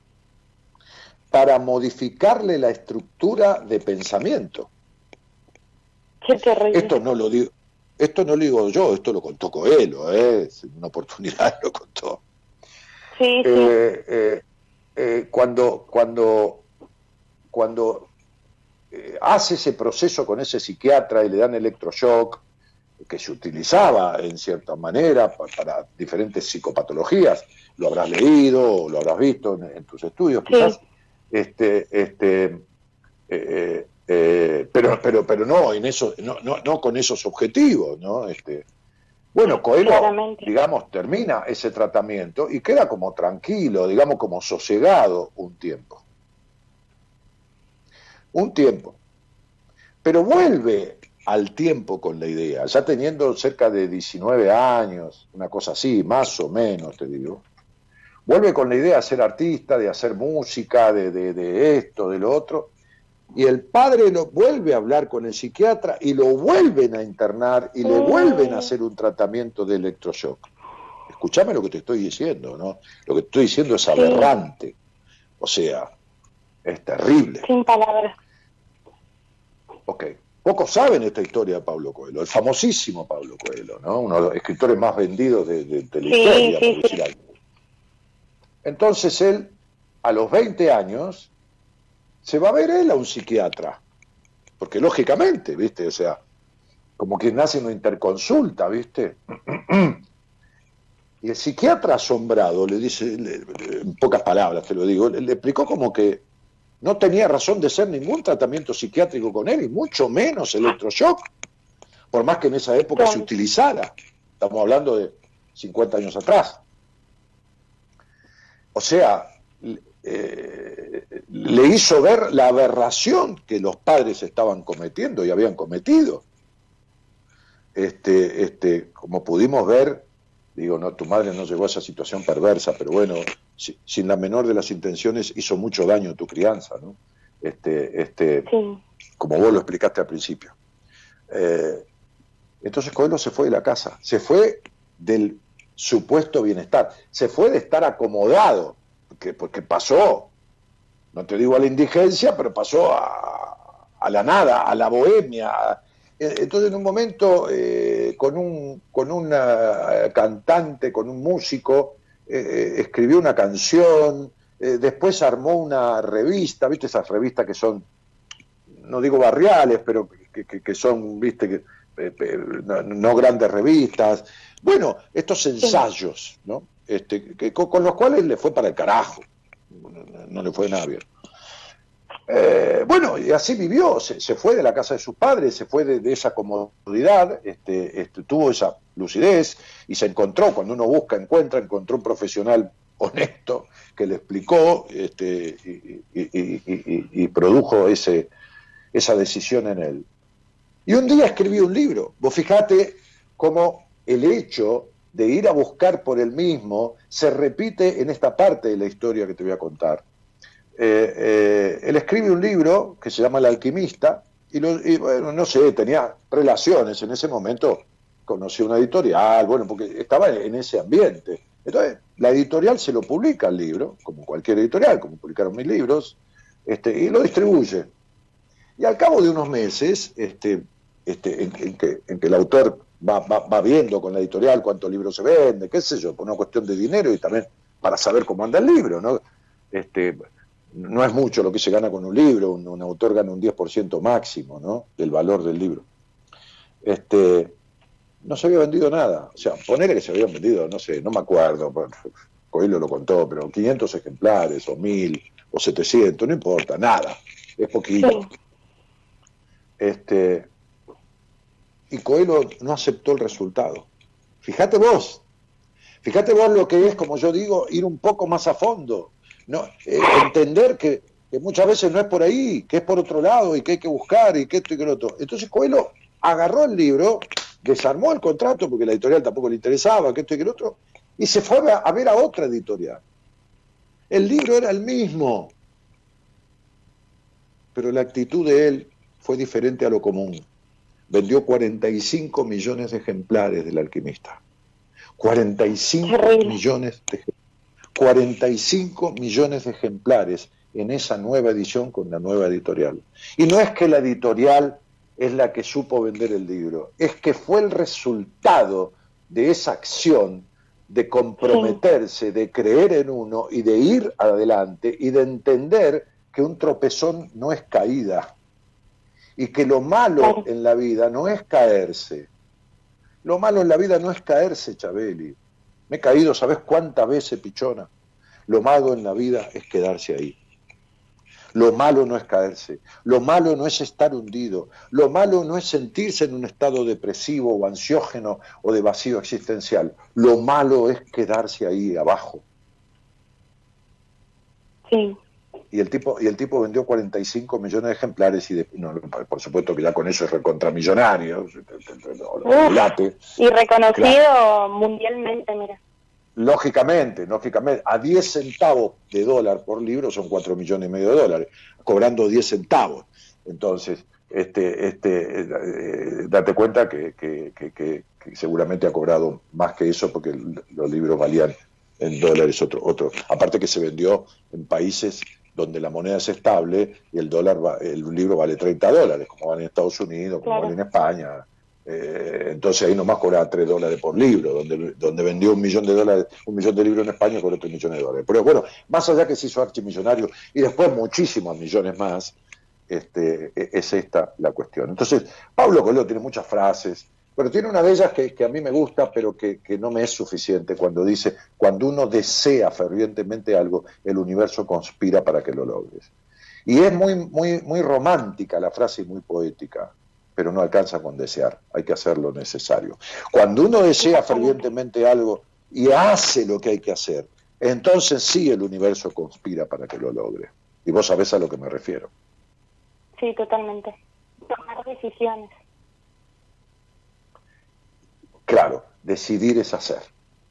para modificarle la estructura de pensamiento. Qué terrible. Esto no lo digo, esto no lo digo yo, esto lo contó Coelho, ¿eh? En una oportunidad lo contó. Sí, eh, sí. Eh, eh, cuando cuando cuando eh, hace ese proceso con ese psiquiatra y le dan electroshock, que se utilizaba en cierta manera para, para diferentes psicopatologías, lo habrás leído o lo habrás visto en, en tus estudios, quizás. Sí. Este, este, eh, eh, pero, pero, pero no en eso, no, no, no con esos objetivos, ¿no? Este, bueno, Coelho, claramente, digamos, termina ese tratamiento y queda como tranquilo, digamos, como sosegado un tiempo, un tiempo, pero vuelve al tiempo con la idea, ya teniendo cerca de diecinueve años, una cosa así, más o menos, te digo. Vuelve con la idea de ser artista, de hacer música, de, de, de esto, de lo otro, y el padre lo vuelve a hablar con el psiquiatra y lo vuelven a internar y le vuelven a hacer un tratamiento de electroshock. Escuchame lo que te estoy diciendo, ¿no? Lo que te estoy diciendo es aberrante. O sea, es terrible. Sin palabras. Ok. Pocos saben esta historia de Pablo Coelho, el famosísimo Pablo Coelho, ¿no? Uno de los escritores más vendidos de, de, de la Sí, historia, sí, por decir sí. algo. Entonces él, a los veinte años, se va a ver él a un psiquiatra, porque lógicamente, ¿viste? O sea, como quien hace una interconsulta, ¿viste? Y el psiquiatra asombrado le dice, le- le- en pocas palabras te lo digo, le, le explicó como que no tenía razón de ser ningún tratamiento psiquiátrico con él, y mucho menos electroshock, por más que en esa época Claro. se utilizara. Estamos hablando de cincuenta años atrás. O sea, eh, le hizo ver la aberración que los padres estaban cometiendo y habían cometido. Este, este, como pudimos ver, digo, no, tu madre no llegó a esa situación perversa, pero bueno, si, sin la menor de las intenciones hizo mucho daño a tu crianza, ¿no? Este, este, Sí. como vos lo explicaste al principio. Eh, entonces Coelho se fue de la casa, se fue del supuesto bienestar, se fue de estar acomodado, porque, porque pasó, no te digo a la indigencia, pero pasó a, a la nada, a la bohemia. Entonces en un momento eh, con un con una cantante, con un músico, eh, escribió una canción, eh, después armó una revista, ¿viste? Esas revistas que son, no digo barriales, pero que, que, que son, ¿viste? Que, eh, eh, no, no grandes revistas. Bueno, estos ensayos, ¿no? Este, que, con, con los cuales le fue para el carajo, no, no le fue nada bien. Eh, bueno, y así vivió, se, se fue de la casa de sus padres, se fue de, de esa comodidad, este, este, tuvo esa lucidez y se encontró, cuando uno busca, encuentra, encontró un profesional honesto que le explicó este, y, y, y, y, y produjo ese, esa decisión en él. Y un día escribió un libro. Vos fijate cómo el hecho de ir a buscar por él mismo se repite en esta parte de la historia que te voy a contar. Eh, eh, él escribe un libro que se llama El alquimista y, lo, y bueno, no sé, tenía relaciones en ese momento, conoció una editorial, bueno, porque estaba en ese ambiente. Entonces, la editorial se lo publica el libro, como cualquier editorial, como publicaron mis libros, este, y lo distribuye. Y al cabo de unos meses, este, este, en, en, que, en que el autor va, va, va viendo con la editorial cuántos libros se vende, qué sé yo, por una cuestión de dinero y también para saber cómo anda el libro, ¿no? Este, no es mucho lo que se gana con un libro, un, un autor gana un diez por ciento máximo, ¿no?, del valor del libro. Este, no se había vendido nada, o sea, ponele que se habían vendido, no sé, no me acuerdo, Coelho lo contó, pero quinientos ejemplares, o mil, o setecientos, no importa, nada, es poquito. Sí. Este, y Coelho no aceptó el resultado. Fíjate vos, fíjate vos lo que es, como yo digo, ir un poco más a fondo. No, eh, entender que, que muchas veces no es por ahí, que es por otro lado y que hay que buscar y que esto y que lo otro. Entonces Coelho agarró el libro, desarmó el contrato porque la editorial tampoco le interesaba, que esto y que lo otro, y se fue a, a ver a otra editorial. El libro era el mismo, pero la actitud de él fue diferente a lo común. Vendió cuarenta y cinco millones de ejemplares del alquimista. cuarenta y cinco millones de ejemplares. cuarenta y cinco millones de ejemplares en esa nueva edición con la nueva editorial. Y no es que la editorial es la que supo vender el libro, es que fue el resultado de esa acción de comprometerse, de creer en uno y de ir adelante y de entender que un tropezón no es caída y que lo malo en la vida no es caerse. Lo malo en la vida no es caerse, Chabeli. Me he caído, ¿sabes cuántas veces, pichona? Lo malo en la vida es quedarse ahí. Lo malo no es caerse. Lo malo no es estar hundido. Lo malo no es sentirse en un estado depresivo o ansiógeno o de vacío existencial. Lo malo es quedarse ahí abajo. Sí. Y el tipo, y el tipo vendió cuarenta y cinco millones de ejemplares y de, no, por supuesto que ya con eso es recontramillonario. Y reconocido claro. mundialmente, mira. Lógicamente, lógicamente, a diez centavos de dólar por libro son cuatro millones y medio de dólares, cobrando diez centavos. Entonces, este, este, eh, date cuenta que, que, que, que, que seguramente ha cobrado más que eso porque los libros valían en dólares otro, otro. Aparte que se vendió en países donde la moneda es estable y el dólar va, el libro vale treinta dólares, como vale en Estados Unidos, como Claro. vale en España. Eh, entonces ahí nomás cobraba tres dólares por libro, donde, donde vendió un millón de dólares, un millón de libros en España cobró tres millones de dólares. Pero bueno, más allá que se hizo archimillonario y después muchísimos millones más, este, es esta la cuestión. Entonces, Pablo Coelho tiene muchas frases, pero tiene una de ellas que, que a mí me gusta, pero que, que no me es suficiente, cuando dice, cuando uno desea fervientemente algo, el universo conspira para que lo logres. Y es muy, muy, muy romántica la frase y muy poética, pero no alcanza con desear, hay que hacer lo necesario. Cuando uno desea fervientemente algo y hace lo que hay que hacer, entonces sí el universo conspira para que lo logre. Y vos sabés a lo que me refiero. Sí, totalmente. Tomar decisiones. Claro, decidir es hacer.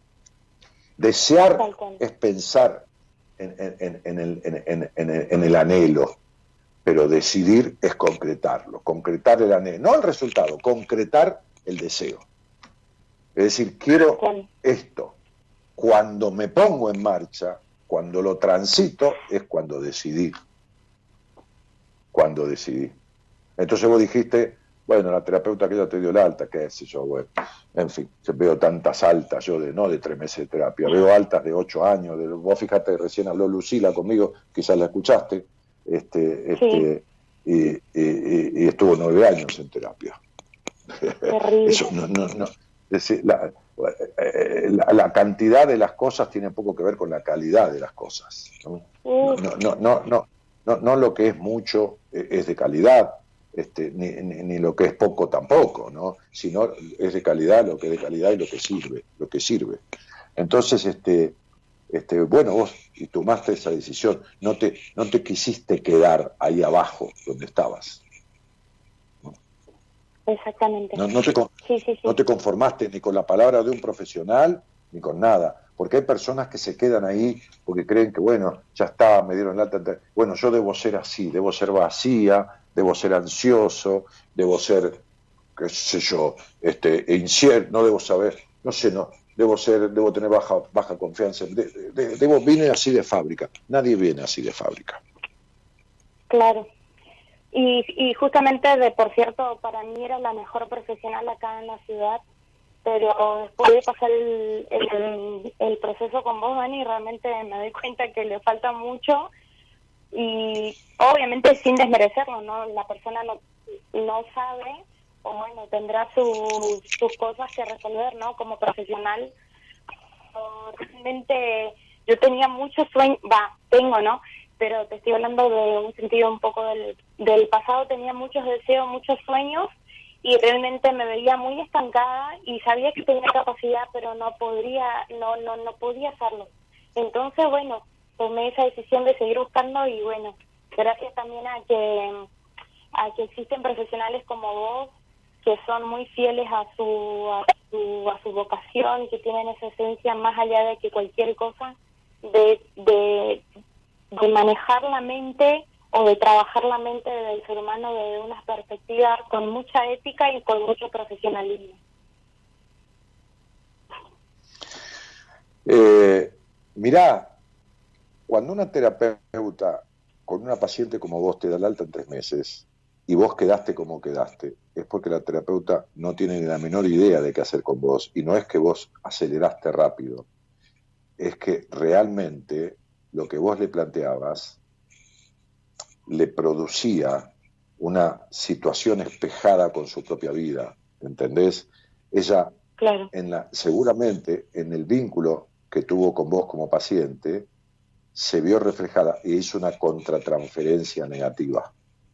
Desear Tal cual. es pensar en, en, en, el, en, en, en, el, en el anhelo, pero decidir es concretarlo, concretar el anhelo, no el resultado, concretar el deseo. Es decir, quiero esto. Cuando me pongo en marcha, cuando lo transito, es cuando decidí. Cuando decidí. Entonces vos dijiste, bueno, la terapeuta que ya te dio la alta, qué sé yo, bueno, en fin, veo tantas altas, yo de no de tres meses de terapia, veo altas de ocho años, de, vos fíjate, recién habló Lucila conmigo, quizás la escuchaste, este, este, sí. y, y, y estuvo nueve años en terapia. Eso, no, no, no. Es decir, la, la, la cantidad de las cosas tiene poco que ver con la calidad de las cosas, ¿no? No, no, no, no, no, no, no lo que es mucho es de calidad. Este, ni, ni, ni lo que es poco tampoco, ¿no? Sino es de calidad lo que es de calidad y lo que sirve, lo que sirve. Entonces, este, este, bueno, vos y tomaste esa decisión, no te, no te quisiste quedar ahí abajo donde estabas. ¿No? Exactamente. No, no, te, sí, sí, sí. no te conformaste ni con la palabra de un profesional ni con nada, porque hay personas que se quedan ahí porque creen que, bueno, ya está, me dieron la alta, bueno, yo debo ser así, debo ser vacía, debo ser ansioso, debo ser, qué sé yo, este, incierto, no debo saber, no sé, no, debo ser, debo tener baja, baja confianza, de, de, debo, vine así de fábrica, nadie viene así de fábrica. Claro, y, y justamente, de por cierto, para mí era la mejor profesional acá en la ciudad, pero después de pasar el, el, el proceso con vos, Dani, realmente me doy cuenta que le falta mucho. Y obviamente sin desmerecerlo, ¿no? La persona no, no sabe, o bueno, tendrá su, sus cosas que resolver, ¿no? Como profesional. O realmente yo tenía muchos sueños, va, tengo, ¿no? Pero te estoy hablando de un sentido un poco del, del pasado, tenía muchos deseos, muchos sueños, y realmente me veía muy estancada y sabía que tenía capacidad, pero no podría, no, no, no podía hacerlo. Entonces, bueno, tomé esa decisión de seguir buscando y bueno, gracias también a que a que existen profesionales como vos que son muy fieles a su a su, a su vocación, que tienen esa esencia más allá de que cualquier cosa, de, de, de manejar la mente o de trabajar la mente del ser humano desde una perspectiva con mucha ética y con mucho profesionalismo. Eh, mirá, cuando una terapeuta con una paciente como vos te da el alta en tres meses y vos quedaste como quedaste, es porque la terapeuta no tiene ni la menor idea de qué hacer con vos, y no es que vos aceleraste rápido, es que realmente lo que vos le planteabas le producía una situación espejada con su propia vida, ¿entendés? Ella, claro. en la, seguramente en el vínculo que tuvo con vos como paciente, se vio reflejada y hizo una contratransferencia negativa.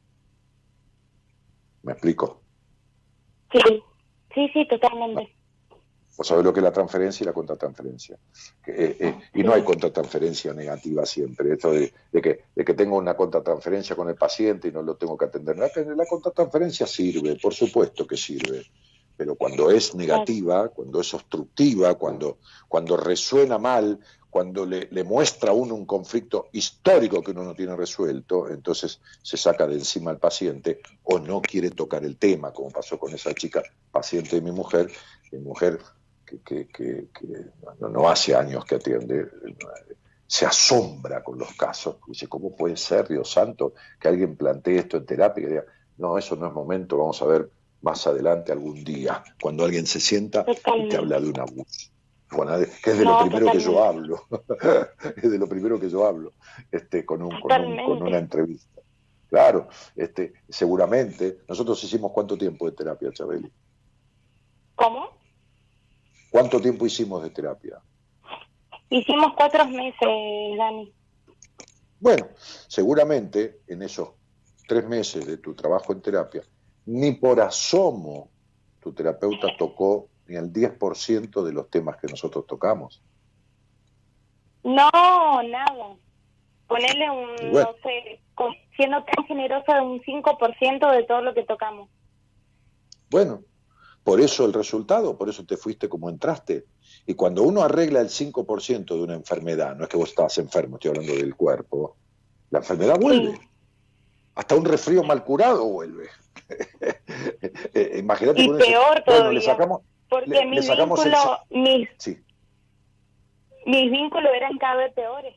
¿Me explico? Sí, sí, sí, totalmente. Vos sabés lo que es la transferencia y la contratransferencia. Eh, eh, y no hay contratransferencia negativa siempre. Esto de, de, que, de que tengo una contratransferencia con el paciente y no lo tengo que atender. La, la contratransferencia sirve, por supuesto que sirve. Pero cuando es negativa, cuando es obstructiva, cuando, cuando resuena mal, cuando le, le muestra a uno un conflicto histórico que uno no tiene resuelto, entonces se saca de encima al paciente o no quiere tocar el tema, como pasó con esa chica paciente de mi mujer, mi mujer que, que, que, que no, no hace años que atiende, se asombra con los casos. Dice, ¿cómo puede ser, Dios santo, que alguien plantee esto en terapia? Y diga, no, eso no es momento, vamos a ver más adelante algún día, cuando alguien se sienta y te habla de un abuso. Bueno, que es de No, lo primero totalmente. que yo hablo, es de lo primero que yo hablo, este, con, un, con, un, Totalmente. con una entrevista. Claro, este, seguramente, nosotros hicimos ¿cuánto tiempo de terapia, Chabeli? ¿Cómo? ¿Cuánto tiempo hicimos de terapia? Hicimos cuatro meses, Dani. Bueno, seguramente en esos tres meses de tu trabajo en terapia, ni por asomo tu terapeuta tocó ni el diez por ciento de los temas que nosotros tocamos. No, nada. Ponerle un, Bueno. no sé, con- siendo tan generosa de un cinco por ciento de todo lo que tocamos. Bueno, por eso el resultado, por eso te fuiste como entraste. Y cuando uno arregla el cinco por ciento de una enfermedad, no es que vos estás enfermo, estoy hablando del cuerpo, la enfermedad vuelve. Hasta un resfrío mal curado vuelve. Eh, Imagínate Y que uno dice, peor bueno, todavía, le sacamos, porque le, le mis sacamos el... vínculos, mis, Sí, mis vínculos eran cada vez peores.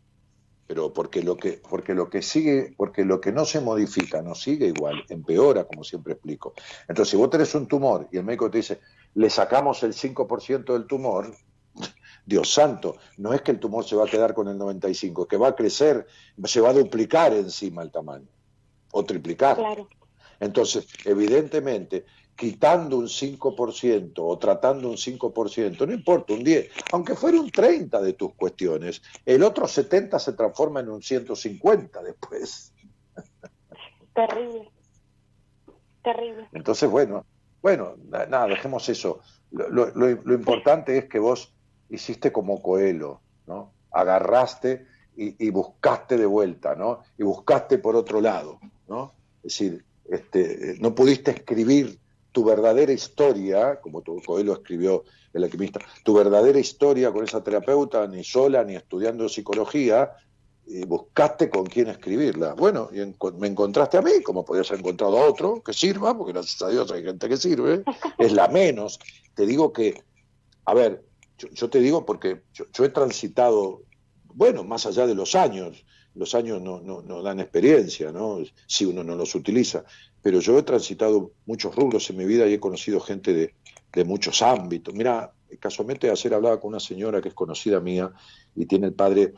pero porque lo que porque lo que sigue, porque lo que no se modifica no sigue igual, empeora, como siempre explico. Entonces, si vos tenés un tumor y el médico te dice, le sacamos el cinco por ciento del tumor, Dios santo, no es que el tumor se va a quedar con el noventa y cinco, es que va a crecer, se va a duplicar encima el tamaño, o triplicar. Claro. Entonces, evidentemente, quitando un cinco por ciento o tratando un cinco por ciento, no importa, un diez, aunque fuera un treinta de tus cuestiones, el otro setenta se transforma en un ciento cincuenta después. Terrible. Terrible. Entonces, bueno, bueno, na- nada, dejemos eso. Lo, lo- lo- lo importante es que vos hiciste como Coelho, ¿no? Agarraste y, y buscaste de vuelta, ¿no? Y buscaste por otro lado, ¿no? Es decir, este, no pudiste escribir tu verdadera historia, como tu Coelho escribió El alquimista, tu verdadera historia con esa terapeuta, ni sola, ni estudiando psicología, y buscaste con quién escribirla. Bueno, y en, me encontraste a mí, como podías haber encontrado a otro que sirva, porque gracias a Dios hay gente que sirve, es la menos. Te digo que, a ver, yo, yo te digo porque yo, yo he transitado, bueno, más allá de los años, los años no, no, no dan experiencia, ¿no? Si uno no los utiliza, pero yo he transitado muchos rubros en mi vida y he conocido gente de, de muchos ámbitos. Mira, casualmente ayer hablaba con una señora que es conocida mía y tiene el padre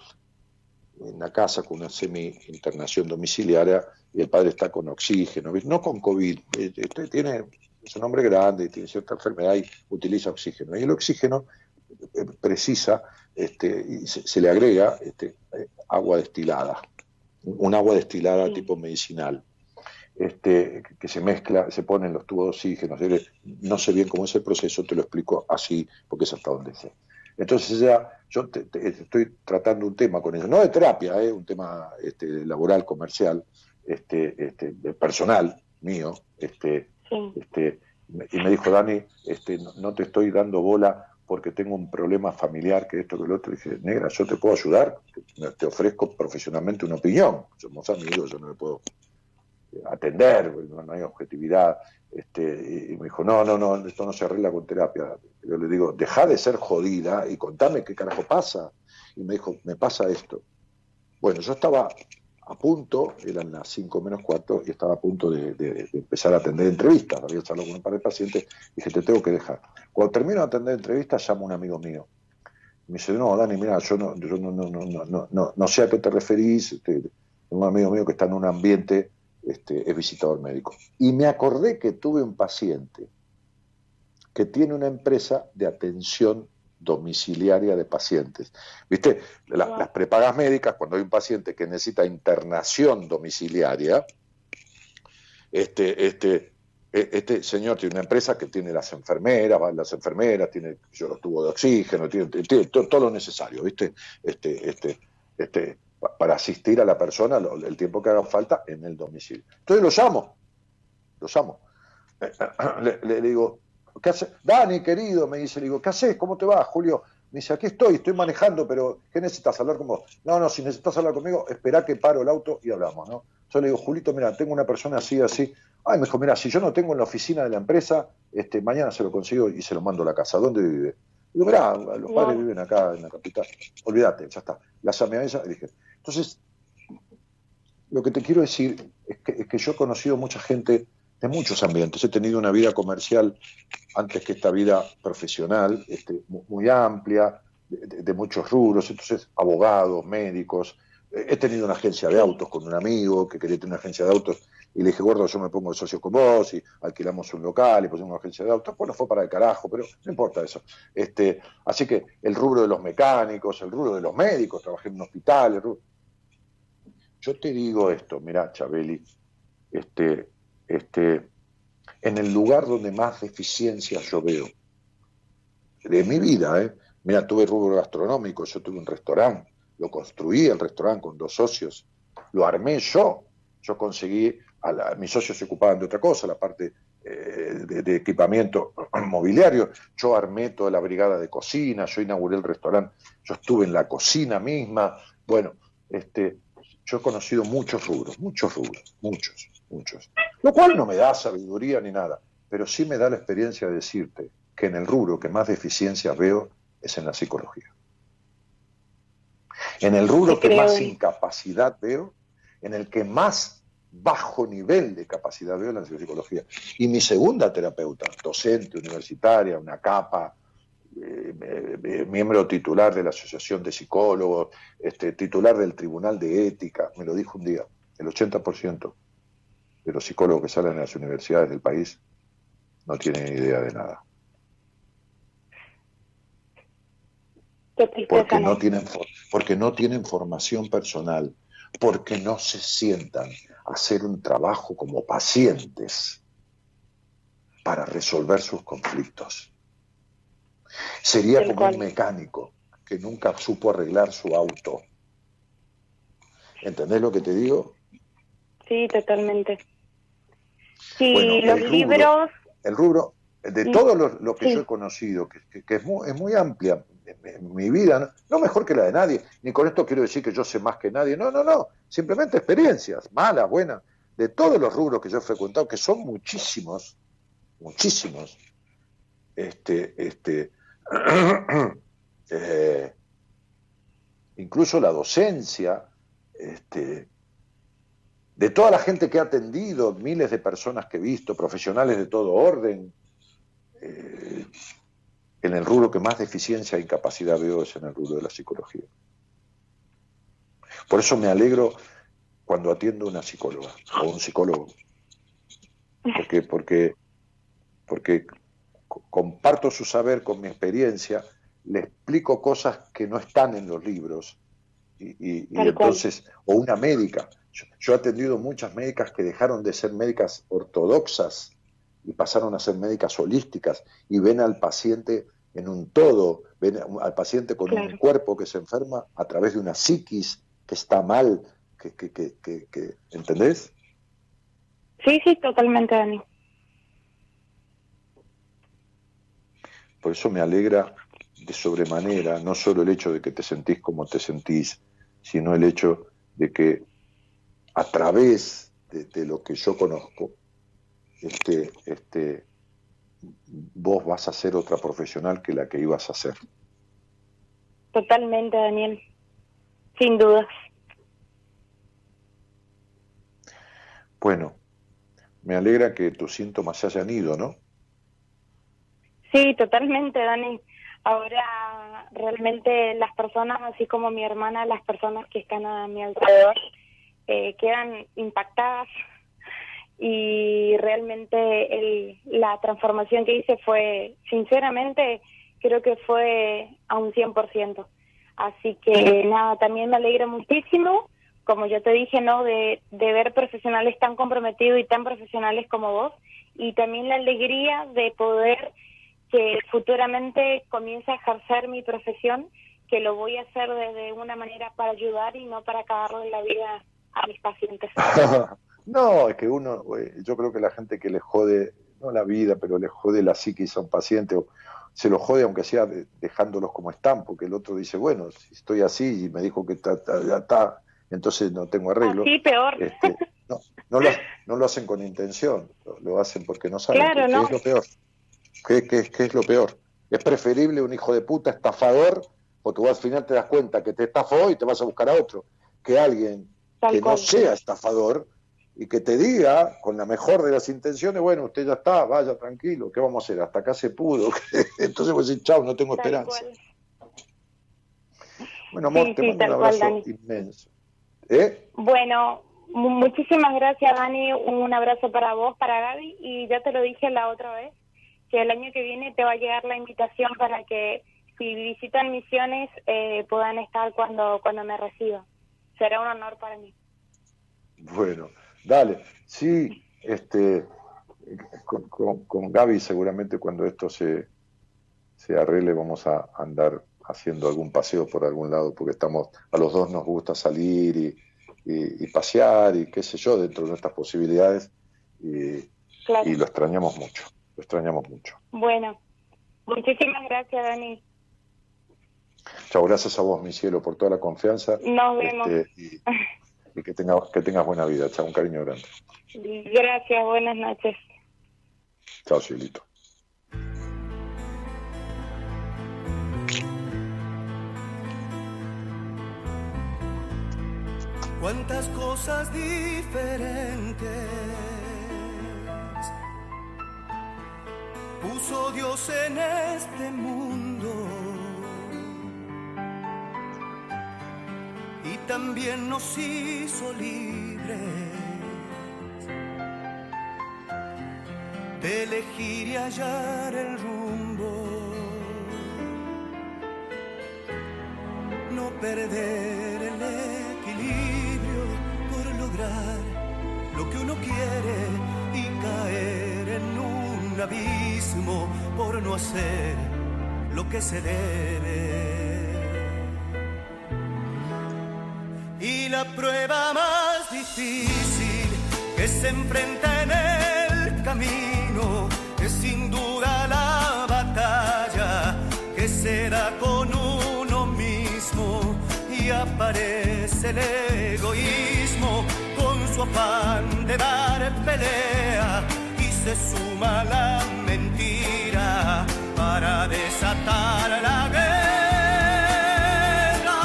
en la casa con una semi-internación domiciliaria y el padre está con oxígeno, no con COVID, este, tiene, es un hombre grande y tiene cierta enfermedad y utiliza oxígeno. Y el oxígeno eh, precisa, este, y se, se le agrega este, eh, agua destilada, un agua destilada sí. tipo medicinal, este, que se mezcla, se pone en los tubos de oxígeno. No sé bien cómo es el proceso, te lo explico así, porque es hasta donde sé. Entonces ya yo te, te, estoy tratando un tema con ella, no de terapia, eh, un tema este, laboral, comercial, este, este, personal, mío, este, sí. este, y me dijo, Dani, este, no, no te estoy dando bola porque tengo un problema familiar, que esto, que lo otro. Y dije, negra, yo te puedo ayudar, te, te ofrezco profesionalmente una opinión, somos amigos, yo no me puedo atender, no, no hay objetividad. Este, y me dijo, no, no, no, esto no se arregla con terapia. Yo le digo, deja de ser jodida y contame qué carajo pasa. Y me dijo, me pasa esto. Bueno, yo estaba a punto, eran las cinco menos cuarto, y estaba a punto de, de, de empezar a atender entrevistas. Había hablado con un par de pacientes, y dije, te tengo que dejar. Cuando termino de atender entrevistas, llamo a un amigo mío. Me dice, no, Dani, mira, yo no, yo no, no, no, no, no, no, no sé a qué te referís. Este, un amigo mío que está en un ambiente, este, es visitador médico. Y me acordé que tuve un paciente que tiene una empresa de atención domiciliaria de pacientes. ¿Viste? La, wow. Las prepagas médicas, cuando hay un paciente que necesita internación domiciliaria, este, este, este señor tiene una empresa que tiene las enfermeras, las enfermeras, tiene yo, los tubos de oxígeno, tiene, tiene todo, todo lo necesario, ¿viste? Este, este, este, para asistir a la persona el tiempo que haga falta en el domicilio. Entonces lo llamo, lo llamo. Le, le, le digo, ¿qué haces? Dani, querido, me dice, le digo, ¿qué haces? ¿Cómo te va, Julio? Me dice, aquí estoy, estoy manejando, pero ¿qué necesitas? ¿Hablar con vos? No, no, si necesitas hablar conmigo, esperá que paro el auto y hablamos, ¿no? Yo le digo, Julito, mira, tengo una persona así, así. Ay, me dijo, mira, si yo no tengo en la oficina de la empresa, este, mañana se lo consigo y se lo mando a la casa. ¿Dónde vive? Digo, mirá, los padres viven acá en la capital. Olvídate, ya está. La llamé a ella y dije. Entonces, lo que te quiero decir es que, es que yo he conocido mucha gente de muchos ambientes. He tenido una vida comercial antes que esta vida profesional, este, muy amplia, de, de, de muchos rubros. Entonces, abogados, médicos. He tenido una agencia de autos con un amigo que quería tener una agencia de autos y le dije, gordo, yo me pongo de socio con vos y alquilamos un local y pusimos una agencia de autos. Bueno, fue para el carajo, pero no importa eso. Este, así que el rubro de los mecánicos, el rubro de los médicos, trabajé en un hospital. El rubro... Yo te digo esto, mirá, Chabeli, este, este, en el lugar donde más deficiencias yo veo de mi vida, ¿eh? Mira, tuve rubro gastronómico, yo tuve un restaurante. Lo construí el restaurante con dos socios, lo armé yo, yo conseguí, a la, mis socios se ocupaban de otra cosa, la parte eh, de, de equipamiento mobiliario, yo armé toda la brigada de cocina, yo inauguré el restaurante, yo estuve en la cocina misma, bueno, este, yo he conocido muchos rubros, muchos rubros, muchos, muchos, lo cual no me da sabiduría ni nada, pero sí me da la experiencia de decirte que en el rubro que más deficiencias veo es en la psicología. En el rubro que más incapacidad veo, en el que más bajo nivel de capacidad veo, en la psicología. Y mi segunda terapeuta, docente, universitaria, una capa, eh, eh, miembro titular de la Asociación de Psicólogos, este, titular del Tribunal de Ética, me lo dijo un día, el ochenta por ciento de los psicólogos que salen de las universidades del país no tienen idea de nada. Porque no tienen, porque no tienen formación personal, porque no se sientan a hacer un trabajo como pacientes para resolver sus conflictos. Sería como un mecánico que nunca supo arreglar su auto. ¿Entendés lo que te digo? Sí, totalmente. Sí, bueno, los el rubro, libros... El rubro, de sí. todo lo, lo que sí. yo he conocido, que, que, que es, muy, es muy amplia, mi vida, ¿no? no mejor que la de nadie, ni con esto quiero decir que yo sé más que nadie, no, no, no, simplemente experiencias, malas, buenas, de todos los rubros que yo he frecuentado, que son muchísimos, muchísimos, este, este, eh, incluso la docencia, este, de toda la gente que ha atendido, miles de personas que he visto, profesionales de todo orden, eh, en el rubro que más deficiencia e incapacidad veo es en el rubro de la psicología. Por eso me alegro cuando atiendo a una psicóloga o un psicólogo. Porque, porque, porque comparto su saber con mi experiencia, le explico cosas que no están en los libros. Y, y, y entonces, o una médica. Yo, yo he atendido muchas médicas que dejaron de ser médicas ortodoxas y pasaron a ser médicas holísticas y ven al paciente en un todo, ven al paciente con claro. un cuerpo que se enferma a través de una psiquis que está mal, que, que, que, que, que ¿entendés? Sí, sí, totalmente, Dani. Por eso me alegra de sobremanera, no solo el hecho de que te sentís como te sentís, sino el hecho de que a través de, de lo que yo conozco, Este, este, vos vas a ser otra profesional que la que ibas a ser. Totalmente, Daniel. Sin dudas. Bueno, me alegra que tus síntomas se hayan ido, ¿no? Sí, totalmente, Dani. Ahora, realmente las personas, así como mi hermana, las personas que están a mi alrededor, eh, quedan impactadas. Y realmente el, la transformación que hice fue, sinceramente, creo que fue a un cien por ciento. Así que nada, también me alegra muchísimo, como yo te dije, ¿no? De, de ver profesionales tan comprometidos y tan profesionales como vos, y también la alegría de poder que futuramente comience a ejercer mi profesión, que lo voy a hacer desde una manera para ayudar y no para acabarle la vida a mis pacientes. No, es que uno, yo creo que la gente que le jode, no la vida, pero le jode la psiquis a un paciente, o se lo jode aunque sea de, dejándolos como están, porque el otro dice, bueno, si estoy así y me dijo que está, está, está entonces no tengo arreglo. Sí, peor. Este, no, no, lo, no lo hacen con intención, lo, lo hacen porque no saben. Claro, ¿Qué, no. ¿Qué es lo peor? ¿Qué, qué, qué es lo peor? Es preferible un hijo de puta estafador, porque vos al final te das cuenta que te estafó y te vas a buscar a otro, que alguien Tal que cual. no sea estafador y que te diga con la mejor de las intenciones, bueno, usted ya está, vaya tranquilo, ¿qué vamos a hacer? Hasta acá se pudo. Entonces vos decís, chao, no tengo Tal esperanza. cual. Bueno, amor, Sí, te sí, mando un tal cual, abrazo Dani. inmenso. ¿Eh? Bueno, mu- muchísimas gracias, Dani. Un abrazo para vos, para Gaby. Y ya te lo dije la otra vez, que el año que viene te va a llegar la invitación para que si visitan Misiones eh, puedan estar cuando, cuando me reciba. Será un honor para mí. Bueno, dale. Sí, este, con, con, con Gaby seguramente cuando esto se, se arregle vamos a andar haciendo algún paseo por algún lado, porque estamos, a los dos nos gusta salir y, y, y pasear y qué sé yo, dentro de nuestras posibilidades, y, Claro. y lo extrañamos mucho, lo extrañamos mucho. Bueno, muchísimas gracias, Dani. Chao, gracias a vos, mi cielo, por toda la confianza. Nos vemos. Este, y y que, tenga, que tengas buena vida. Chao, un cariño grande. Gracias, buenas noches. Chao, cielito. Cuántas cosas diferentes puso Dios en este mundo, y también nos hizo libres de elegir y hallar el rumbo, no perder el equilibrio por lograr lo que uno quiere y caer en un abismo por no hacer lo que se debe. Y la prueba más difícil que se enfrenta en el camino es sin duda la batalla que se da con uno mismo, y aparece el egoísmo con su afán de dar pelea, y se suma la mentira para desatar la guerra,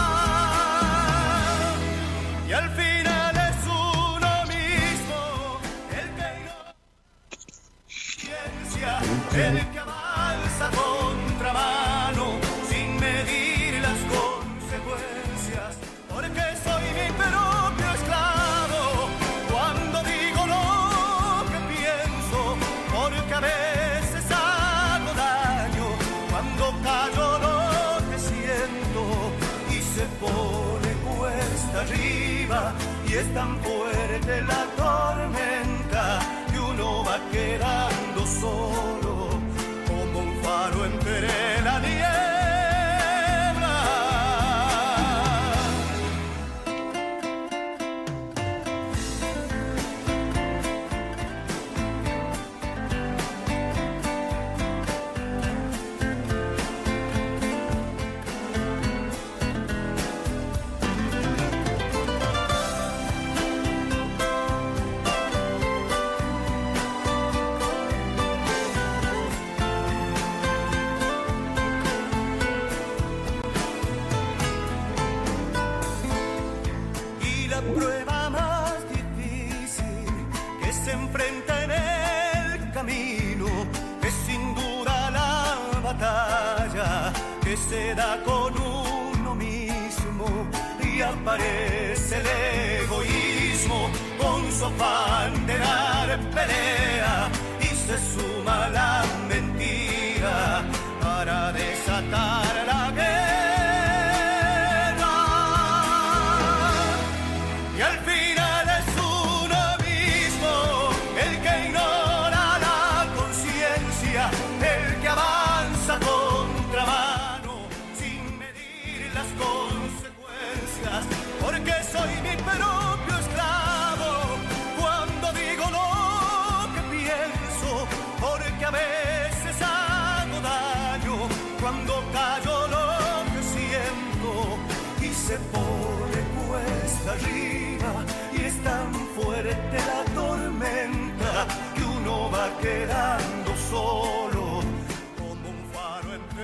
y al final es uno mismo el que no ciencia, el que avanza contramano sin medir las consecuencias, porque soy mi propio esclavo cuando digo lo que pienso, porque a veces hago daño cuando callo lo que siento, y se pone cuesta arriba y es tan fuerte la tormenta que uno va quedando solo como un faro entre la niebla. Y la prueba más difícil que se enfrenta en el camino es sin duda la batalla que se da con uno mismo, y aparece el egoísmo con su afán de dar pelea, y se suma la mentira para desatar la guerra, y al final es uno mismo el que ignora la conciencia, el que avanza contramano sin medir las consecuencias, porque soy mi propio esclavo cuando digo lo que pienso, porque a veces hago daño cuando callo lo que siento, y se pone cuesta arriba y es tan fuerte la tormenta que uno va quedando solo como un faro entre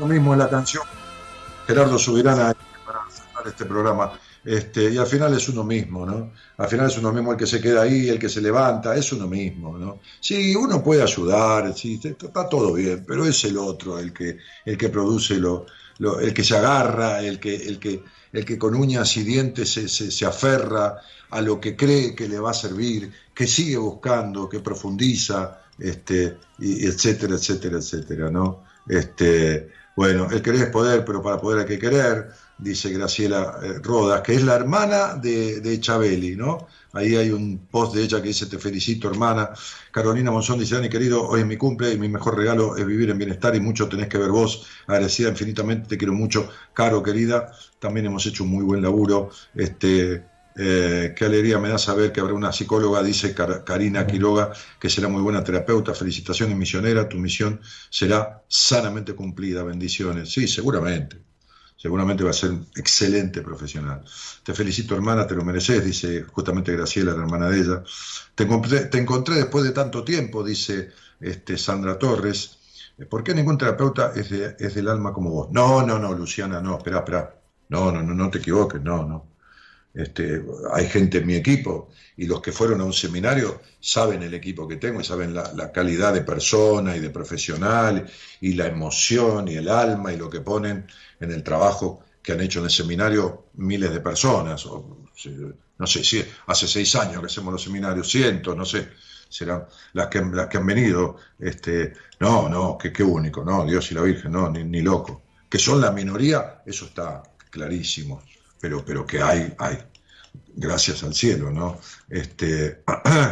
uno mismo en la canción. Gerardo Subirana para cerrar este programa. Este, y al final es uno mismo, ¿no? Al final es uno mismo el que se queda ahí, el que se levanta, es uno mismo, ¿no? Sí, uno puede ayudar, sí, está todo bien, pero es el otro el que, el que produce lo, lo, el que se agarra, el que, el que, el que con uñas y dientes se, se, se aferra a lo que cree que le va a servir, que sigue buscando, que profundiza, este, y etcétera, etcétera, etcétera, ¿no? Este, bueno, el querer es poder, pero para poder hay que querer. Dice Graciela eh, Rodas, que es la hermana de, de Chabeli, ¿no? Ahí hay un post de ella que dice: te felicito, hermana. Carolina Monzón dice: Dani, querido, hoy es mi cumple y mi mejor regalo es vivir en bienestar y mucho tenés que ver vos. Agradecida infinitamente, te quiero mucho. Caro, querida, también hemos hecho un muy buen laburo. Este, eh, qué alegría me da saber que habrá una psicóloga, dice Car- Karina Quiroga, que será muy buena terapeuta. Felicitaciones, misionera, tu misión será sanamente cumplida. Bendiciones. Sí, seguramente. Seguramente va a ser excelente profesional. Te felicito, hermana, te lo mereces, dice justamente Graciela, la hermana de ella. Te encontré, te encontré después de tanto tiempo, dice este, Sandra Torres. ¿Por qué ningún terapeuta es, de, es del alma como vos? No, no, no, Luciana, no, espera, espera. No, no, no, no te equivoques, no, no. Este, hay gente en mi equipo y los que fueron a un seminario saben el equipo que tengo y saben la, la calidad de persona y de profesional y la emoción y el alma y lo que ponen en el trabajo que han hecho en el seminario miles de personas, o, no sé, si hace seis años que hacemos los seminarios, cientos, no sé, serán las que, las que han venido, este, no, no, que qué único, no, Dios y la Virgen, no, ni, ni loco, que son la minoría, eso está clarísimo. Pero, pero que hay, hay, gracias al cielo, ¿no? Este,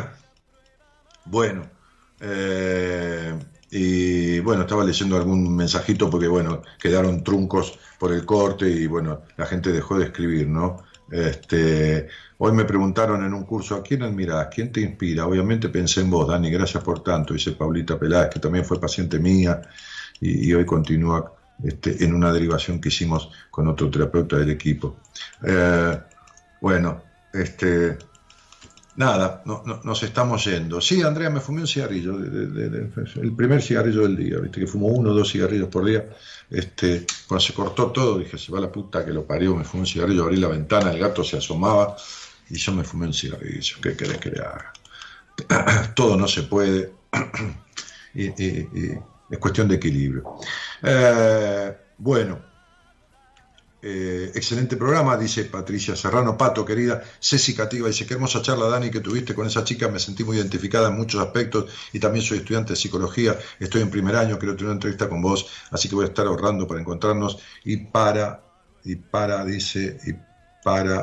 bueno, eh, y bueno, estaba leyendo algún mensajito porque, bueno, quedaron truncos por el corte y, bueno, la gente dejó de escribir, ¿no? Este, hoy me preguntaron en un curso: ¿a quién admirás? ¿Quién te inspira? Obviamente pensé en vos, Dani, gracias por tanto, dice Paulita Peláez, que también fue paciente mía y, y hoy continúa Este, en una derivación que hicimos con otro terapeuta del equipo. Eh, bueno, este, nada, no, no, nos estamos yendo. Sí, Andrea, me fumé un cigarrillo, de, de, de, de, el primer cigarrillo del día, viste que fumo uno o dos cigarrillos por día. Este, cuando se cortó todo, dije: se va la puta que lo parió, me fumé un cigarrillo, abrí la ventana, el gato se asomaba y yo me fumé un cigarrillo. ¿Qué querés que le haga? Todo no se puede. y, y, y, es cuestión de equilibrio. Eh, bueno, eh, excelente programa, dice Patricia Serrano. Pato, querida. Ceci Cativa dice: qué hermosa charla, Dani, que tuviste con esa chica, me sentí muy identificada en muchos aspectos y también soy estudiante de psicología, estoy en primer año, quiero tener una entrevista con vos, así que voy a estar ahorrando para encontrarnos y para, y para, dice, y para,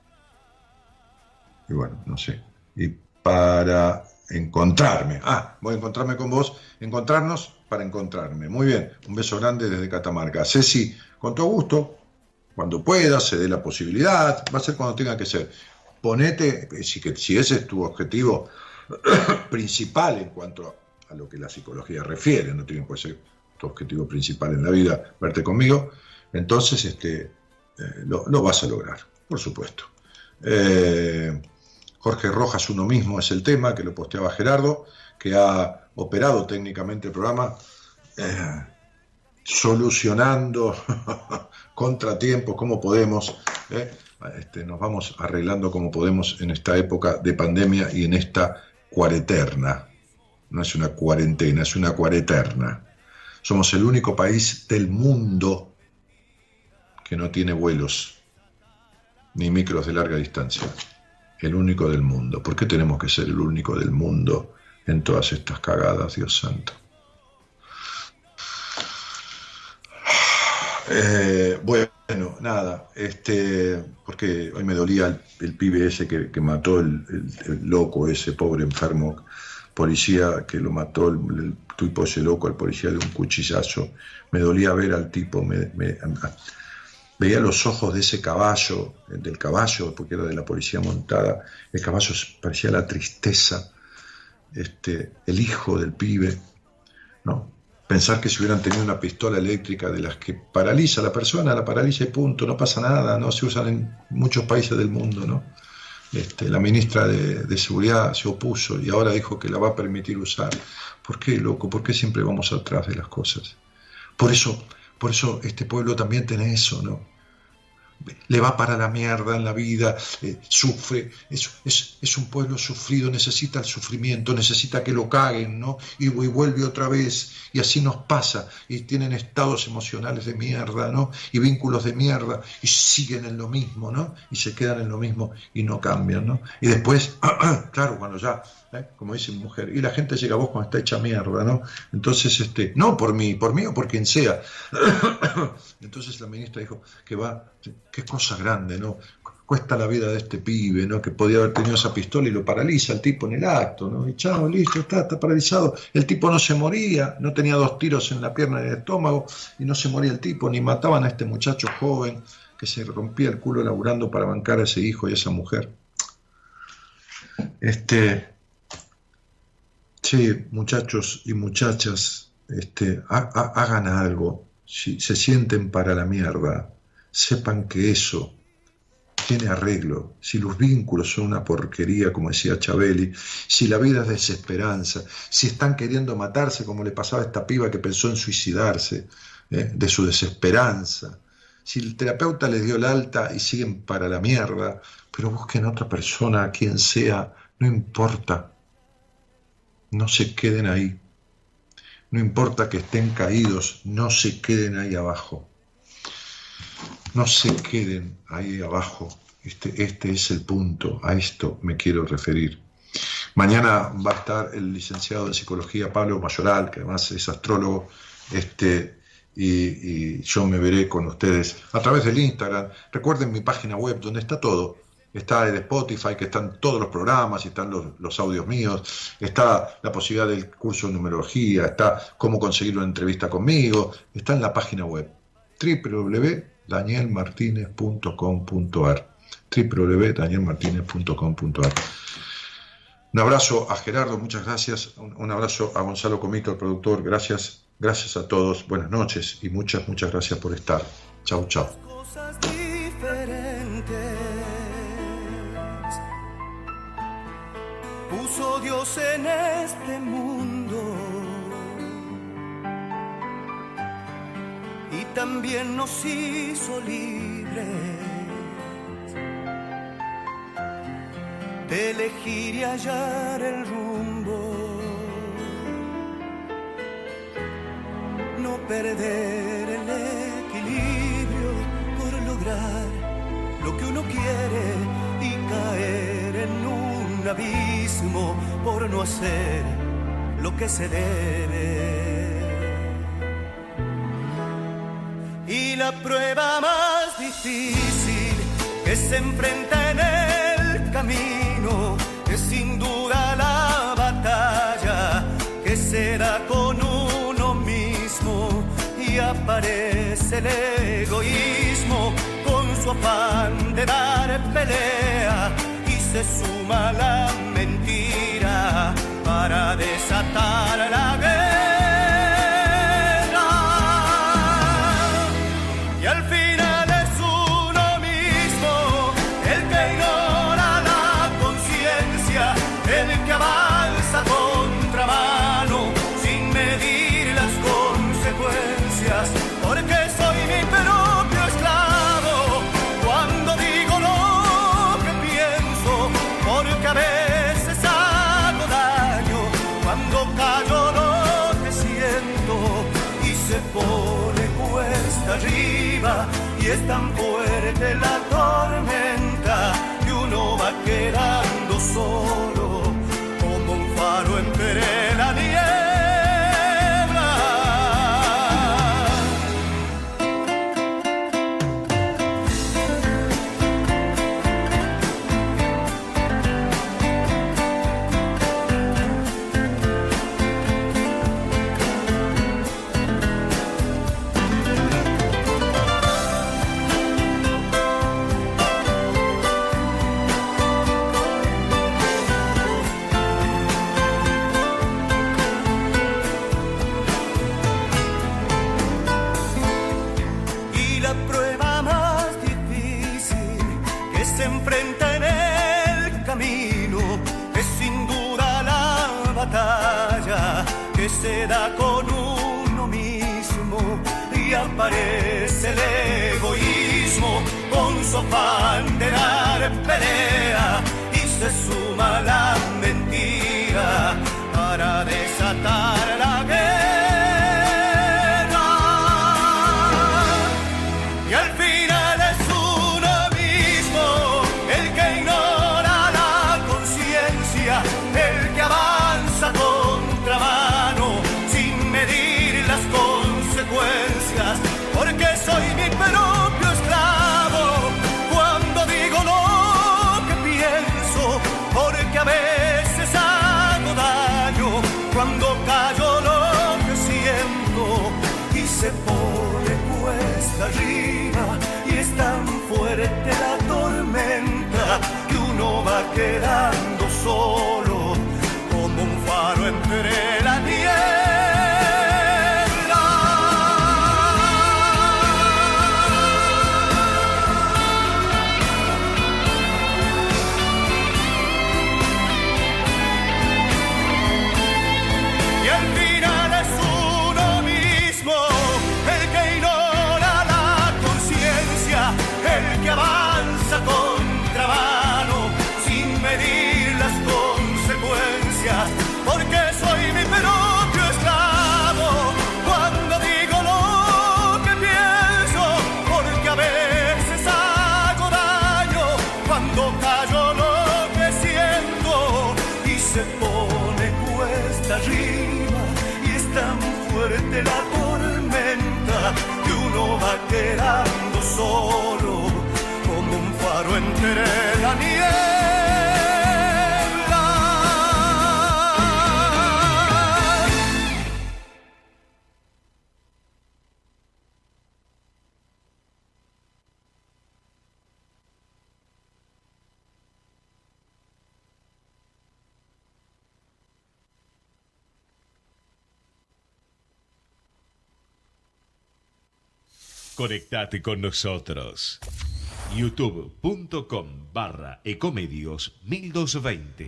y bueno, no sé, y para encontrarme. Ah, voy a encontrarme con vos, encontrarnos para encontrarme. Muy bien, un beso grande desde Catamarca. Ceci, con todo gusto, cuando puedas, se dé la posibilidad, va a ser cuando tenga que ser. Ponete, si, que, si ese es tu objetivo principal en cuanto a, a lo que la psicología refiere, no tiene que ser tu objetivo principal en la vida, verte conmigo, entonces este, eh, lo, lo vas a lograr, por supuesto. Eh, Jorge Rojas, uno mismo, es el tema, que lo posteaba Gerardo, que ha operado técnicamente el programa, eh, solucionando contratiempos como podemos, eh, este, nos vamos arreglando como podemos en esta época de pandemia y en esta cuareterna. No es una cuarentena, es una cuareterna. Somos el único país del mundo que no tiene vuelos ni micros de larga distancia. El único del mundo. ¿Por qué tenemos que ser el único del mundo en todas estas cagadas, Dios santo? Eh, bueno, nada, este, porque hoy me dolía el, el pibe ese que, que mató el, el, el loco, ese pobre enfermo policía que lo mató, el, el tipo ese loco, al policía de un cuchillazo. Me dolía ver al tipo, me, me, veía los ojos de ese caballo, del caballo, porque era de la policía montada, el caballo parecía la tristeza, este, el hijo del pibe, ¿no? Pensar que si hubieran tenido una pistola eléctrica de las que paraliza a la persona, la paraliza y punto, no pasa nada, no se usan en muchos países del mundo, ¿no? Este, la ministra de, de Seguridad se opuso y ahora dijo que la va a permitir usar. ¿Por qué, loco? ¿Por qué siempre vamos atrás de las cosas? Por eso... Por eso este pueblo también tiene eso, ¿no? Le va para la mierda en la vida, eh, sufre, es, es, es un pueblo sufrido, necesita el sufrimiento, necesita que lo caguen, ¿no? Y, y vuelve otra vez, y así nos pasa, y tienen estados emocionales de mierda, ¿no? Y vínculos de mierda, y siguen en lo mismo, ¿no? Y se quedan en lo mismo y no cambian, ¿no? Y después, claro, cuando ya, ¿eh? Como dice mi mujer, y la gente llega a vos cuando está hecha mierda, ¿no? Entonces, este, no por mí, por mí o por quien sea. Entonces la ministra dijo que va, qué cosa grande, ¿no? Cuesta la vida de este pibe, ¿no? Que podía haber tenido esa pistola y lo paraliza el tipo en el acto, ¿no? Y chao, listo, está, está paralizado. El tipo no se moría, no tenía dos tiros en la pierna y en el estómago, y no se moría el tipo, ni mataban a este muchacho joven que se rompía el culo laburando para bancar a ese hijo y a esa mujer. Este, sí, muchachos y muchachas, este, ha, ha, hagan algo. Si se sienten para la mierda, sepan que eso tiene arreglo. Si los vínculos son una porquería, como decía Chabeli, si la vida es desesperanza, si están queriendo matarse, como le pasaba a esta piba que pensó en suicidarse, ¿eh? de su desesperanza, si el terapeuta les dio el alta y siguen para la mierda, pero busquen otra persona, a quien sea, no importa, no se queden ahí. No importa que estén caídos, no se queden ahí abajo. No se queden ahí abajo. Este, este es el punto, a esto me quiero referir. Mañana va a estar el licenciado en psicología Pablo Mayoral, que además es astrólogo, este, y, y yo me veré con ustedes a través del Instagram. Recuerden mi página web donde está todo. Está el Spotify, que están todos los programas, y están los, los audios míos, está la posibilidad del curso de numerología, está cómo conseguir una entrevista conmigo, está en la página web doble u doble u doble u punto daniel martinez punto com punto a r doble u doble u doble u punto daniel martinez punto com punto a r. Un abrazo a Gerardo, muchas gracias, un, un abrazo a Gonzalo Comito, el productor, gracias, gracias a todos, buenas noches y muchas, muchas gracias por estar. Chau, chau. Puso Dios en este mundo y también nos hizo libres de elegir y hallar el rumbo, no perder el equilibrio por lograr lo que uno quiere y caer en un abismo por no hacer lo que se debe. Y la prueba más difícil que se enfrenta en el camino es sin duda la batalla que se da con uno mismo, y aparece el egoísmo con su afán de dar pelea, se suma la mentira para desatar la guerra, y al final es uno mismo el que ignora la conciencia, el que avanza a contramano sin medir las consecuencias, porque soy mi propio esclavo cuando digo lo porque a veces hago daño cuando callo lo que siento y se pone cuesta arriba, y es tan fuerte la tormenta que uno va quedando solo como un faro entre la niebla. Que se da con uno mismo, y y aparece el egoísmo con su afán de dar pelea y se suma la mentira para desatar la guerra. Y al final es un abismo el que ignora la conciencia, el que avanza contramano sin medir las consecuencias, porque soy mi propio esclavo cuando digo lo que pienso, porque a veces hago daño cuando callo lo que siento y se pone cuesta arriba y es tan fuerte la tormenta que uno va quedando solo como un faro entre la niebla. Y al final es uno mismo el que ignora la conciencia, el que avanza contramano sin medir las consecuencias, porque soy mi propio esclavo cuando digo lo que pienso, porque a veces hago daño cuando callo lo que siento y se pone cuesta arriba y es tan fuerte la tormenta que uno va quedando solo como un faro entre la niebla. Conectate con nosotros. youtube.com barra ecomedios mil doscientos veinte.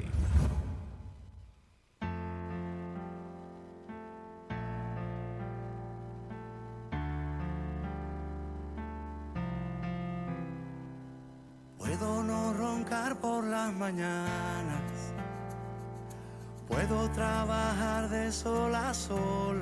Puedo no roncar por las mañanas, puedo trabajar de sol a sol,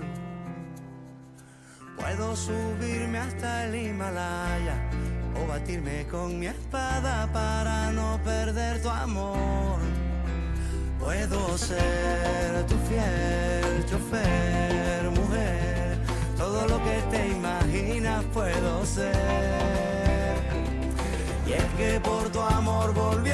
puedo subirme hasta el Himalaya o batirme con mi espada para no perder tu amor. Puedo ser tu fiel chofer, mujer, todo lo que te imaginas puedo ser. Y es que por tu amor volví